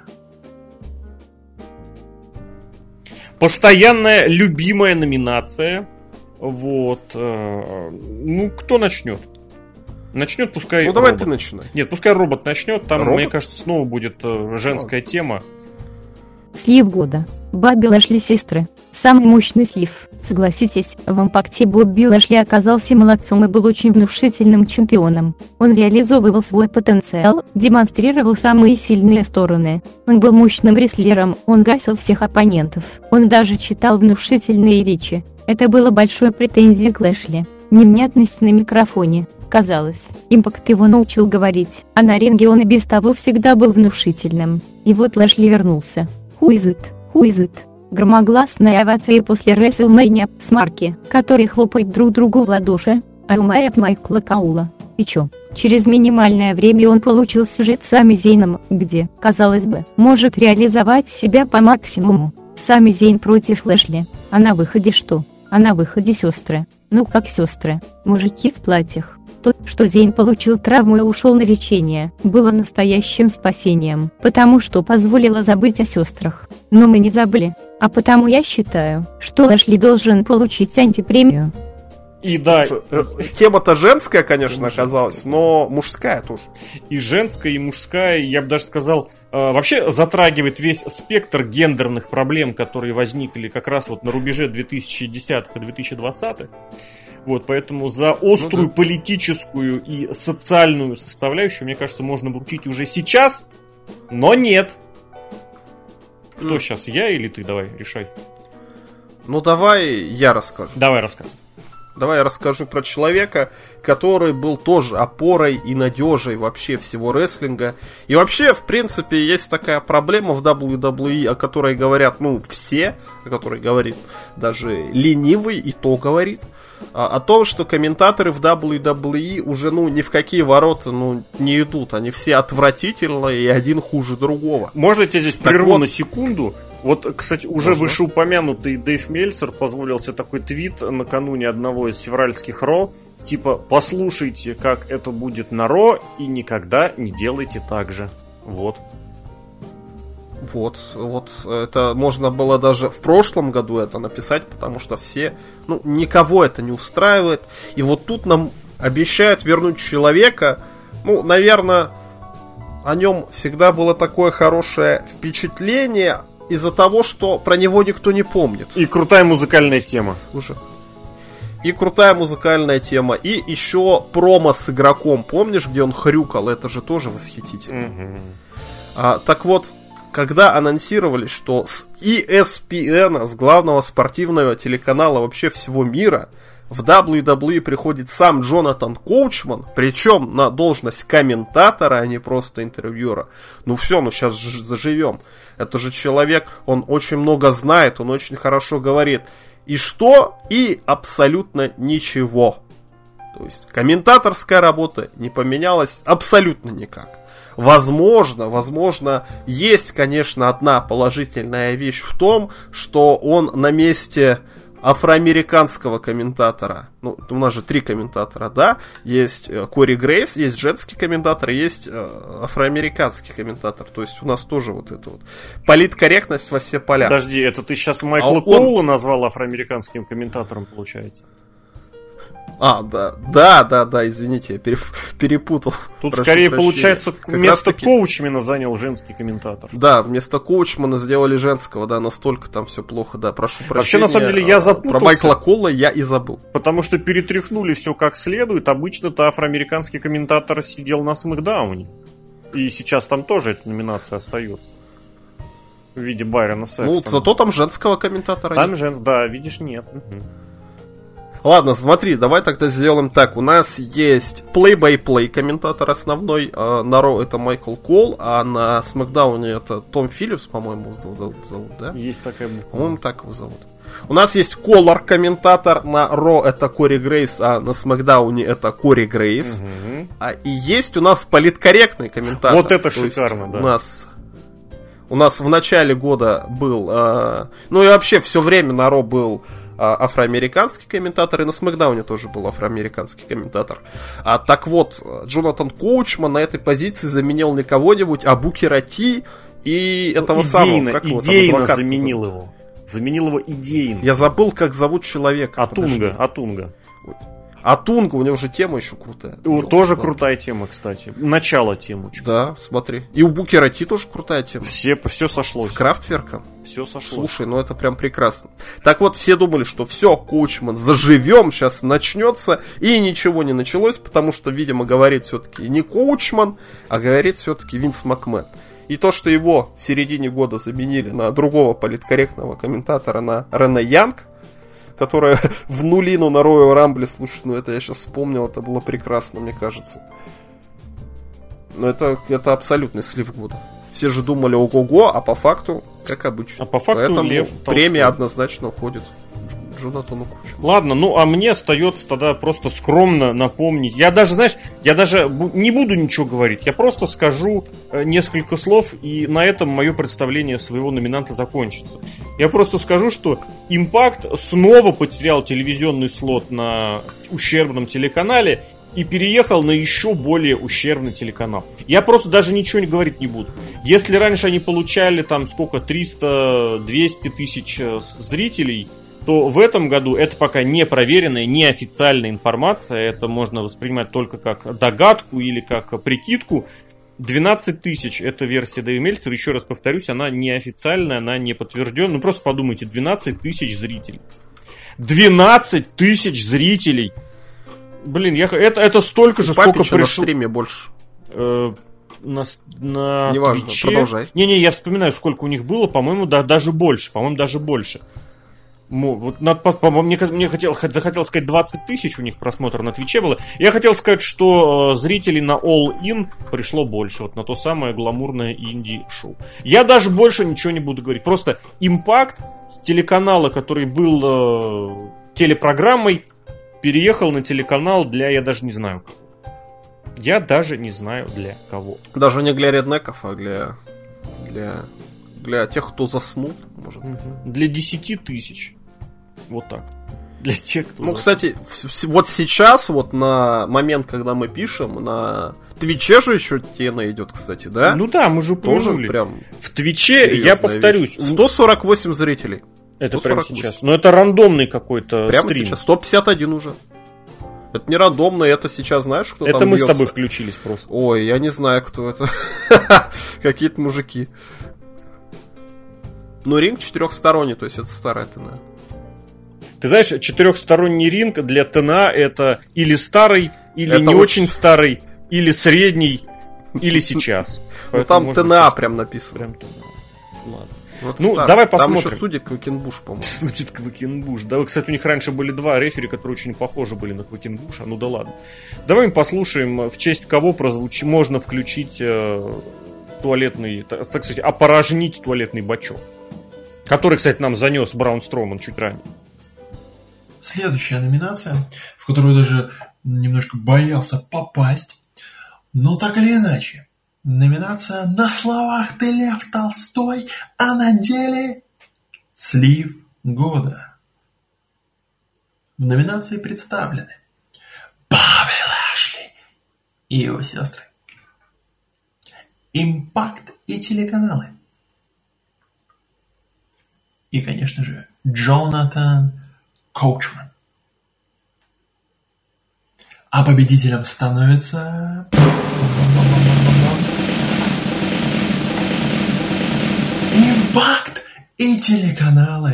Постоянная любимая номинация. Вот. Ну, кто начнет? Начнет, пускай. Ну, давай робот. Ты начинай. Нет, пускай робот начнет. Там, робот? Мне кажется, снова будет женская тема. Слив года. Бобби Лэшли сестры. Самый мощный слив. Согласитесь, в импакте Бобби Лэшли оказался молодцом и был очень внушительным чемпионом. Он реализовывал свой потенциал, демонстрировал самые сильные стороны. Он был мощным рестлером, он гасил всех оппонентов. Он даже читал внушительные речи. Это было большой претензией к Лэшли. Невнятность на микрофоне. Казалось, импакт его научил говорить, а на ринге он и без того всегда был внушительным. И вот Лэшли вернулся. Who is it? Who is it? Громогласная овация после WrestleMania с марки, которые хлопают друг другу в ладоши, Аюмай от Майкла Каула. И чё? Через минимальное время он получил сюжет с Сами Зейном, где, казалось бы, может реализовать себя по максимуму. Сами Зейн против Лэшли. А на выходе что? А на выходе сестры. Ну как сестры? Мужики в платьях. То, что Зейн получил травму и ушел на лечение, было настоящим спасением, потому что позволило забыть о сестрах. Но мы не забыли, а потому я считаю, что Лэшли должен получить антипремию. И да, тема-то женская, конечно, оказалась, но мужская тоже. И женская, и мужская, я бы даже сказал, вообще затрагивает весь спектр гендерных проблем, которые возникли как раз вот на рубеже 2010-х и 2020-х. Вот, поэтому за острую политическую и социальную составляющую, мне кажется, можно вручить уже сейчас, но нет. Кто сейчас, я или ты? Давай, решай. Ну, давай я расскажу. Давай рассказывай. Давай я расскажу про человека, который был тоже опорой и надежей вообще всего рестлинга. И вообще, в принципе, есть такая проблема в WWE, о которой говорят, ну, все, о которой говорит даже ленивый, и то говорит, о том, что комментаторы в WWE уже, ну, ни в какие ворота, ну, не идут. Они все отвратительные, и один хуже другого. Можно я тебя здесь прерву на секунду? Вот, кстати, уже вышеупомянутый Дэйв Мельцер позволил себе такой твит накануне одного из февральских Ро, типа «Послушайте, как это будет на Ро, и никогда не делайте так же». Вот. Вот, это можно было даже в прошлом году это написать, потому что все, ну, никого это не устраивает. И вот тут нам обещают вернуть человека, Ну, наверное, о нем всегда было такое хорошее впечатление из-за того, что про него никто не помнит. И крутая музыкальная тема. Уже. И крутая музыкальная тема. И еще промо с игроком. Помнишь, где он хрюкал? Это же тоже восхитительно. Так вот, когда анонсировали, что с ESPN, с главного спортивного телеканала вообще всего мира, в WWE приходит сам Джонатан Коучман, причем на должность комментатора, а не просто интервьюера. Ну все, ну сейчас заживем. Это же человек, он очень много знает, он очень хорошо говорит. И что? И абсолютно ничего. То есть комментаторская работа не поменялась абсолютно никак. Возможно, есть, конечно, одна положительная вещь в том, что он на месте афроамериканского комментатора. Ну, у нас же 3 комментатора, да? Есть Кори Грейвс, есть женский комментатор, есть афроамериканский комментатор. То есть у нас тоже вот это вот политкорректность во все поля. Подожди, это ты сейчас Майкла Коула назвал афроамериканским комментатором, получается? Да, извините, я перепутал. Тут скорее, получается, вместо Коучмана занял женский комментатор. Да, вместо Коучмана сделали женского, да, настолько там все плохо, да, прошу прощения. Вообще, на самом деле, я запутался. Про Майкла Колла я и забыл. Потому что перетряхнули все как следует. Обычно-то афроамериканский комментатор сидел на Смэкдауне. И сейчас там тоже эта номинация остается. В виде Байрона Секстона. Ну, зато там женского комментатора там нет. Да, видишь, нет. Ладно, смотри, давай тогда сделаем так. У нас есть play-by-play комментатор основной. На Ро это Майкл Кол, а на Смэкдауне это Том Филлипс, по-моему, зовут, да? Есть такая буква. По-моему, так его зовут. У нас есть колор-комментатор. На Ро это Кори Грейвс, а на Смэкдауне это Кори Грейвс. И есть у нас политкорректный комментатор. Вот это шикарно, да. У нас в начале года был... ну и вообще все время на Ро был афроамериканский комментатор, и на Смэкдауне тоже был афроамериканский комментатор. Так вот, Джонатан Коучман на этой позиции заменил не кого-нибудь, а Букера Ти и этого самого... Идейно заменил его. Заменил его идейно. Я забыл, как зовут человека. Атунга. Атунга, у него же тема еще крутая. Тоже крутая тема, кстати. Начало темы. Да, смотри. И у Букера Ти тоже крутая тема. Все сошлось. С Крафтверком. Все сошлось. Слушай, ну это прям прекрасно. Так вот, все думали, что все, Коучман, заживем, сейчас начнется. И ничего не началось, потому что, видимо, говорит все-таки не Коучман, а говорит все-таки Винс Макмен. И то, что его в середине года заменили на другого политкорректного комментатора, на Рене Янг, которая в нулину на Роял Рамбле, слушай, ну это я сейчас вспомнил, это было прекрасно, мне кажется. Но это абсолютный слив года. Все же думали ого-го, а по факту, как обычно. А по факту поэтому Лев Толстой. Премия однозначно уходит Джонатану Коучману. Ладно, ну а мне остается тогда просто скромно напомнить. Я даже не буду ничего говорить. Я просто скажу несколько слов, и на этом мое представление своего номинанта закончится. Я просто скажу, что Impact снова потерял телевизионный слот на ущербном телеканале и переехал на еще более ущербный телеканал. Я просто даже ничего говорить не буду. Если раньше они получали там сколько, 300-200 тысяч зрителей, то в этом году это пока не проверенная, не официальная информация. Это можно воспринимать только как догадку или как прикидку. 12 тысяч, это версия Дэйва Мельцера. Еще раз повторюсь, она не официальная, она не подтвержденная. Ну просто подумайте, 12 тысяч зрителей. 12 тысяч зрителей! Блин, это столько же, сколько пришло... на стриме больше. На неважно, Твиче. Продолжай. Не, я вспоминаю, сколько у них было. По-моему, даже больше. Мне захотелось сказать 20 тысяч у них просмотров на Твиче было. Я хотел сказать, что зрителей на All In пришло больше. Вот на то самое гламурное инди-шоу. Я даже больше ничего не буду говорить. Просто Impact с телеканала, который был телепрограммой, переехал на телеканал для, я даже не знаю кого. Для кого. Даже не для реднеков, а для тех, кто заснул, может быть. Для 10 тысяч. Вот так. Для тех, кто заснул. Кстати, вот сейчас, вот на момент, когда мы пишем, на Твиче же еще тена идет, кстати, да? Ну да, мы же упомянули. Прям в Твиче, я повторюсь, вещь. 148 зрителей. Это прямо сейчас. Но это рандомный какой-то прямо стрим. Сейчас 151 уже. Это не рандомно, это сейчас знаешь, кто это там мы бьется? С тобой включились просто. Ой, я не знаю, кто это. Какие-то мужики. Ну, ринг 4-сторонний, то есть это старая ТНА. Ты знаешь, 4-сторонний ринг для ТНА это или старый, или это не очень старый, или средний, или сейчас. Ну там ТНА прям написано. Прям ТНА. Ладно. Ну, давай посмотрим. Там еще судит Квакенбуш, по-моему. Судит Квакенбуш. Да, кстати, у них раньше были два рефери, которые очень похожи были на Квакенбуша. Ну да ладно. Давай мы послушаем, в честь кого можно включить туалетный, так сказать, опорожнить туалетный бачок. Который, кстати, нам занес Браун Строуман чуть ранее. Следующая номинация, в которую даже немножко боялся попасть, но так или иначе. Номинация «На словах ты Лев Толстой, а на деле слив года». В номинации представлены Бобби Лэшли и его сестры, Импакт и телеканалы, и, конечно же, Джонатан Коучман. А победителем становится... Импакт и телеканалы.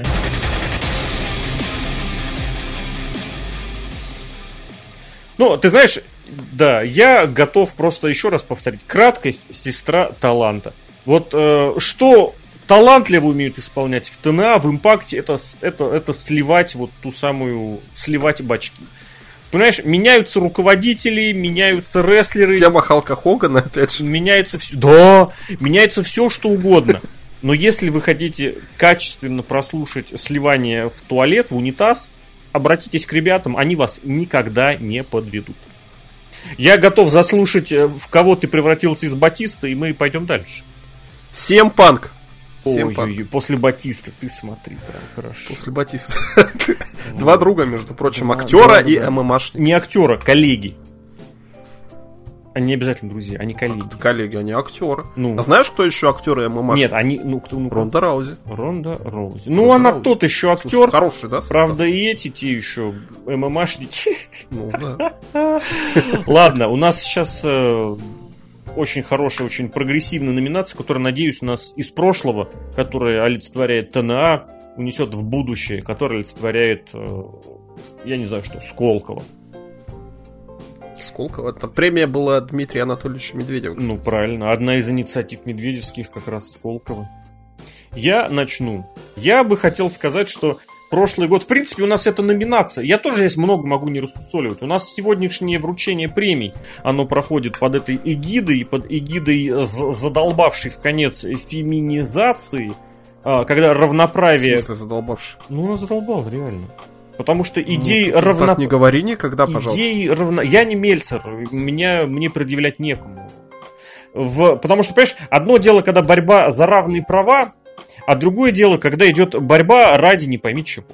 Ну, ты знаешь, да, я готов просто еще раз повторить. Краткость — сестра таланта. Вот что талантливо умеют исполнять в ТНА, в Импакте, это сливать вот ту самую, сливать бачки. Понимаешь, меняются руководители, меняются рестлеры. Тема Халка Хогана, опять же. Меняется все. Да, меняется все, что угодно. Но если вы хотите качественно прослушать сливание в туалет, в унитаз, обратитесь к ребятам, они вас никогда не подведут. Я готов заслушать, в кого ты превратился из Батиста, и мы пойдем дальше. CM Punk. Ой, после Батиста, ты смотри, прям хорошо. После Батиста. Два друга, между прочим, актера и ММАшника. Не актера, коллеги. Они не обязательно друзья, они коллеги. Коллеги, они актеры. Ну. А знаешь, кто еще актеры ММА? Нет, они... Ронда Раузи. Ронда Роузи. Ну, она тот еще актер. Слушай, хороший, да? Правда, и эти те еще ММАшники. Ну, да. Ладно, у нас сейчас очень хорошая, очень прогрессивная номинация, которая, надеюсь, у нас из прошлого, которая олицетворяет ТНА, унесет в будущее, которая олицетворяет, я не знаю что, Сколково. Сколково? Это премия была Дмитрия Анатольевича Медведева. Ну, правильно. Одна из инициатив медведевских как раз Сколково. Я начну. Я бы хотел сказать, что прошлый год, в принципе, у нас это номинация. Я тоже здесь много могу не рассусоливать. У нас сегодняшнее вручение премий, оно проходит под этой эгидой, под эгидой задолбавшей в конец феминизации, когда равноправие... В смысле задолбавший? Ну, она задолбала, реально. Потому что идеи равноправия... Так не говори никогда, пожалуйста. Я не Мельцер, мне предъявлять некому. Потому что, понимаешь, одно дело, когда борьба за равные права, а другое дело, когда идет борьба ради не пойми чего.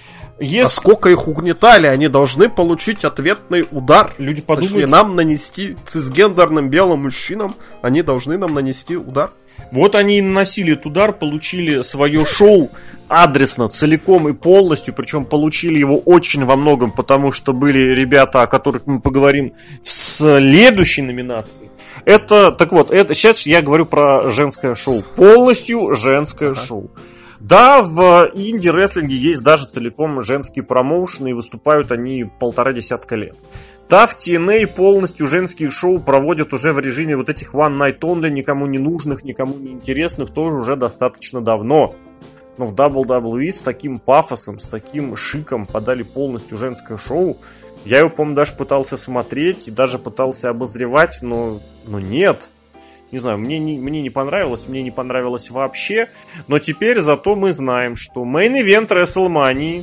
А сколько их угнетали, они должны получить ответный удар. Люди подумают... Точнее, нам нанести, цисгендерным белым мужчинам, они должны нам нанести удар. Вот они и наносили этот удар, получили свое шоу адресно, целиком и полностью, причем получили его очень во многом, потому что были ребята, о которых мы поговорим в следующей номинации. Так вот, сейчас я говорю про женское шоу, полностью женское шоу. Да, в инди-рестлинге есть даже целиком женские промоушены, и выступают они 1,5 десятка лет. Да, в TNA полностью женские шоу проводят уже в режиме вот этих One Night Only, никому не нужных, никому не интересных, тоже уже достаточно давно. Но в WWE с таким пафосом, с таким шиком подали полностью женское шоу. Я его, по-моему, даже пытался смотреть и даже пытался обозревать, но нет. Не знаю, мне не понравилось, мне не понравилось вообще. Но теперь зато мы знаем, что мейн-ивент WrestleMania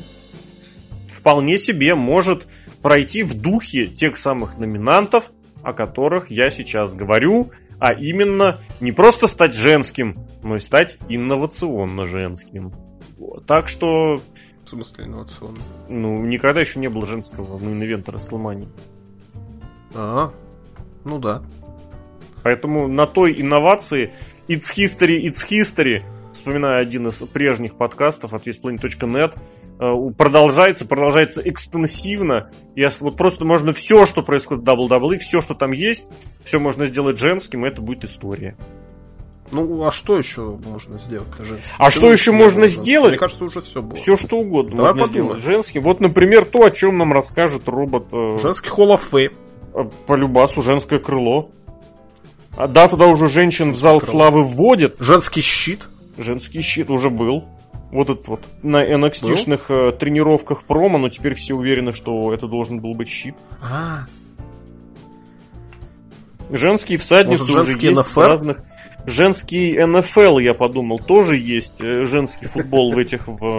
вполне себе может пройти в духе тех самых номинантов, о которых я сейчас говорю, а именно не просто стать женским, но и стать инновационно женским. Вот. Так что... В смысле инновационно? Ну, никогда еще не было женского мейн-ивента WrestleMania. Ну да. Поэтому на той инновации It's history, вспоминаю один из прежних подкастов от весьplanet.net, продолжается экстенсивно. Вот просто можно все, что происходит в WWE, все, что там есть, все можно сделать женским, и это будет история. Ну, а что еще можно сделать женским? А что еще можно сделать? Мне кажется, уже все было. Все, что угодно Давай можно подумаем. сделать женским. Вот, например, то, о чем нам расскажет робот. Женский Hall of Fame. По любасу, женское крыло. Да, туда уже женщин в зал славы вводят. Женский щит. Женский щит уже был. Вот этот вот на NXT-шных тренировках промо, но теперь все уверены, что это должен был быть щит. Женские всадницы может, уже есть в разных... Женский НФЛ, я подумал, тоже есть. Женский футбол в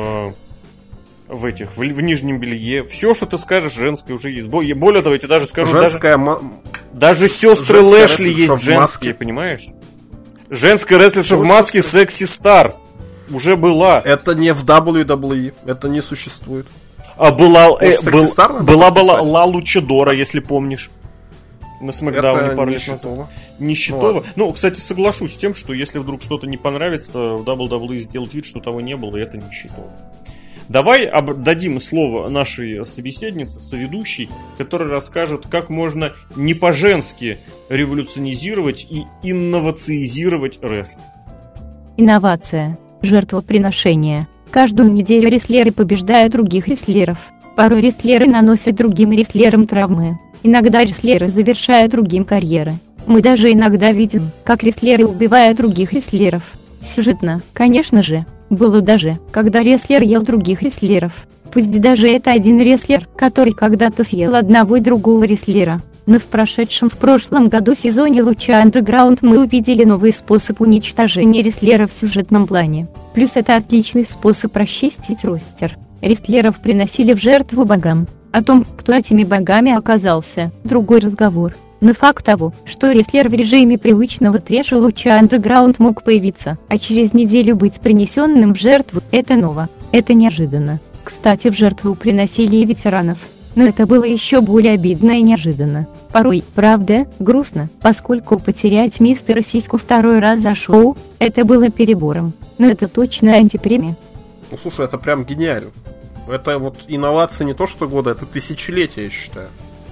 нижнем белье. Все, что ты скажешь, женское уже есть. Более того, я тебе даже скажу, даже сестры Лэшли есть женские, понимаешь? Женская рестлерша в маске Секси Стар уже была. Это не в WWE, это не существует. А была Ла Лучадора, если помнишь. На Смэкдауне пару лет назад. Нищетово. Ну, кстати, соглашусь с тем, что если вдруг что-то не понравится, в WWE сделать вид, что того не было, и это нищетово. Давай дадим слово нашей собеседнице, соведущей, которая расскажет, как можно не по-женски революционизировать и инновациизировать рестлинг. Инновация. Жертвоприношение. Каждую неделю рестлеры побеждают других рестлеров. Порой рестлеры наносят другим рестлерам травмы. Иногда рестлеры завершают другим карьеры. Мы даже иногда видим, как рестлеры убивают других рестлеров. Сюжетно, конечно же, было даже, когда рестлер ел других рестлеров. Пусть даже это один рестлер, который когда-то съел одного и другого рестлера. Но в прошлом году сезоне Lucha Underground мы увидели новый способ уничтожения рестлера в сюжетном плане. Плюс это отличный способ расчистить ростер. Рестлеров приносили в жертву богам. О том, кто этими богами оказался, другой разговор. Но факт того, что рестлер в режиме привычного трэша Lucha Underground мог появиться, а через неделю быть принесенным в жертву, это ново, это неожиданно. Кстати, в жертву приносили и ветеранов. Но это было еще более обидно и неожиданно. Порой, правда, грустно, поскольку потерять мистера Сиську второй раз за шоу, это было перебором. Но это точно антипремия. Ну слушай, это прям гениально. Это вот инновация не то что года, это тысячелетия, я считаю.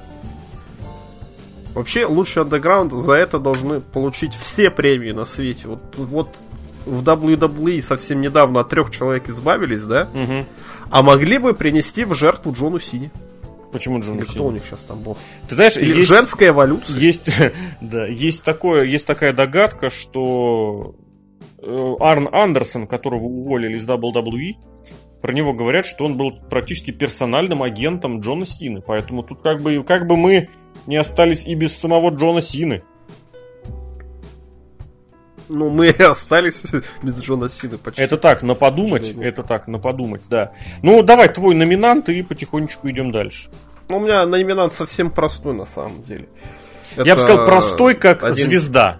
Вообще, Lucha Underground за это должны получить все премии на свете. Вот в WWE совсем недавно от 3 человек избавились, да? Угу. А могли бы принести в жертву Джону Сине. Почему Джону Сине? Кто у них сейчас там был? Ты знаешь, или есть, женская эволюция. Есть такая догадка, что Арн Андерсон, которого уволили из WWE, про него говорят, что он был практически персональным агентом Джона Сины. Поэтому тут как бы мы не остались и без самого Джона Сины. Ну, мы и остались без Джона Сины почти. Это так, на подумать, да. Ну, давай, твой номинант, и потихонечку идем дальше. Ну, у меня номинант совсем простой, на самом деле. Я бы сказал, простой, как звезда.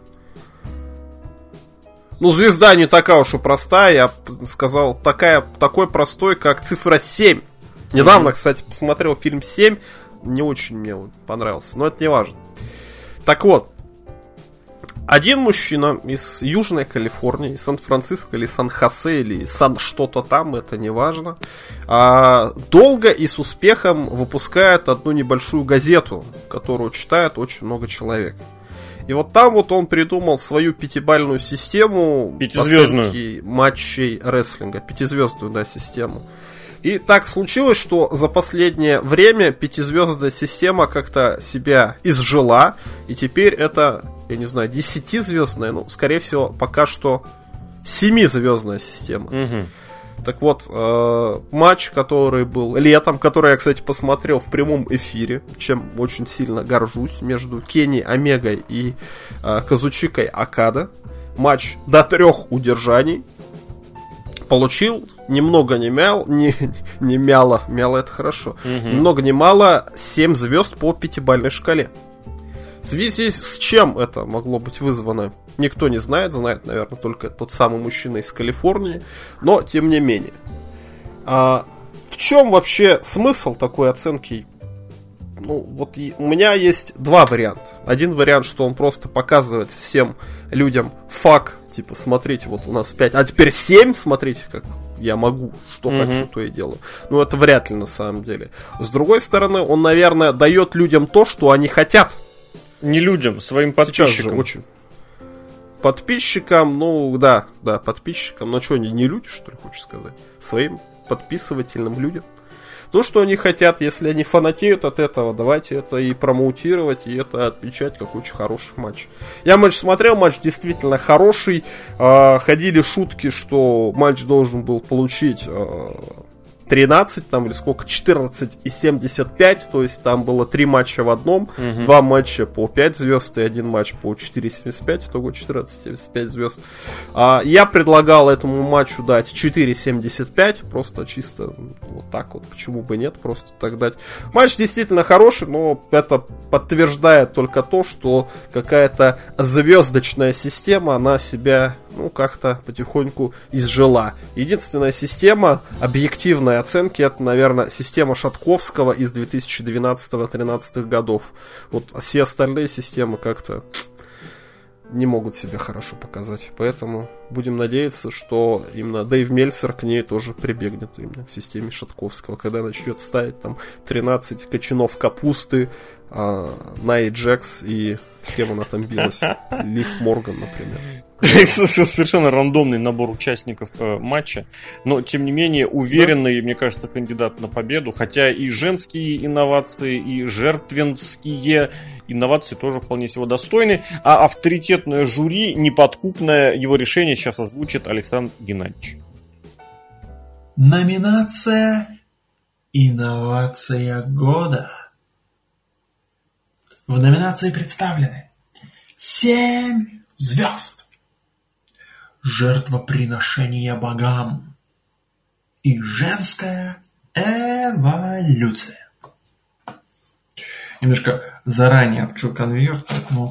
Ну, звезда не такая уж и простая, я сказал, такой простой, как цифра 7. Недавно, кстати, посмотрел фильм 7, не очень мне понравился, но это не важно. Так вот, один мужчина из Южной Калифорнии, из Сан-Франциско или Сан-Хосе, или Сан что-то там, это не важно, долго и с успехом выпускает одну небольшую газету, которую читает очень много человек. И вот там вот он придумал свою 5-бальную систему оценки матчей рестлинга. 5-звездную, да, систему. И так случилось, что за последнее время 5-звездная система как-то себя изжила. И теперь это, я не знаю, 10-звездная, ну, скорее всего, пока что 7-звездная система. Угу. Так вот, матч, который был летом, который я, кстати, посмотрел в прямом эфире, чем очень сильно горжусь, между Кенни Омегой и Казучикой Окада. Матч до 3 удержаний. Получил, ни много ни мало, это хорошо, ни много ни мало, 7 звезд по 5-бальной шкале. В связи с чем это могло быть вызвано, никто не знает, наверное, только тот самый мужчина из Калифорнии, но тем не менее. В чем вообще смысл такой оценки Ну, вот у меня есть два варианта. Один вариант, что он просто показывает всем людям факт, типа, смотрите, вот у нас 5, а теперь 7, смотрите, как я могу, что хочу, то и делаю. Ну, это вряд ли на самом деле. С другой стороны, он, наверное, дает людям то, что они хотят. Не людям, своим подписчикам. Очень. Подписчикам, ну, да, подписчикам. Ну, что, они не люди, что ли, хочешь сказать? Своим подписывательным людям. То, что они хотят, если они фанатеют от этого, давайте это и промоутировать, и это отмечать как очень хороший матч. Я матч смотрел, матч действительно хороший. Ходили шутки, что матч должен был получить 13, там, или сколько, 14,75, то есть там было 3 матча в одном, 2 матча по 5 звезд и 1 матч по 4,75, итого 14,75 звезд. Я предлагал этому матчу дать 4,75, просто чисто вот так вот, почему бы нет, просто так дать. Матч действительно хороший, но это подтверждает только то, что какая-то звездочная система, она себя, ну, как-то потихоньку изжила. Единственная система объективной оценки, это, наверное, система Шатковского из 2012-2013 годов. Вот все остальные системы как-то не могут себя хорошо показать. Поэтому будем надеяться, что именно Дэйв Мельцер к ней тоже прибегнет, именно к системе Шатковского, когда начнет ставить там 13 кочанов капусты, Най Джекс и с кем она там билась? Лив Морган, например. Совершенно рандомный набор участников матча, но тем не менее уверенный, мне кажется, кандидат на победу, хотя и женские инновации, и жертвенские инновации тоже вполне себе достойны, а авторитетное жюри, неподкупное, его решение сейчас озвучит Александр Геннадьевич. Номинация «Инновация года». В номинации представлены 7 звезд. Жертвоприношение богам и женская эволюция. Немножко заранее открыл конверт, поэтому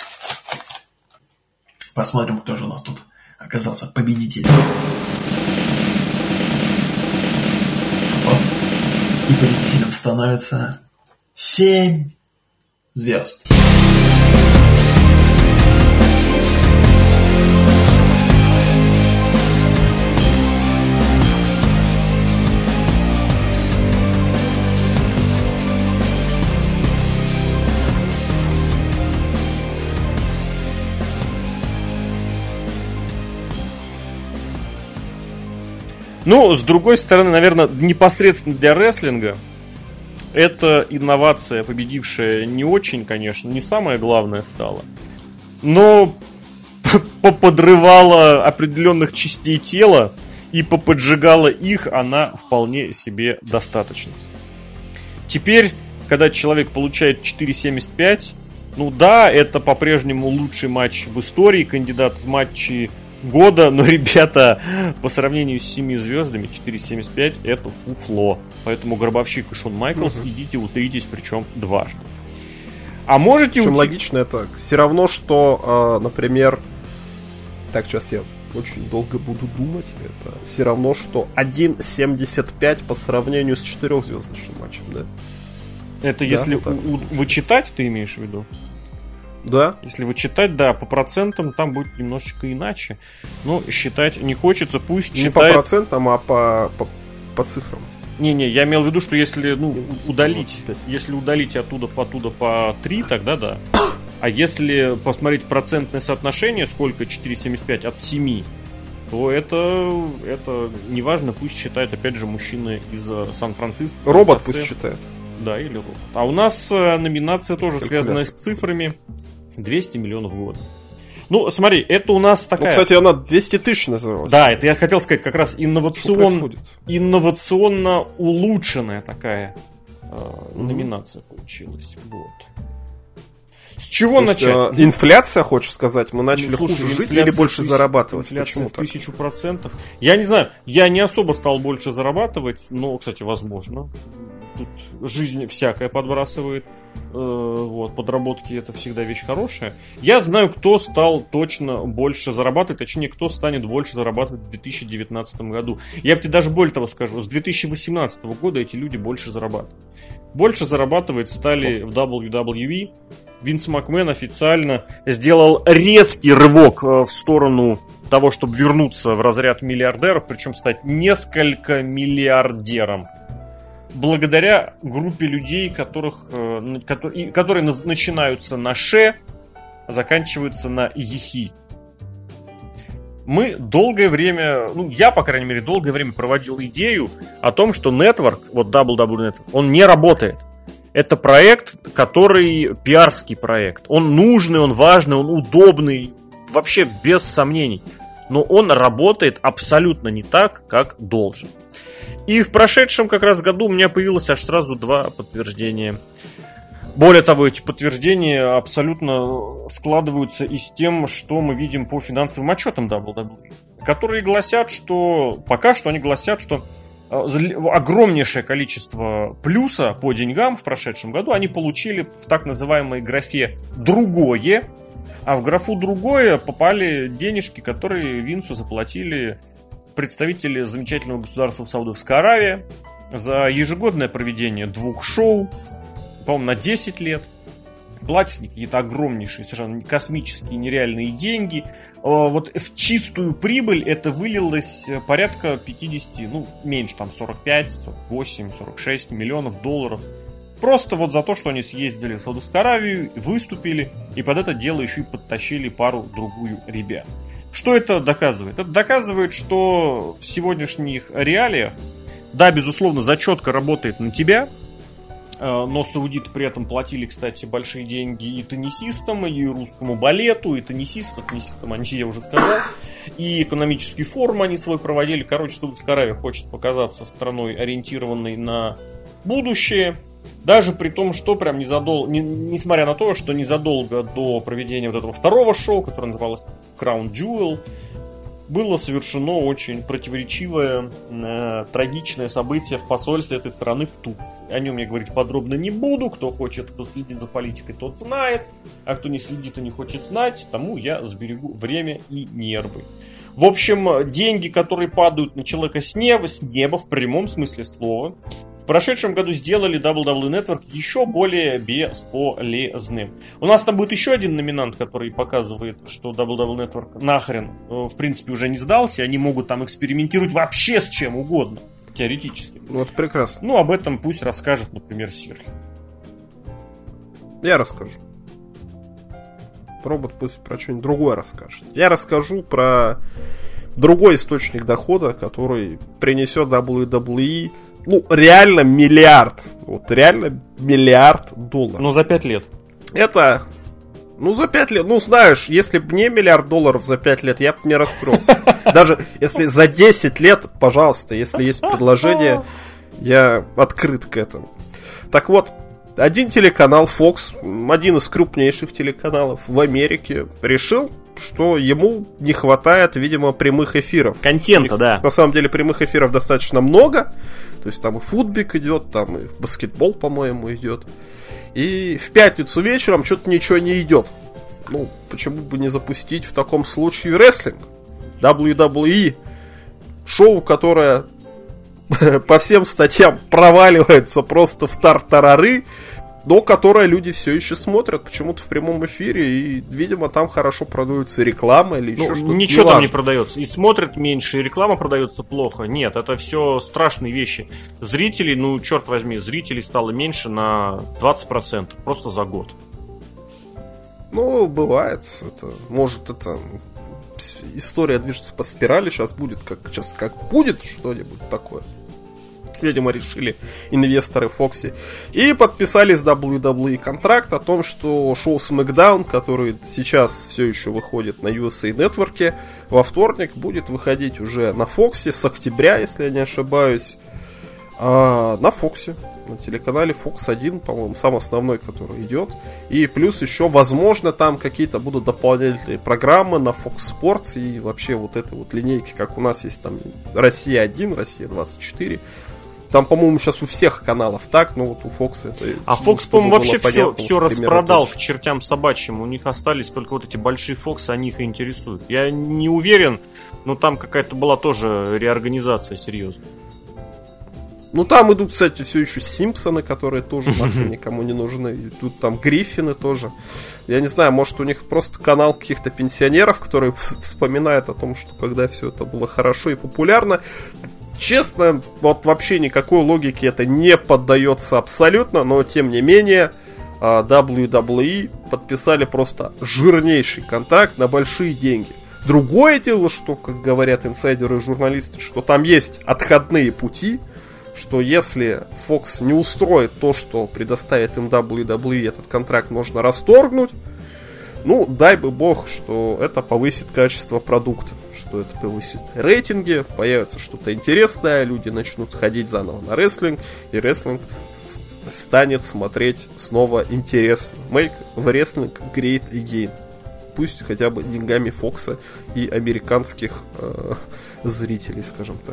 посмотрим, кто же у нас тут оказался победителем. И победителем становится 7 звезд. Ну, с другой стороны, наверное, непосредственно для рестлинга эта инновация, победившая не очень, конечно, не самое главное стала, но поподрывала определенных частей тела и поподжигала их, она вполне себе достаточно. Теперь, когда человек получает 4,75, ну да, это по-прежнему лучший матч в истории, кандидат в матчи года, но, ребята, по сравнению с 7 звездами, 4,75 это фуфло. Поэтому Гробовщик и Шон Майклс, идите утритесь, причем дважды. А можете... Причем логично это все равно, что, например... Так, сейчас я очень долго буду думать. Это все равно, что 1,75 по сравнению с 4-звездочным матчем, да? Это да, если вычитать, ты имеешь в виду? Да. Если вычитать, да, по процентам там будет немножечко иначе. Но считать не хочется, пусть не считает... Не по процентам, а по цифрам. Не-не, я имел в виду, что если удалить, если удалить оттуда по 3, тогда да. А если посмотреть процентное соотношение, сколько 4,75 от 7, то это неважно, пусть считает, опять же, мужчина из Сан-Франциско. Робот пусть считает. Да, или робот. А у нас номинация тоже связана с цифрами. 200 миллионов в год. Ну, смотри, это у нас такая... Ну, кстати, она 200 тысяч называлась. Да, это я хотел сказать, как раз инновационно улучшенная такая номинация получилась. Вот. С чего начать? Инфляция, хочешь сказать? Мы начали хуже жить или больше зарабатывать? Инфляция в 1000%. Я не знаю, я не особо стал больше зарабатывать, но, кстати, возможно. Тут жизнь всякое подбрасывает. Вот, подработки — это всегда вещь хорошая. Я знаю, кто стал точно больше зарабатывать, точнее, кто станет больше зарабатывать в 2019 году. Я бы тебе даже более того скажу, с 2018 года эти люди больше зарабатывают. Больше зарабатывать стали в WWE. Винс Макмен официально сделал резкий рывок в сторону того, чтобы вернуться в разряд миллиардеров, причем стать несколько миллиардером. Благодаря группе людей, которые начинаются на «ше», заканчиваются на «ехи». Мы долгое время, я, по крайней мере, долгое время проводил идею о том, что Network, вот WWE Network, он не работает. Это проект, который пиарский проект. Он нужный, он важный, он удобный, вообще без сомнений. Но он работает абсолютно не так, как должен. И в прошедшем как раз году у меня появилось аж сразу 2 подтверждения. Более того, эти подтверждения абсолютно складываются и с тем, что мы видим по финансовым отчетам WWE, которые гласят, что пока что они гласят, что огромнейшее количество плюса по деньгам в прошедшем году они получили в так называемой графе «другое», а в графу «другое» попали денежки, которые Винсу заплатили представители замечательного государства Саудовская Аравия за ежегодное проведение 2 шоу, по-моему, на 10 лет. Платят какие-то огромнейшие, совершенно космические, нереальные деньги. Вот в чистую прибыль это вылилось порядка 50, меньше, там 45, 48, 46 миллионов долларов. Просто вот за то, что они съездили в Саудовскую Аравию, выступили, и под это дело еще и подтащили пару-другую ребят. Что это доказывает? Это доказывает, что в сегодняшних реалиях, да, безусловно, зачетка работает на тебя, но саудиты при этом платили, кстати, большие деньги и теннисистам, и русскому балету, и теннисистам они, я уже сказал, и экономический форум они свой проводили. Короче, Саудовская Аравия хочет показаться страной, ориентированной на будущее. Даже при том, что прям несмотря на то, что незадолго до проведения вот этого второго шоу, которое называлось Crown Jewel, было совершено очень противоречивое, трагичное событие в посольстве этой страны в Турции. О нем я говорить подробно не буду. Кто хочет, кто следит за политикой, тот знает. А кто не следит и не хочет знать, тому я сберегу время и нервы. В общем, деньги, которые падают на человека с неба в прямом смысле слова, в прошедшем году сделали WWE Network еще более бесполезным. У нас там будет еще один номинант, который показывает, что WWE Network нахрен, в принципе, уже не сдался. Они могут там экспериментировать вообще с чем угодно, теоретически. Вот прекрасно. Об этом пусть расскажет, например, Серхио. Я расскажу. Робот пусть про что-нибудь другое расскажет. Я расскажу про другой источник дохода, который принесет WWE... реально миллиард. Вот реально миллиард долларов. За 5 лет. Это... за 5 лет. Знаешь, если бы не миллиард долларов за 5 лет, я бы не расстроился. Даже если за 10 лет, пожалуйста, если есть предложение, я открыт к этому. Так вот, один телеканал Fox, один из крупнейших телеканалов в Америке, решил, что ему не хватает, видимо, прямых эфиров. Контента, да. На самом деле прямых эфиров достаточно много. То есть там и футбик идет, там и баскетбол, по-моему, идет. И в пятницу вечером что-то ничего не идет. Почему бы не запустить в таком случае рестлинг? WWE. Шоу, которое по всем статьям проваливается просто в тартарары, но которое люди все еще смотрят почему-то в прямом эфире, и, видимо, там хорошо продается реклама или еще что-то. Ничего там не продается. И смотрят меньше, и реклама продается плохо. Нет, это все страшные вещи. Зрителей, черт возьми, зрителей стало меньше на 20%, просто за год. Бывает. Может, история движется по спирали, сейчас будет как будет что-нибудь такое. Видимо, решили инвесторы Фокси. И подписали с WWE контракт о том, что шоу SmackDown, который сейчас все еще выходит на USA Network, во вторник будет выходить уже на Фоксе с октября, если я не ошибаюсь. На Фоксе, на телеканале Fox 1, по-моему, сам основной, который идет. И плюс еще, возможно, там какие-то будут дополнительные программы на Fox Sports и вообще вот этой вот линейки, как у нас есть там Россия 1, Россия 24. Там, по-моему, сейчас у всех каналов так, но вот у Fox это... А Fox, по-моему, вообще понятно, все распродал к чертям собачьим. У них остались только вот эти большие Fox, они их и интересуют. Я не уверен, но там какая-то была тоже реорганизация серьезная. Ну, там идут, кстати, все еще Симпсоны, которые тоже нахрен никому не нужны. И тут там Гриффины тоже. Я не знаю, может, у них просто канал каких-то пенсионеров, которые вспоминают о том, что когда все это было хорошо и популярно. Честно, вот вообще никакой логике это не поддается абсолютно, но тем не менее WWE подписали просто жирнейший контракт на большие деньги. Другое дело, что, как говорят инсайдеры и журналисты, что там есть отходные пути, что если Fox не устроит то, что предоставит им WWE, этот контракт можно расторгнуть. Ну, дай бы бог, что это повысит качество продукта, что это повысит рейтинги, появится что-то интересное, люди начнут ходить заново на рестлинг, и рестлинг станет смотреть снова интересно. Make wrestling great again. Пусть хотя бы деньгами Фокса и американских зрителей, скажем так.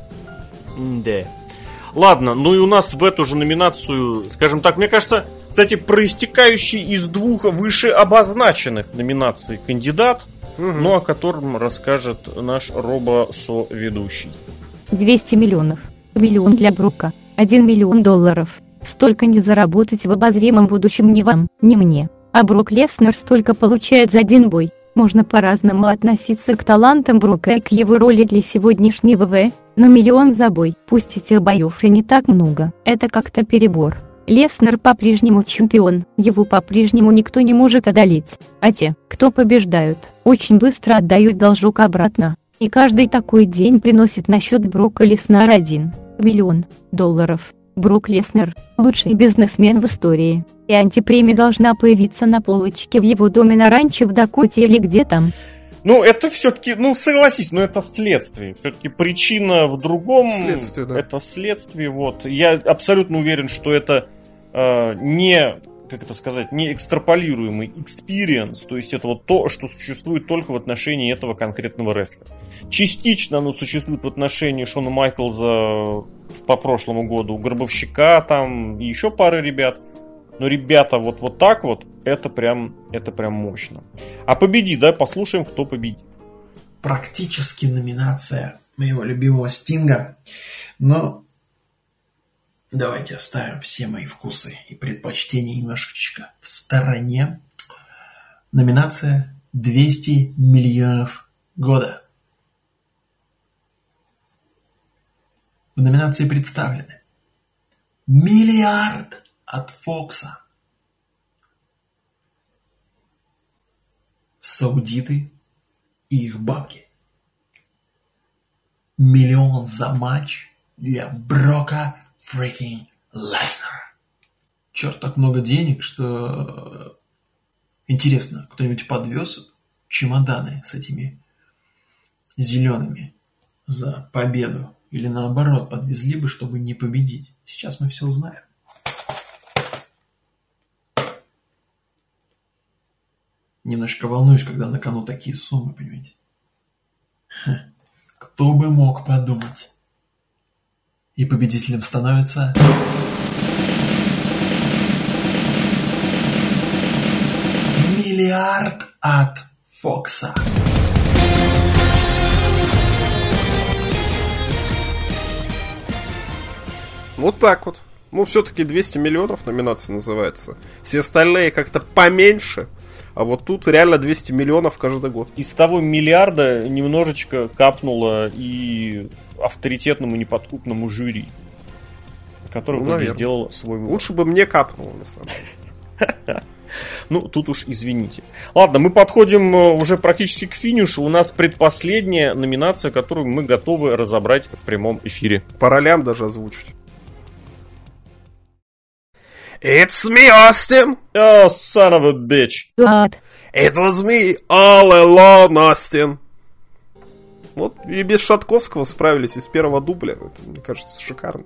Да. Ладно, ну и у нас в эту же номинацию, скажем так, мне кажется, кстати, проистекающий из двух выше обозначенных номинаций кандидат, но о котором расскажет наш робо-соведущий. 200 миллионов. Миллион для Брука. 1 миллион долларов. Столько не заработать в обозримом будущем ни вам, ни мне. А Брок Леснер столько получает за один бой. Можно по-разному относиться к талантам Брука и к его роли для сегодняшней ВВ, но миллион за бой, пусть этих боев и не так много, это как-то перебор. Леснер по-прежнему чемпион, его по-прежнему никто не может одолеть, а те, кто побеждают, очень быстро отдают должок обратно, и каждый такой день приносит на счет Брока Леснера 1 миллион долларов. Брок Леснер – лучший бизнесмен в истории, и антипремия должна появиться на полочке в его доме на ранчо в Дакоте или где там. Ну, это все-таки, ну, согласись, но это следствие. Все-таки причина в другом. Следствие, да. Это следствие, вот. Я абсолютно уверен, что это не, как это сказать, не экстраполируемый experience, то есть это вот то, что существует только в отношении этого конкретного рестлера. Частично оно существует в отношении Шона Майклза по прошлому году, Гробовщика там и еще пары ребят. Но ребята вот так вот, это прям мощно. А победи, да, послушаем, кто победит. Практически номинация моего любимого Стинга. Но давайте оставим все мои вкусы и предпочтения немножечко в стороне. Номинация 200 миллионов года. В номинации представлены миллиард от Фокса, саудиты и их бабки, миллион за матч для Брока фрикинг Леснера. Черт, так много денег, что интересно, кто-нибудь подвез чемоданы с этими зелеными за победу? Или наоборот, подвезли бы, чтобы не победить? Сейчас мы все узнаем. Немножко волнуюсь, когда на кону такие суммы, понимаете? Кто бы мог подумать? И победителем становится... миллиард от Фокса. Вот так вот. Ну, все-таки 200 миллионов номинация называется. Все остальные как-то поменьше. А вот тут реально 200 миллионов каждый год. Из того миллиарда немножечко капнуло и авторитетному неподкупному жюри, которое бы сделало свой выбор. Лучше бы мне капнуло, на самом деле. Ну, тут уж извините. Ладно, мы подходим уже практически к финишу. У нас предпоследняя номинация, которую мы готовы разобрать в прямом эфире. По ролям даже озвучить. It's me, Austin! Oh, son of a bitch! What? It was me all alone, Austin! Вот и без Шатковского справились из первого дубля. Это, мне кажется, шикарно.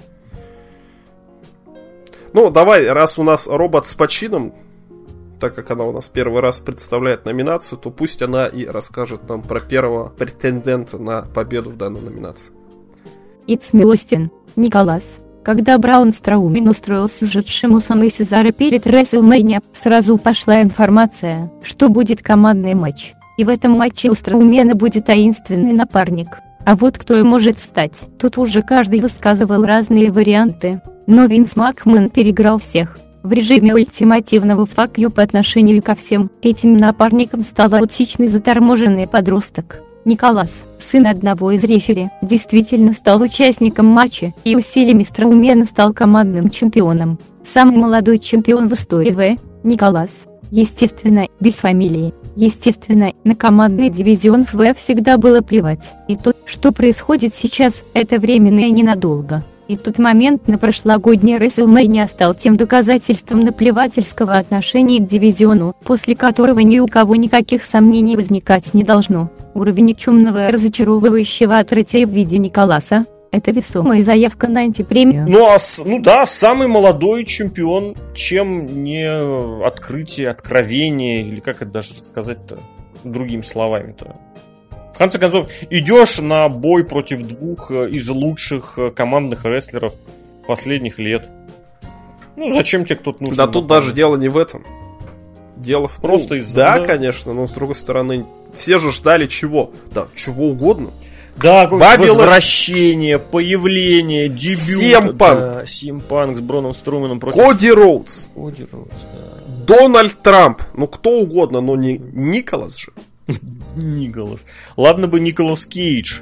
Ну, давай, раз у нас робот с почином, так как она у нас первый раз представляет номинацию, то пусть она и расскажет нам про первого претендента на победу в данной номинации. It's me, Austin. Николас, когда Браун Страумен устроил сюжет с Шимусом и Сезаро перед WrestleMania, сразу пошла информация, что будет командный матч. И в этом матче у Страумена будет таинственный напарник. А вот кто и может стать, тут уже каждый высказывал разные варианты. Но Винс Макмен переиграл всех. В режиме ультимативного fuck you по отношению ко всем этим напарникам стал аутичный заторможенный подросток. Николас, сын одного из рефери, действительно стал участником матча и усилиями Страумена стал командным чемпионом. Самый молодой чемпион в истории Николас, естественно, без фамилии. Естественно, на командный дивизион ФВ всегда было плевать. И то, что происходит сейчас, это временно и ненадолго. И тот момент на прошлогодней WrestleMania стал тем доказательством наплевательского отношения к дивизиону, после которого ни у кого никаких сомнений возникать не должно. Уровень никчемного и разочаровывающего отрытия в виде Николаса – это весомая заявка на антипремию. Ну да, самый молодой чемпион, чем не открытие, откровение, или как это даже сказать-то другими словами-то. В конце концов, идешь на бой против двух из лучших командных рестлеров последних лет. Ну, зачем тебе кто-то нужен? Да тут даже дело не в этом. Дело в том... Просто из-за... Да, конечно, но с другой стороны, все же ждали чего? Да, чего угодно. Да, возвращение, появление, дебют. CM Punk с Броном Строуменом против... Коди Роудс, да. Дональд Трамп. Ну, кто угодно, но не Николас же. Николас. Ладно бы Николас Кейдж.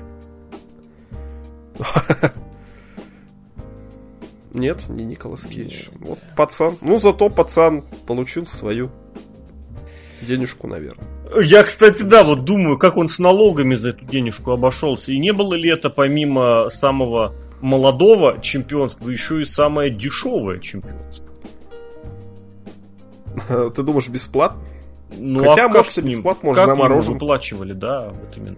Нет, не Николас Кейдж. Вот пацан. Ну, зато пацан получил свою денежку, наверное. Я, кстати, да, вот думаю, как он с налогами за эту денежку обошелся. И не было ли это помимо самого молодого чемпионства еще и самое дешевое чемпионство? Ты думаешь, бесплатно? Ну, хотя, а может, и бесплатно, может, как заморожен. Выплачивали, да, вот именно.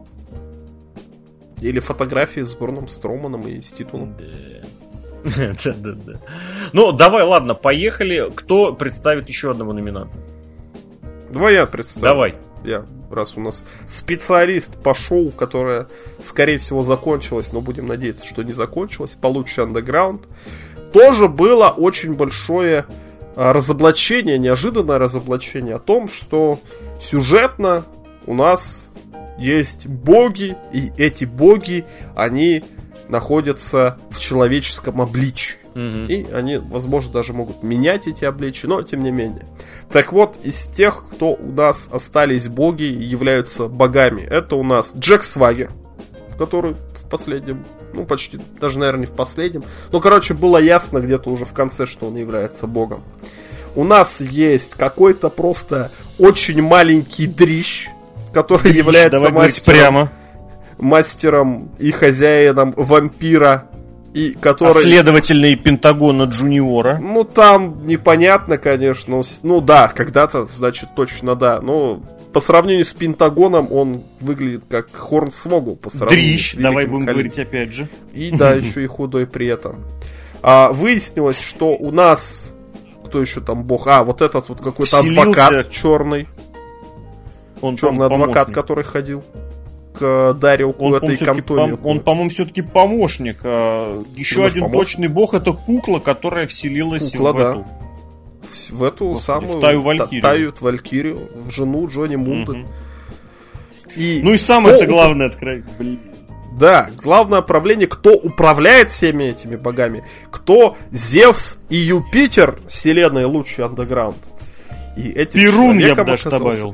Или фотографии с Броном Строуманом и с титулом. Да. Ну, давай, ладно, поехали. Кто представит еще одного номинанта? Давай я представлю. Давай. Раз у нас специалист по шоу, которое, скорее всего, закончилось, но будем надеяться, что не закончилось, получше Underground, тоже было очень большое разоблачение, неожиданное разоблачение о том, что сюжетно у нас есть боги, и эти боги, они находятся в человеческом обличии. И они, возможно, даже могут менять эти обличия, но тем не менее. Так вот, из тех, кто у нас остались боги и являются богами, это у нас Джек Свагер, который в последнем, ну почти, даже, наверное, не в последнем, но, короче, было ясно где-то уже в конце, что он является богом. У нас есть какой-то просто очень маленький дрищ, который является мастером и хозяином вампира, и который... Следовательно, и Пентагона Джуниора. Ну, там непонятно, конечно. Ну да, когда-то, значит, точно да. Но по сравнению с Пентагоном он выглядит как Хорнсвогл. Дрищ, давай будем говорить опять же. И да, еще и худой при этом. Выяснилось, что у нас... Кто еще там бог? Вот этот вот какой-то адвокат черный. Черный адвокат, который ходил к Дариуку этой Кантонию. Он, по-моему, все-таки помощник. Еще один точный бог — это кукла, которая вселилась в эту самую в Таю Валькирию. Таю Валькирию, в жену Джонни Мунда. Ну и самое-то главное откровение. Да, главное правление, кто управляет всеми этими богами, кто Зевс и Юпитер, вселенной лучший андеграунд. И этим Перун я бы даже добавил.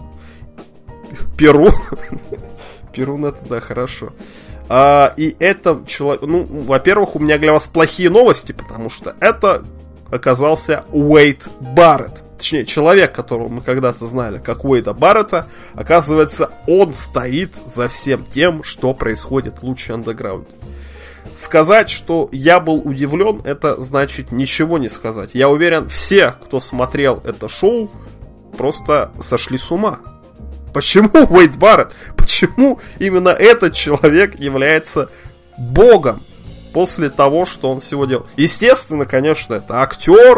Перун, это да, хорошо. И это человек... Ну, во-первых, у меня для вас плохие новости, потому что это оказался Уэйд Барретт. Точнее, человек, которого мы когда-то знали как Уэйда Барретта. Оказывается, он стоит за всем тем, что происходит в лучшем андеграунде. Сказать, что я был удивлен, это значит ничего не сказать. Я уверен, все, кто смотрел это шоу, просто сошли с ума. Почему Уэйд Барретт? Почему именно этот человек является богом после того, что он всего делал? Естественно, конечно, это актер.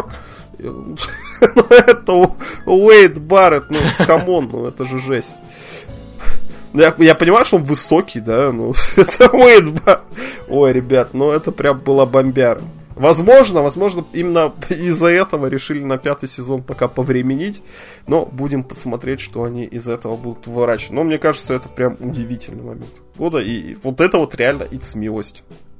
Но это Уэйд Барретт, ну, камон, ну это же жесть. Я понимаю, что он высокий, да, ну, это Уэйд. Ой, ребят, ну это прям была бомбяра. Возможно, именно из-за этого решили на 5-й сезон пока повременить, но будем посмотреть, что они из этого будут выворачивать. Но мне кажется, это прям удивительный момент года, и вот это вот реально it's милость.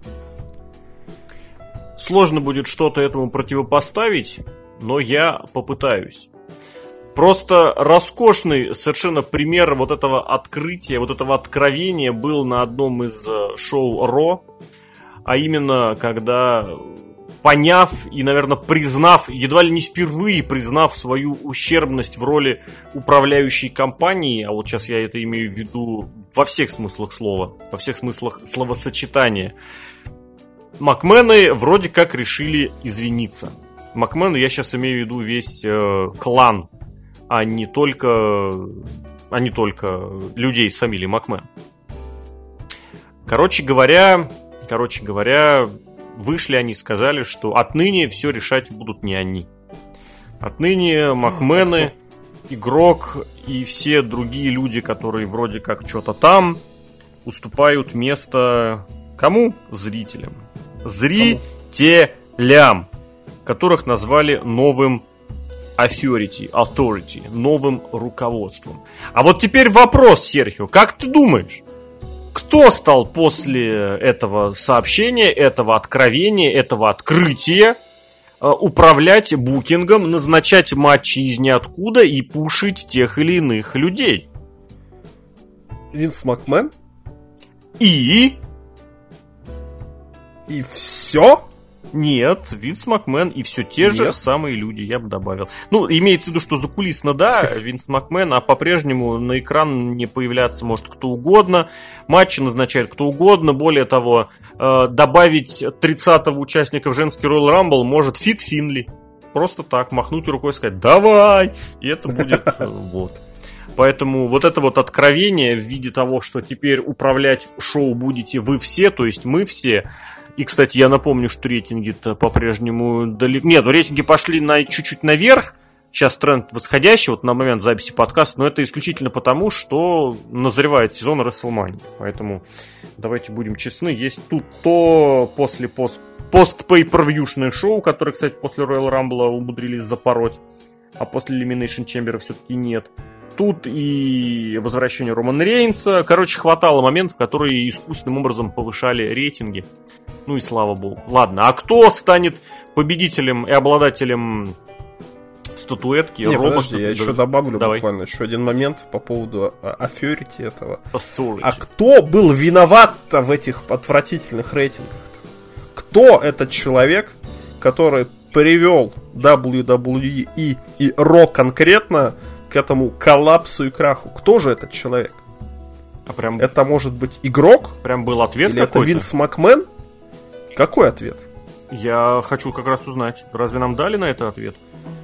Сложно будет что-то этому противопоставить, но я попытаюсь. Просто роскошный совершенно пример вот этого открытия, вот этого откровения был на одном из шоу Ро, а именно когда, поняв и, наверное, признав, едва ли не впервые признав свою ущербность в роли управляющей компании, а вот сейчас я это имею в виду во всех смыслах слова, во всех смыслах словосочетания, Макмены вроде как решили извиниться. Макмены, я сейчас имею в виду весь клан, а не только людей с фамилией Макмен. Короче говоря, вышли они, сказали, что отныне все решать будут не они. Отныне Макмены, игрок и все другие люди, которые вроде как что-то там, уступают место кому? Зрителям. Зрителям, которых назвали новым authority, новым руководством. А вот теперь вопрос, Серхио, как ты думаешь, кто стал после этого сообщения, этого откровения, этого открытия управлять букингом, назначать матчи из ниоткуда и пушить тех или иных людей? Винс Макмен? И все? Нет, Винс Макмен и все те же самые люди, я бы добавил. Ну, имеется в виду, что закулисно, да, Винс Макмен, а по-прежнему на экран не появляться может кто угодно, матчи назначает кто угодно, более того, добавить 30-го участника в женский Royal Rumble может Фит Финли. Просто так, махнуть рукой и сказать «давай!» И это будет вот. Поэтому вот это вот откровение в виде того, что теперь управлять шоу будете вы все, то есть мы все. И, кстати, я напомню, что рейтинги-то по-прежнему далеко... Нет, рейтинги пошли чуть-чуть наверх. Сейчас тренд восходящий вот на момент записи подкаста, но это исключительно потому, что назревает сезон WrestleMania. Поэтому давайте будем честны. Есть тут то после пост-пейпервьюшное шоу, которое, кстати, после Royal Rumble умудрились запороть, а после Elimination Chamber все-таки нет. Тут и возвращение Романа Рейнса. Короче, хватало моментов, которые искусственным образом повышали рейтинги. Ну и слава богу. Ладно, а кто станет победителем и обладателем статуэтки? Подожди, я еще добавлю буквально еще один момент по поводу authority этого. Authority. А кто был виноват-то в этих отвратительных рейтингах-то? Кто этот человек, который привел WWE и Raw конкретно к этому коллапсу и краху? Кто же этот человек? А прям... Это может быть игрок? Прям был ответ или какой-то? Это Винс Макмен? Какой ответ? Я хочу как раз узнать. Разве нам дали на это ответ?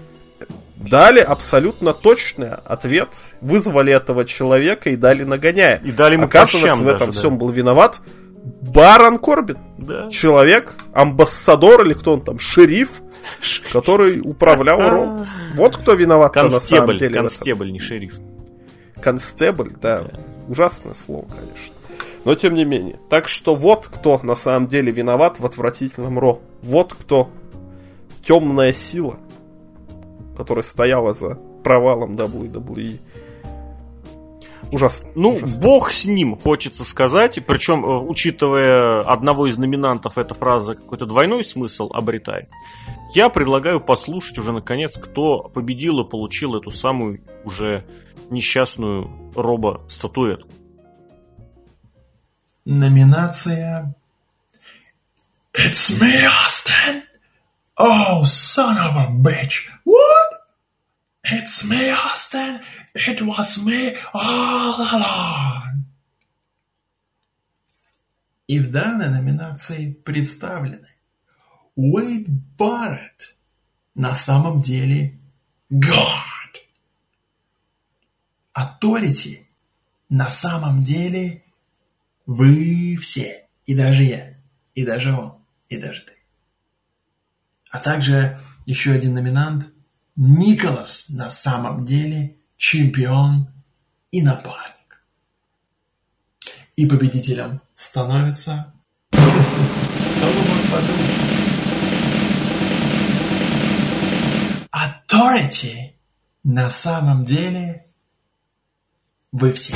Дали абсолютно точный ответ. Вызвали этого человека и дали нагоняя. И дали ему оказывается, в этом даже, всем был виноват Барон Корбин. Да. Человек, амбассадор или кто он там, шериф, который управлял Ро. Вот кто виноват на самом деле. Констебль, не шериф. Констебль, да. Ужасное слово, конечно. Но тем не менее. Так что вот кто на самом деле виноват в отвратительном Ро. Вот кто темная сила, которая стояла за провалом WWE. Ужасно. Ну, ужасно. Бог с ним, хочется сказать. Причем, учитывая одного из номинантов, эта фраза какой-то двойной смысл обретает. Я предлагаю послушать уже наконец, кто победил и получил эту самую уже несчастную робо-статуэтку. Номинация It's me, Austin! Oh, son of a bitch! What? It's me, Austin! It was me all along! И в данной номинации представлены Уэйд Барретт, на самом деле God. Authority, на самом деле вы все, и даже я, и даже он, и даже ты. А также еще один номинант Николас, на самом деле чемпион и напарник. И победителем становится... Кто бы мог подумать? Authority. На самом деле... Вы все.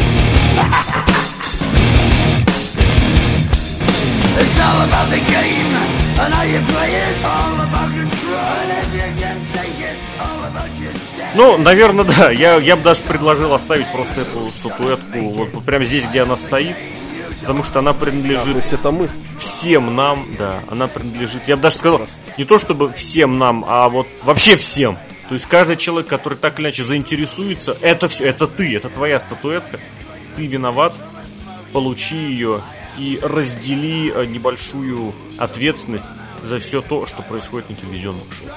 It's all about the game, and how you play it. All about control, and if you can take it, all about your death. Ну, наверное, да. Я бы даже предложил оставить просто эту статуэтку вот прямо здесь, где она стоит. Потому что она принадлежит... то есть это мы. Всем нам, да. Она принадлежит... Я бы даже сказал, не то чтобы всем нам, а вот вообще всем. То есть каждый человек, который так или иначе заинтересуется, это все, это ты, это твоя статуэтка. Ты виноват, получи ее и раздели небольшую ответственность за все то, что происходит на телевизионном шоу.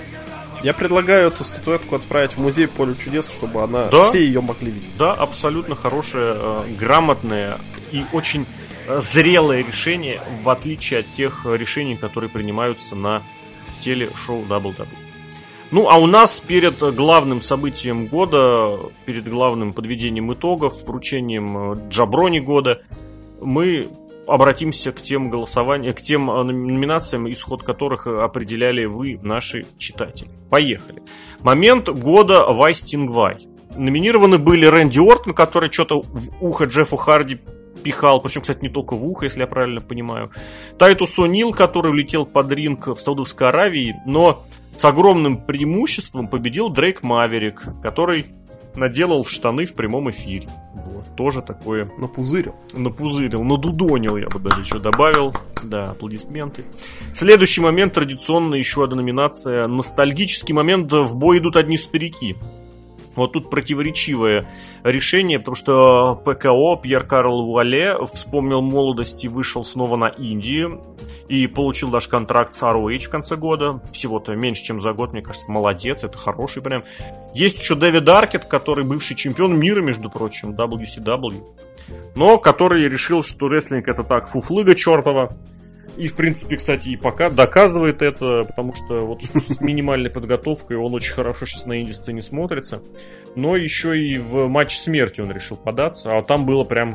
Я предлагаю эту статуэтку отправить в музей Поле чудес, чтобы она все ее могли видеть. Да, абсолютно хорошее, грамотное и очень зрелое решение, в отличие от тех решений, которые принимаются на телешоу WWE. Ну, а у нас перед главным событием года, перед главным подведением итогов, вручением Джаброни года, мы обратимся к тем голосованиям, к тем номинациям, исход которых определяли вы, наши читатели. Поехали. Момент года Вай Стингвай. Номинированы были Рэнди Ортон, который что-то в ухо Джеффу Харди пихал, причем, кстати, не только в ухо, если я правильно понимаю. Тайтус О'Нил, который улетел под ринг в Саудовской Аравии, но с огромным преимуществом победил Дрейк Маверик, который наделал в штаны в прямом эфире. Вот, тоже такое... Напузырил, надудонил, я бы даже еще добавил. Да, аплодисменты. Следующий момент, традиционно еще одна номинация. Ностальгический момент, в бой идут одни старики. Вот тут противоречивое решение, потому что ПКО, Пьер Карл Уале, вспомнил молодость и вышел снова на Индию. И получил даже контракт с ROH в конце года. Всего-то меньше, чем за год, мне кажется, молодец, это хороший прям. Есть еще Дэвид Аркет, который бывший чемпион мира, между прочим, WCW. Но который решил, что рестлинг это так, фуфлыга чертова. И, в принципе, кстати, и пока доказывает это, потому что вот с минимальной подготовкой он очень хорошо сейчас на инди-сцене смотрится. Но еще и в матч смерти он решил податься, а там было прям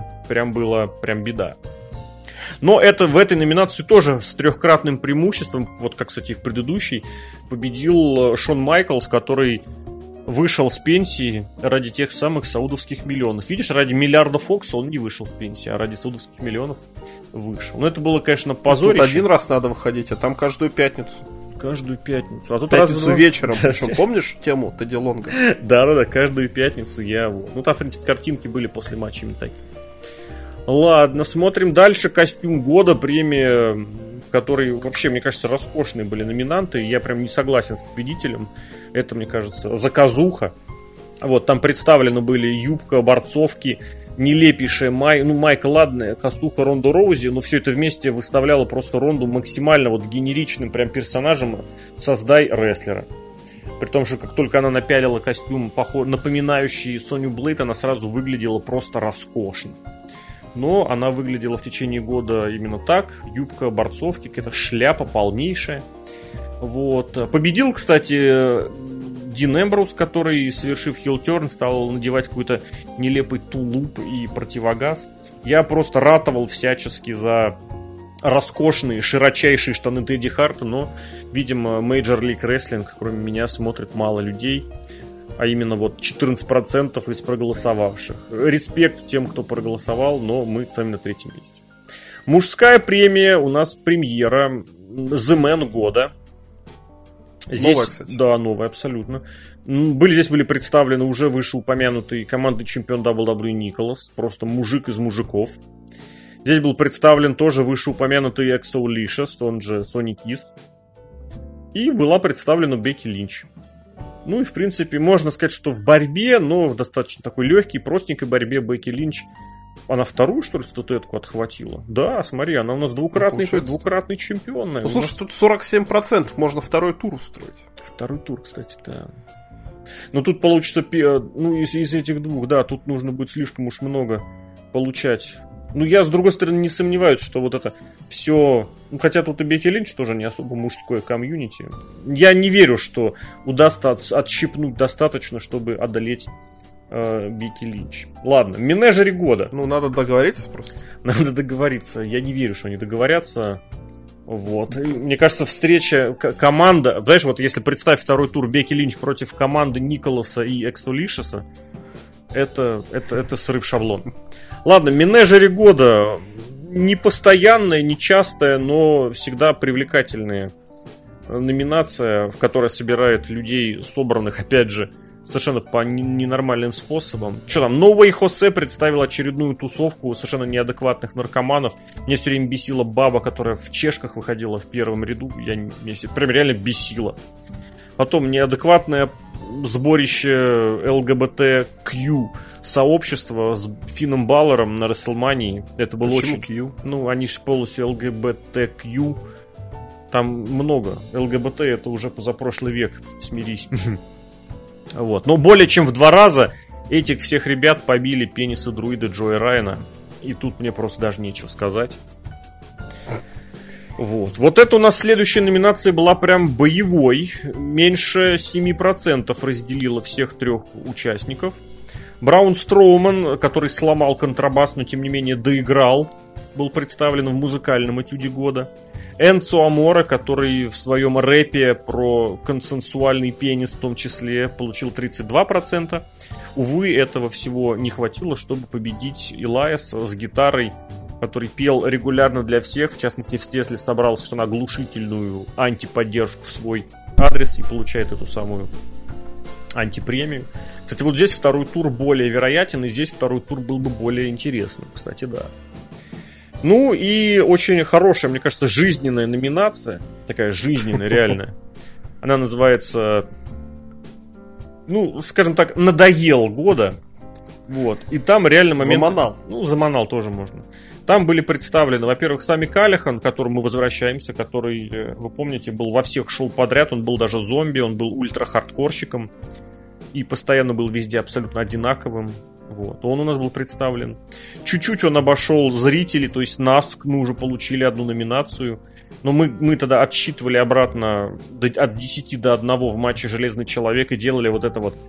беда. Но это в этой номинации тоже с трехкратным преимуществом, вот как, кстати, в предыдущей, победил Шон Майклс, который вышел с пенсии ради тех самых саудовских миллионов. Видишь, ради миллиарда Фокса он не вышел с пенсии, а ради саудовских миллионов вышел. Но это было, конечно, позорище. Тут один раз надо выходить, а там каждую пятницу. Каждую пятницу. А тут пятницу вечером. Причем, помнишь тему Тедди Лонга? Да, каждую пятницу я... Ну, там, в принципе, картинки были после матча именно такие. Ладно, смотрим дальше. Костюм года, премия, в которой вообще, мне кажется, роскошные были номинанты. Я прям не согласен с победителем. Это, мне кажется, заказуха. Вот, там представлены были юбка, борцовки, нелепейшая майка, ладно, косуха Ронда Роузи, но все это вместе выставляло просто Ронду максимально вот генеричным прям персонажем «Создай рестлера». При том, что как только она напялила костюм, напоминающий Соню Блейд, она сразу выглядела просто роскошно. Но она выглядела в течение года именно так. Юбка, борцовки, какая-то шляпа полнейшая. Вот. Победил, кстати, Дин Эмброуз, который, совершив хилтерн, стал надевать какой-то нелепый тулуп и противогаз. Я просто ратовал всячески за роскошные, широчайшие штаны Тедди Харта, но, видимо, Major League Wrestling, кроме меня, смотрит мало людей. А именно вот 14% из проголосовавших. Респект тем, кто проголосовал, но мы с вами на третьем месте. Мужская премия, у нас премьера The Man года. Здесь, новая, кстати. Да, новая, абсолютно. Здесь были представлены уже вышеупомянутый командный чемпион WWE Николас. Просто мужик из мужиков. Здесь был представлен тоже вышеупомянутый Exo Licious, он же Сони Кис. И была представлена Бекки Линч. Ну и, в принципе, можно сказать, что в борьбе, но в достаточно такой легкой, простенькой борьбе Бекки Линч, она вторую, что ли, статуэтку отхватила? Да, смотри, она у нас двукратный чемпион. Ну, слушай, тут 47%, можно второй тур устроить. Второй тур, кстати, да. Но тут получится, из этих двух, да, тут нужно будет слишком уж много получать. Ну, я, с другой стороны, не сомневаюсь, что вот это все... хотя тут и Бекки Линч тоже не особо мужское комьюнити. Я не верю, что удастся отщипнуть достаточно, чтобы одолеть Бекки Линч. Ладно, менеджере года. Ну, надо договориться просто. Надо договориться. Я не верю, что они договорятся. Вот. И, мне кажется, встреча команда... Знаешь, вот если представить второй тур Бекки Линч против команды Николаса и Эксолишеса, это срыв шаблон. Ладно, менеджере года. Не постоянная, не частая, но всегда привлекательная номинация, в которой собирает людей, собранных, опять же, совершенно по ненормальным способам. Что там, No Way Jose представил очередную тусовку совершенно неадекватных наркоманов. Меня все время бесила баба, которая в чешках выходила в первом ряду. Меня прям реально бесило. Потом неадекватное сборище ЛГБТQ сообщества с Финном Балором на Расселмании. Это было Почему очень... Q? Ну, они же полностью ЛГБТQ. Там много. ЛГБТ это уже позапрошлый век. Смирись. Вот. Но более чем в 2 раза этих всех ребят побили пенисы друида Джоя Райана. И тут мне просто даже нечего сказать. Вот это у нас следующая номинация была прям боевой. Меньше 7% разделила всех 3 участников. Браун Строуман, который сломал контрабас, но тем не менее доиграл, был представлен в музыкальном этюде года. Энцо Амора, который в своем рэпе про консенсуальный пенис в том числе получил 32%. Увы, этого всего не хватило, чтобы победить Илайаса с гитарой, который пел регулярно для всех. В частности, в Сиэтле собрал совершенно оглушительную антиподдержку в свой адрес и получает эту самую антипремию. Кстати, вот здесь второй тур более вероятен, и здесь второй тур был бы более интересным. Кстати, да. Ну и очень хорошая, мне кажется, жизненная номинация. Такая жизненная, реальная. Она называется, ну, скажем так, «Надоел года». Вот. И там реально момент... Заманал. Ну, заманал тоже можно. Там были представлены, во-первых, Сами Каллихан, к которому мы возвращаемся, который, вы помните, был во всех шоу подряд. Он был даже зомби, он был ультра-хардкорщиком. И постоянно был везде абсолютно одинаковым. Вот. Он у нас был представлен. Чуть-чуть он обошел зрителей, то есть нас, мы уже получили одну номинацию. Но мы тогда отсчитывали обратно от 10 до 1 в матче «Железный человек» и делали вот это вот.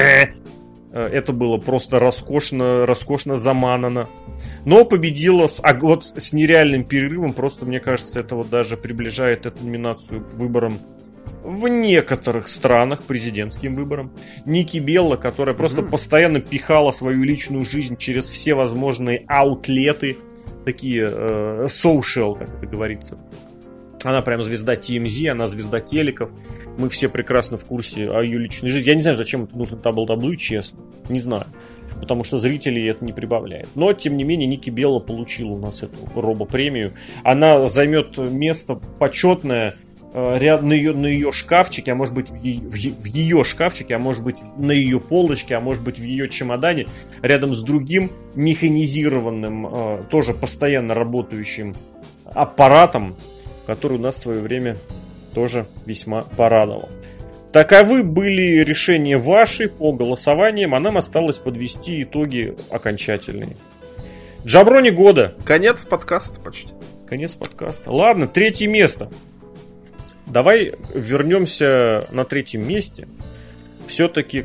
Это было просто роскошно заманано. Но победила с нереальным перерывом. Просто, мне кажется, это вот даже приближает эту номинацию к выборам в некоторых странах, президентским выборам. Ники Белла, которая просто постоянно пихала свою личную жизнь через все возможные аутлеты, такие social, как это говорится. Она прям звезда TMZ, она звезда телеков. Мы все прекрасно в курсе о ее личной жизни. Я не знаю, зачем это нужно WWE, честно. Не знаю. Потому что зрителей это не прибавляет. Но, тем не менее, Ники Белла получила у нас эту робо-премию. Она займет место почетное на ее шкафчике, а может быть в ее шкафчике, а может быть на ее полочке, а может быть в ее чемодане, рядом с другим механизированным, тоже постоянно работающим аппаратом, который у нас в свое время тоже весьма порадовал. Таковы были решения ваши по голосованиям, а нам осталось подвести итоги окончательные. Джаброни года. Конец подкаста почти. Конец подкаста. Ладно, 3 место. Давай вернемся на 3 месте все-таки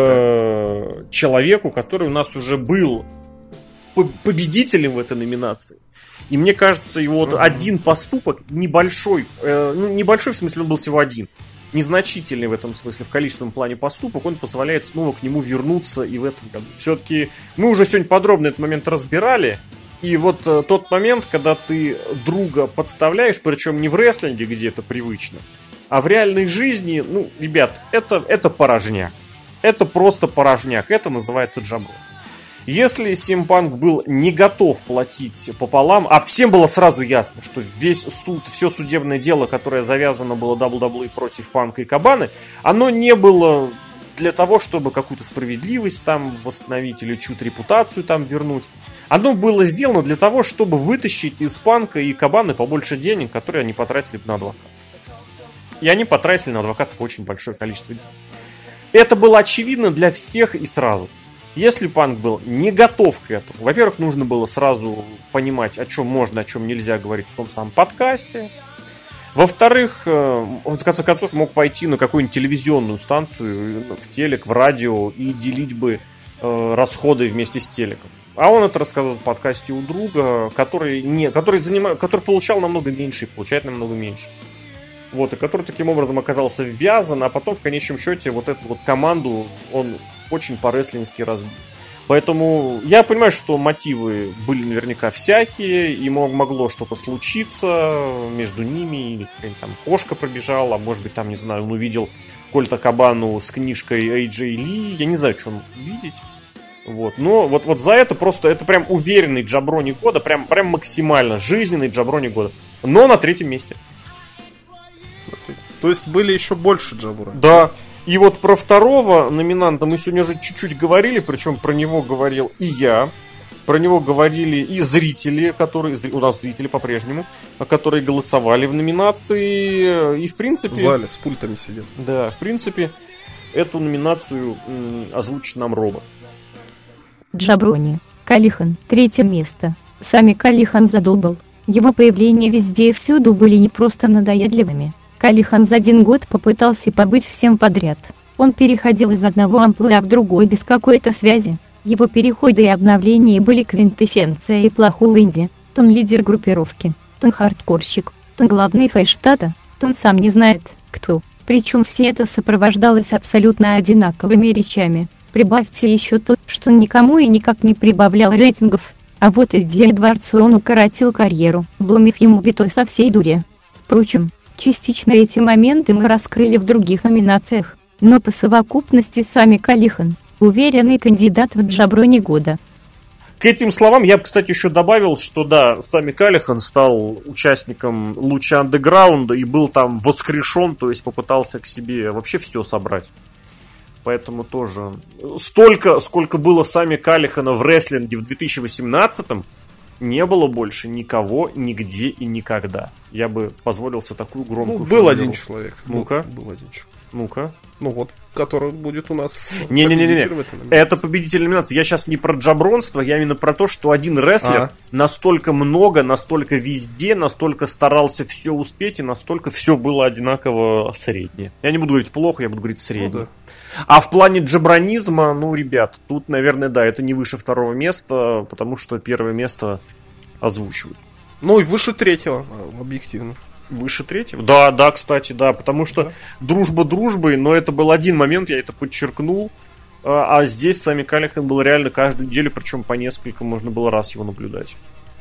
к человеку, который у нас уже был победителем в этой номинации. И мне кажется, его вот один поступок небольшой, небольшой в смысле, он был всего один, незначительный в этом смысле, в количественном плане поступок, он позволяет снова к нему вернуться и в этом году. Все-таки мы уже сегодня подробно этот момент разбирали. И вот тот момент, когда ты друга подставляешь, причем не в рестлинге, где это привычно, а в реальной жизни, ну, ребят, это порожняк. Это просто порожняк. Это называется джабро. Если CM Punk был не готов платить пополам, а всем было сразу ясно, что весь суд, все судебное дело, которое завязано было WWE против Панка и Кабаны, оно не было для того, чтобы какую-то справедливость там восстановить или чью-то репутацию там вернуть. Оно было сделано для того, чтобы вытащить из Панка и Кабаны побольше денег, которые они потратили на адвокатов. И они потратили на адвокатов очень большое количество денег. Это было очевидно для всех и сразу. Если Панк был не готов к этому, во-первых, нужно было сразу понимать, о чем можно, о чем нельзя говорить в том самом подкасте. Во-вторых, в конце концов, мог пойти на какую-нибудь телевизионную станцию, в телек, в радио и делить бы расходы вместе с телеком. А он это рассказал в подкасте у друга, который получал намного меньше и получает намного меньше. Вот, и который таким образом оказался ввязан, а потом в конечном счете вот эту вот команду он очень по-рестлински разбил. Поэтому я понимаю, что мотивы были наверняка всякие, и могло что-то случиться между ними, или какая-нибудь там кошка пробежала, а может быть там, не знаю, он увидел Кольта Кабану с книжкой AJ Lee, я не знаю, что он увидеть. Вот. Но вот за это просто, это прям уверенный джаброни года, прям максимально жизненный джаброни года. Но на 3-м месте. То есть были еще больше джабура. Да. И вот про второго номинанта мы сегодня уже чуть-чуть говорили, причем про него говорил и я. Про него говорили и зрители, у нас зрители по-прежнему, которые голосовали в номинации. И в принципе... В зале с пультами сидят. Да, в принципе, эту номинацию озвучит нам Роба. Джаброни. Калихан. 3-е место. Сами Калихан задолбал. Его появления везде и всюду были не просто надоедливыми. Калихан за 1 год попытался побыть всем подряд. Он переходил из одного амплуа в другой без какой-то связи. Его переходы и обновления были квинтэссенцией плохого инди. То он лидер группировки, то он хардкорщик, то он главный фейс штата, то он сам не знает, кто. Причем все это сопровождалось абсолютно одинаковыми речами. Прибавьте еще то, что он никому и никак не прибавлял рейтингов. А вот Эдди Эдвардсу он укоротил карьеру, вломив ему битой со всей дури. Впрочем, частично эти моменты мы раскрыли в других номинациях, но по совокупности сами Калихан – уверенный кандидат в джаброни года. К этим словам я бы, кстати, еще добавил, что да, Сами Калихан стал участником Луча Андеграунда и был там воскрешен, то есть попытался к себе вообще все собрать. Поэтому тоже столько, сколько было Сами Калихана в рестлинге в 2018-м, не было больше никого, нигде и никогда. Я бы позволил себе такую громкую был формулировку. Один человек. Ну-ка. Был один человек. Ну-ка. Ну вот, который будет у нас... Не-не-не, это победитель номинации. Я сейчас не про джабронство, я именно про то, что один рестлер настолько много, настолько везде, настолько старался все успеть, и настолько все было одинаково среднее. Я не буду говорить плохо, я буду говорить среднее. Ну, да. А в плане джабронизма, ну, ребят, тут, наверное, да, это не выше 2-го места, потому что 1-е место озвучивают. Ну и выше 3-го, объективно. Выше 3-го? Да, кстати, да, потому что дружба дружбой, но это был один момент, я это подчеркнул, а здесь Сами Калихан был реально каждую неделю, причем по несколько, можно было раз его наблюдать.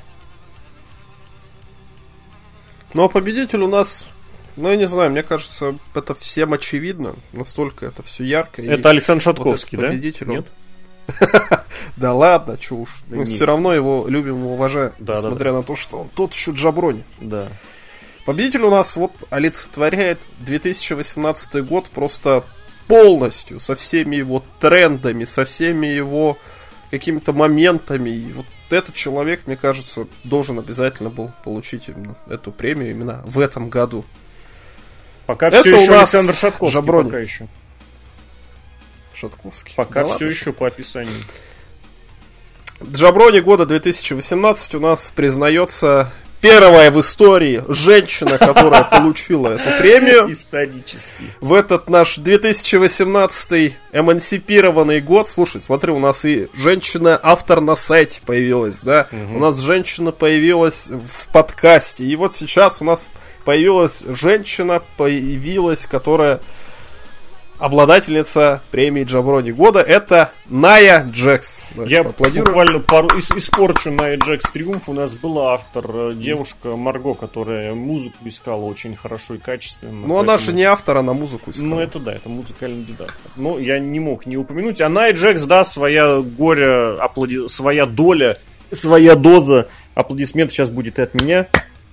Ну а победитель у нас, ну я не знаю, мне кажется, это всем очевидно, настолько это все ярко. Это Александр Шатковский, да? Нет? Да ладно, чё уж. Мы все равно его любим и уважаем, несмотря на то, что он тот еще джаброни. Да. Победитель у нас вот олицетворяет 2018 год просто полностью, со всеми его трендами, со всеми его какими-то моментами. И вот этот человек, мне кажется, должен обязательно был получить именно эту премию именно в этом году. Пока это все еще Александр Шатковский, Джаброни. Пока еще. Шатковский. Пока да все ладно, еще по описанию. Джаброни года 2018 у нас признается первая в истории женщина, которая получила эту премию. Исторически. В этот наш 2018 эмансипированный год. Слушай, смотри, у нас и женщина-автор на сайте появилась, да? У нас женщина появилась в подкасте. И вот сейчас у нас появилась женщина, которая обладательница премии Джаброни года. Это Ная Джекс. Я буквально испорчу Ная Джекс триумф. У нас была автор, девушка Марго, которая музыку искала очень хорошо и качественно. Ну, поэтому... она же не автор, она музыку искала. Ну, это да, это музыкальный редактор. Но я не мог не упомянуть. А Ная Джекс, да, своя горе, своя доля, своя доза аплодисментов сейчас будет и от меня.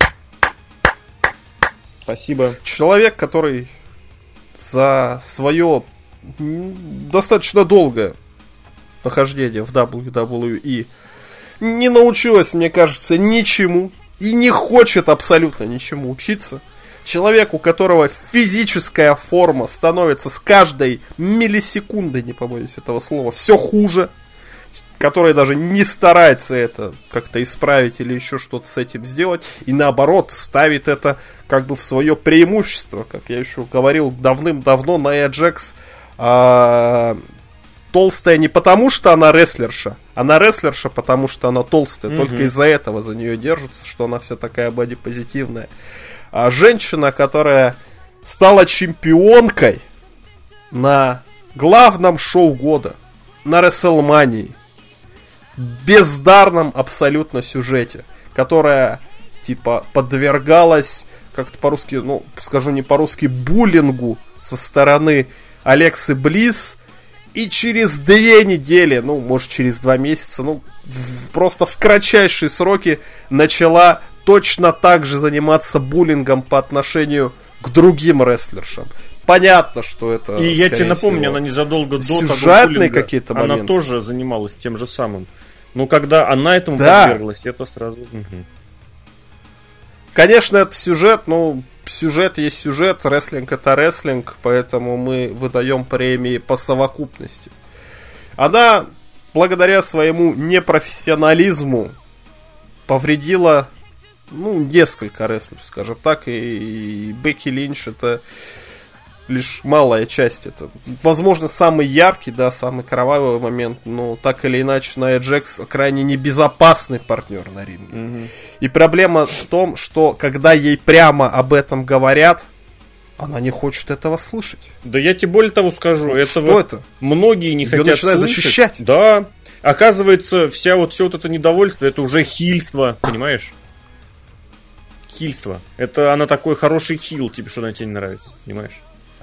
Спасибо. Человек, который за свое достаточно долгое нахождение в WWE не научилась, мне кажется, ничему и не хочет абсолютно ничему учиться. Человек, у которого физическая форма становится с каждой миллисекундой, не побоюсь этого слова, все хуже, который даже не старается это как-то исправить или еще что-то с этим сделать, и наоборот ставит это как бы в свое преимущество, как я еще говорил давным-давно, Ная Джекс толстая не потому, что она рестлерша. Она рестлерша, потому что она толстая. Только из-за этого за нее держатся, что она вся такая бодипозитивная. А женщина, которая стала чемпионкой на главном шоу года, на WrestleMania, бездарном абсолютно сюжете, которая, типа, подвергалась, как-то по-русски, ну, скажу не по-русски, буллингу со стороны Алексы Блисс, и через 2 недели, ну, может, через 2 месяца, ну, просто в кратчайшие сроки начала точно так же заниматься буллингом по отношению к другим рестлершам. Понятно, что это... И я тебе напомню, всего, она незадолго до того сюжетные какие-то моменты. Она тоже занималась тем же самым. Но когда она этому подверглась, это сразу... Конечно, это сюжет, но сюжет есть сюжет, рестлинг это рестлинг, поэтому мы выдаем премии по совокупности. Она, благодаря своему непрофессионализму, повредила, ну, несколько рестлеров, скажем так, и Бекки Линч это лишь малая часть. Это, возможно, самый яркий, да, самый кровавый момент, но так или иначе Найя Джекс крайне небезопасный партнер на ринге. И проблема в том, что когда ей прямо об этом говорят, она не хочет этого слышать. Да я тебе более того скажу, что это? Многие не хотят начинают слышать. Защищать. Да. Оказывается, все вот это недовольство, это уже хильство, понимаешь? Хильство. Это она такой хороший хил, тебе что на тебе не нравится, понимаешь?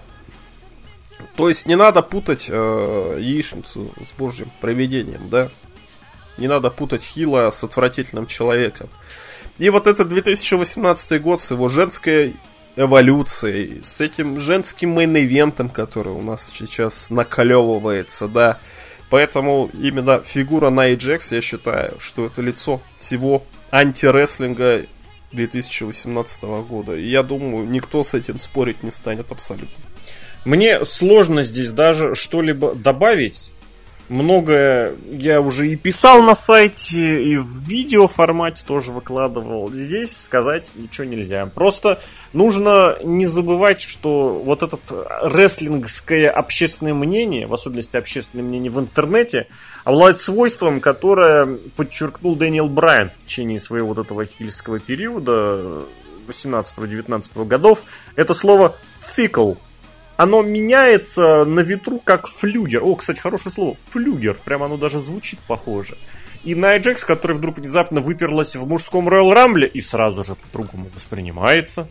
То есть не надо путать яичницу с божьим провидением, да? Не надо путать хила с отвратительным человеком. И вот этот 2018 год с его женской эволюцией, с этим женским мейн-ивентом, который у нас сейчас накалевывается, да. Поэтому именно фигура Найи Джекс, я считаю, что это лицо всего антирестлинга 2018 года. И я думаю, никто с этим спорить не станет абсолютно. Мне сложно здесь даже что-либо добавить. Многое я уже и писал на сайте, и в видео формате тоже выкладывал. Здесь сказать ничего нельзя. Просто нужно не забывать, что вот это рестлингское общественное мнение, в особенности общественное мнение в интернете, обладает свойством, которое подчеркнул Дэниел Брайан в течение своего вот этого хильского периода 18-19 годов. Это слово «fickle». Оно меняется на ветру, как флюгер. О, кстати, хорошее слово. Флюгер. Прямо оно даже звучит похоже. И Найя Джекс, которая вдруг внезапно выперлась в мужском Роyal Rumble и сразу же по-другому воспринимается.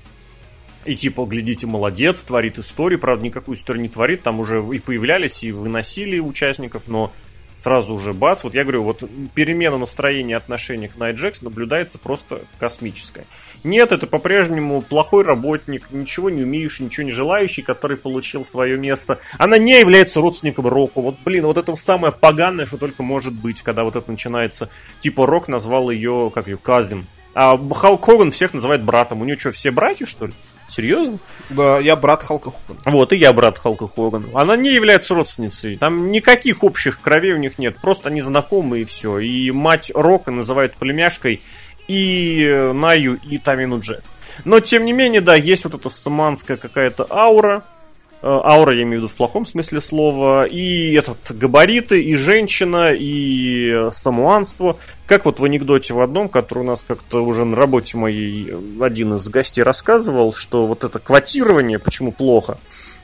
И типа, глядите, молодец, творит историю. Правда, никакую историю не творит. Там уже и появлялись, и выносили участников, но сразу уже бац. Вот я говорю, вот перемена настроения и отношения к Найя Джекс наблюдается просто космическая. Нет, это по-прежнему плохой работник, ничего не умеющий, ничего не желающий, который получил свое место. Она не является родственником Року. Вот, блин, вот это самое поганое, что только может быть, когда вот это начинается. Типа Рок назвал ее, как ее, Казин. А Халк Хоган всех называет братом. У нее что, все братья, что ли? Серьезно? Да, я брат Халка Хогана. Вот, и я брат Халка Хогана. Она не является родственницей. Там никаких общих кровей у них нет. Просто они знакомы и все. И мать Рока называют племяшкой и Найю, и Тамину Джекс. Но, тем не менее, да, есть вот эта саманская какая-то аура. Аура, я имею в виду в плохом смысле слова. И этот габариты, и женщина, и самуанство. Как вот в анекдоте в одном, который у нас как-то уже на работе моей один из гостей рассказывал, что вот это квотирование, почему плохо,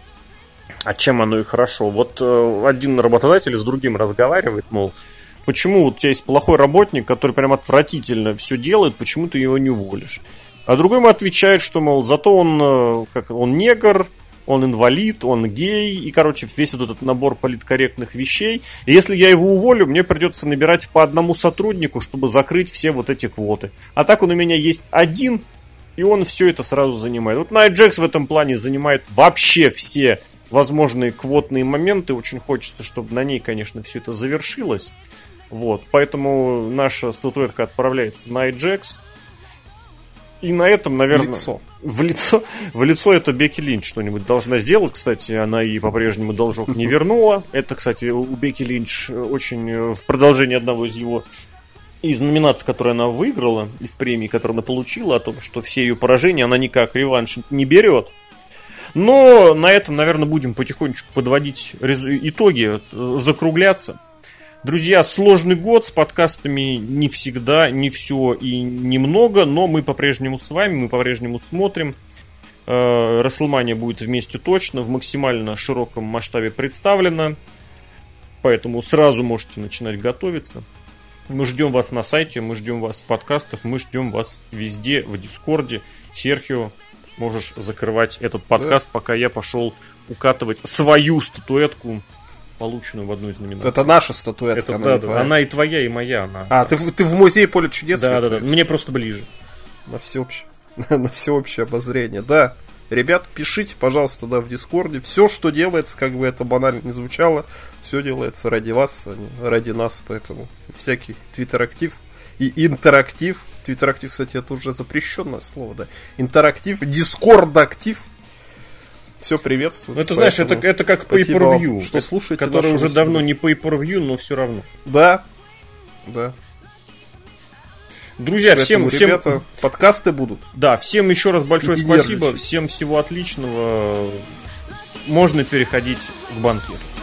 а чем оно и хорошо. Вот один работодатель с другим разговаривает, мол, почему вот у тебя есть плохой работник, который прям отвратительно все делает, почему ты его не уволишь? А другой ему отвечает, что, мол, зато он негр, он инвалид, он гей, и, короче, весь вот этот набор политкорректных вещей. И если я его уволю, мне придется набирать по одному сотруднику, чтобы закрыть все вот эти квоты. А так он у меня есть один, и он все это сразу занимает. Вот Найя Джекс в этом плане занимает вообще все возможные квотные моменты. Очень хочется, чтобы на ней, конечно, все это завершилось. Вот, поэтому наша статуэтка отправляется Найя Джекс. И на этом, наверное... В лицо это Бекки Линч что-нибудь должна сделать. Кстати, она и по-прежнему должок не вернула. Это, кстати, у Бекки Линч очень в продолжении одного из номинаций, которые она выиграла, из премий, которые она получила, о том, что все ее поражения она никак реванш не берет. Но на этом, наверное, будем потихонечку подводить итоги, закругляться. Друзья, сложный год, с подкастами не всегда, не все и немного, но мы по-прежнему с вами, мы по-прежнему смотрим. WrestleMania будет вместе точно, в максимально широком масштабе представлена, поэтому сразу можете начинать готовиться. Мы ждем вас на сайте, мы ждем вас в подкастах, мы ждем вас везде, в Дискорде. Серхио, можешь закрывать этот подкаст, пока я пошел укатывать свою статуэтку, полученную в одной из номинаций. Это наша статуэтка, она и твоя, и моя. Ты в музее Поле чудес? Да. Мне просто ближе. На всеобщее обозрение. Да, ребят, пишите, пожалуйста, в Дискорде. Все, что делается, как бы это банально не звучало, все делается ради вас, а не ради нас. Поэтому всякий твиттер-актив и интерактив. Твиттер-актив, кстати, это уже запрещенное слово, да. Интерактив, Дискорд-актив. Все приветствуется. Ну, это, знаешь, это как pay-per-view, что слушаете, который уже давно не pay-per-view, но все равно. Да. Друзья, всем, ребята, подкасты будут. Да, всем еще раз большое спасибо. Всем всего отличного. Можно переходить к банкету.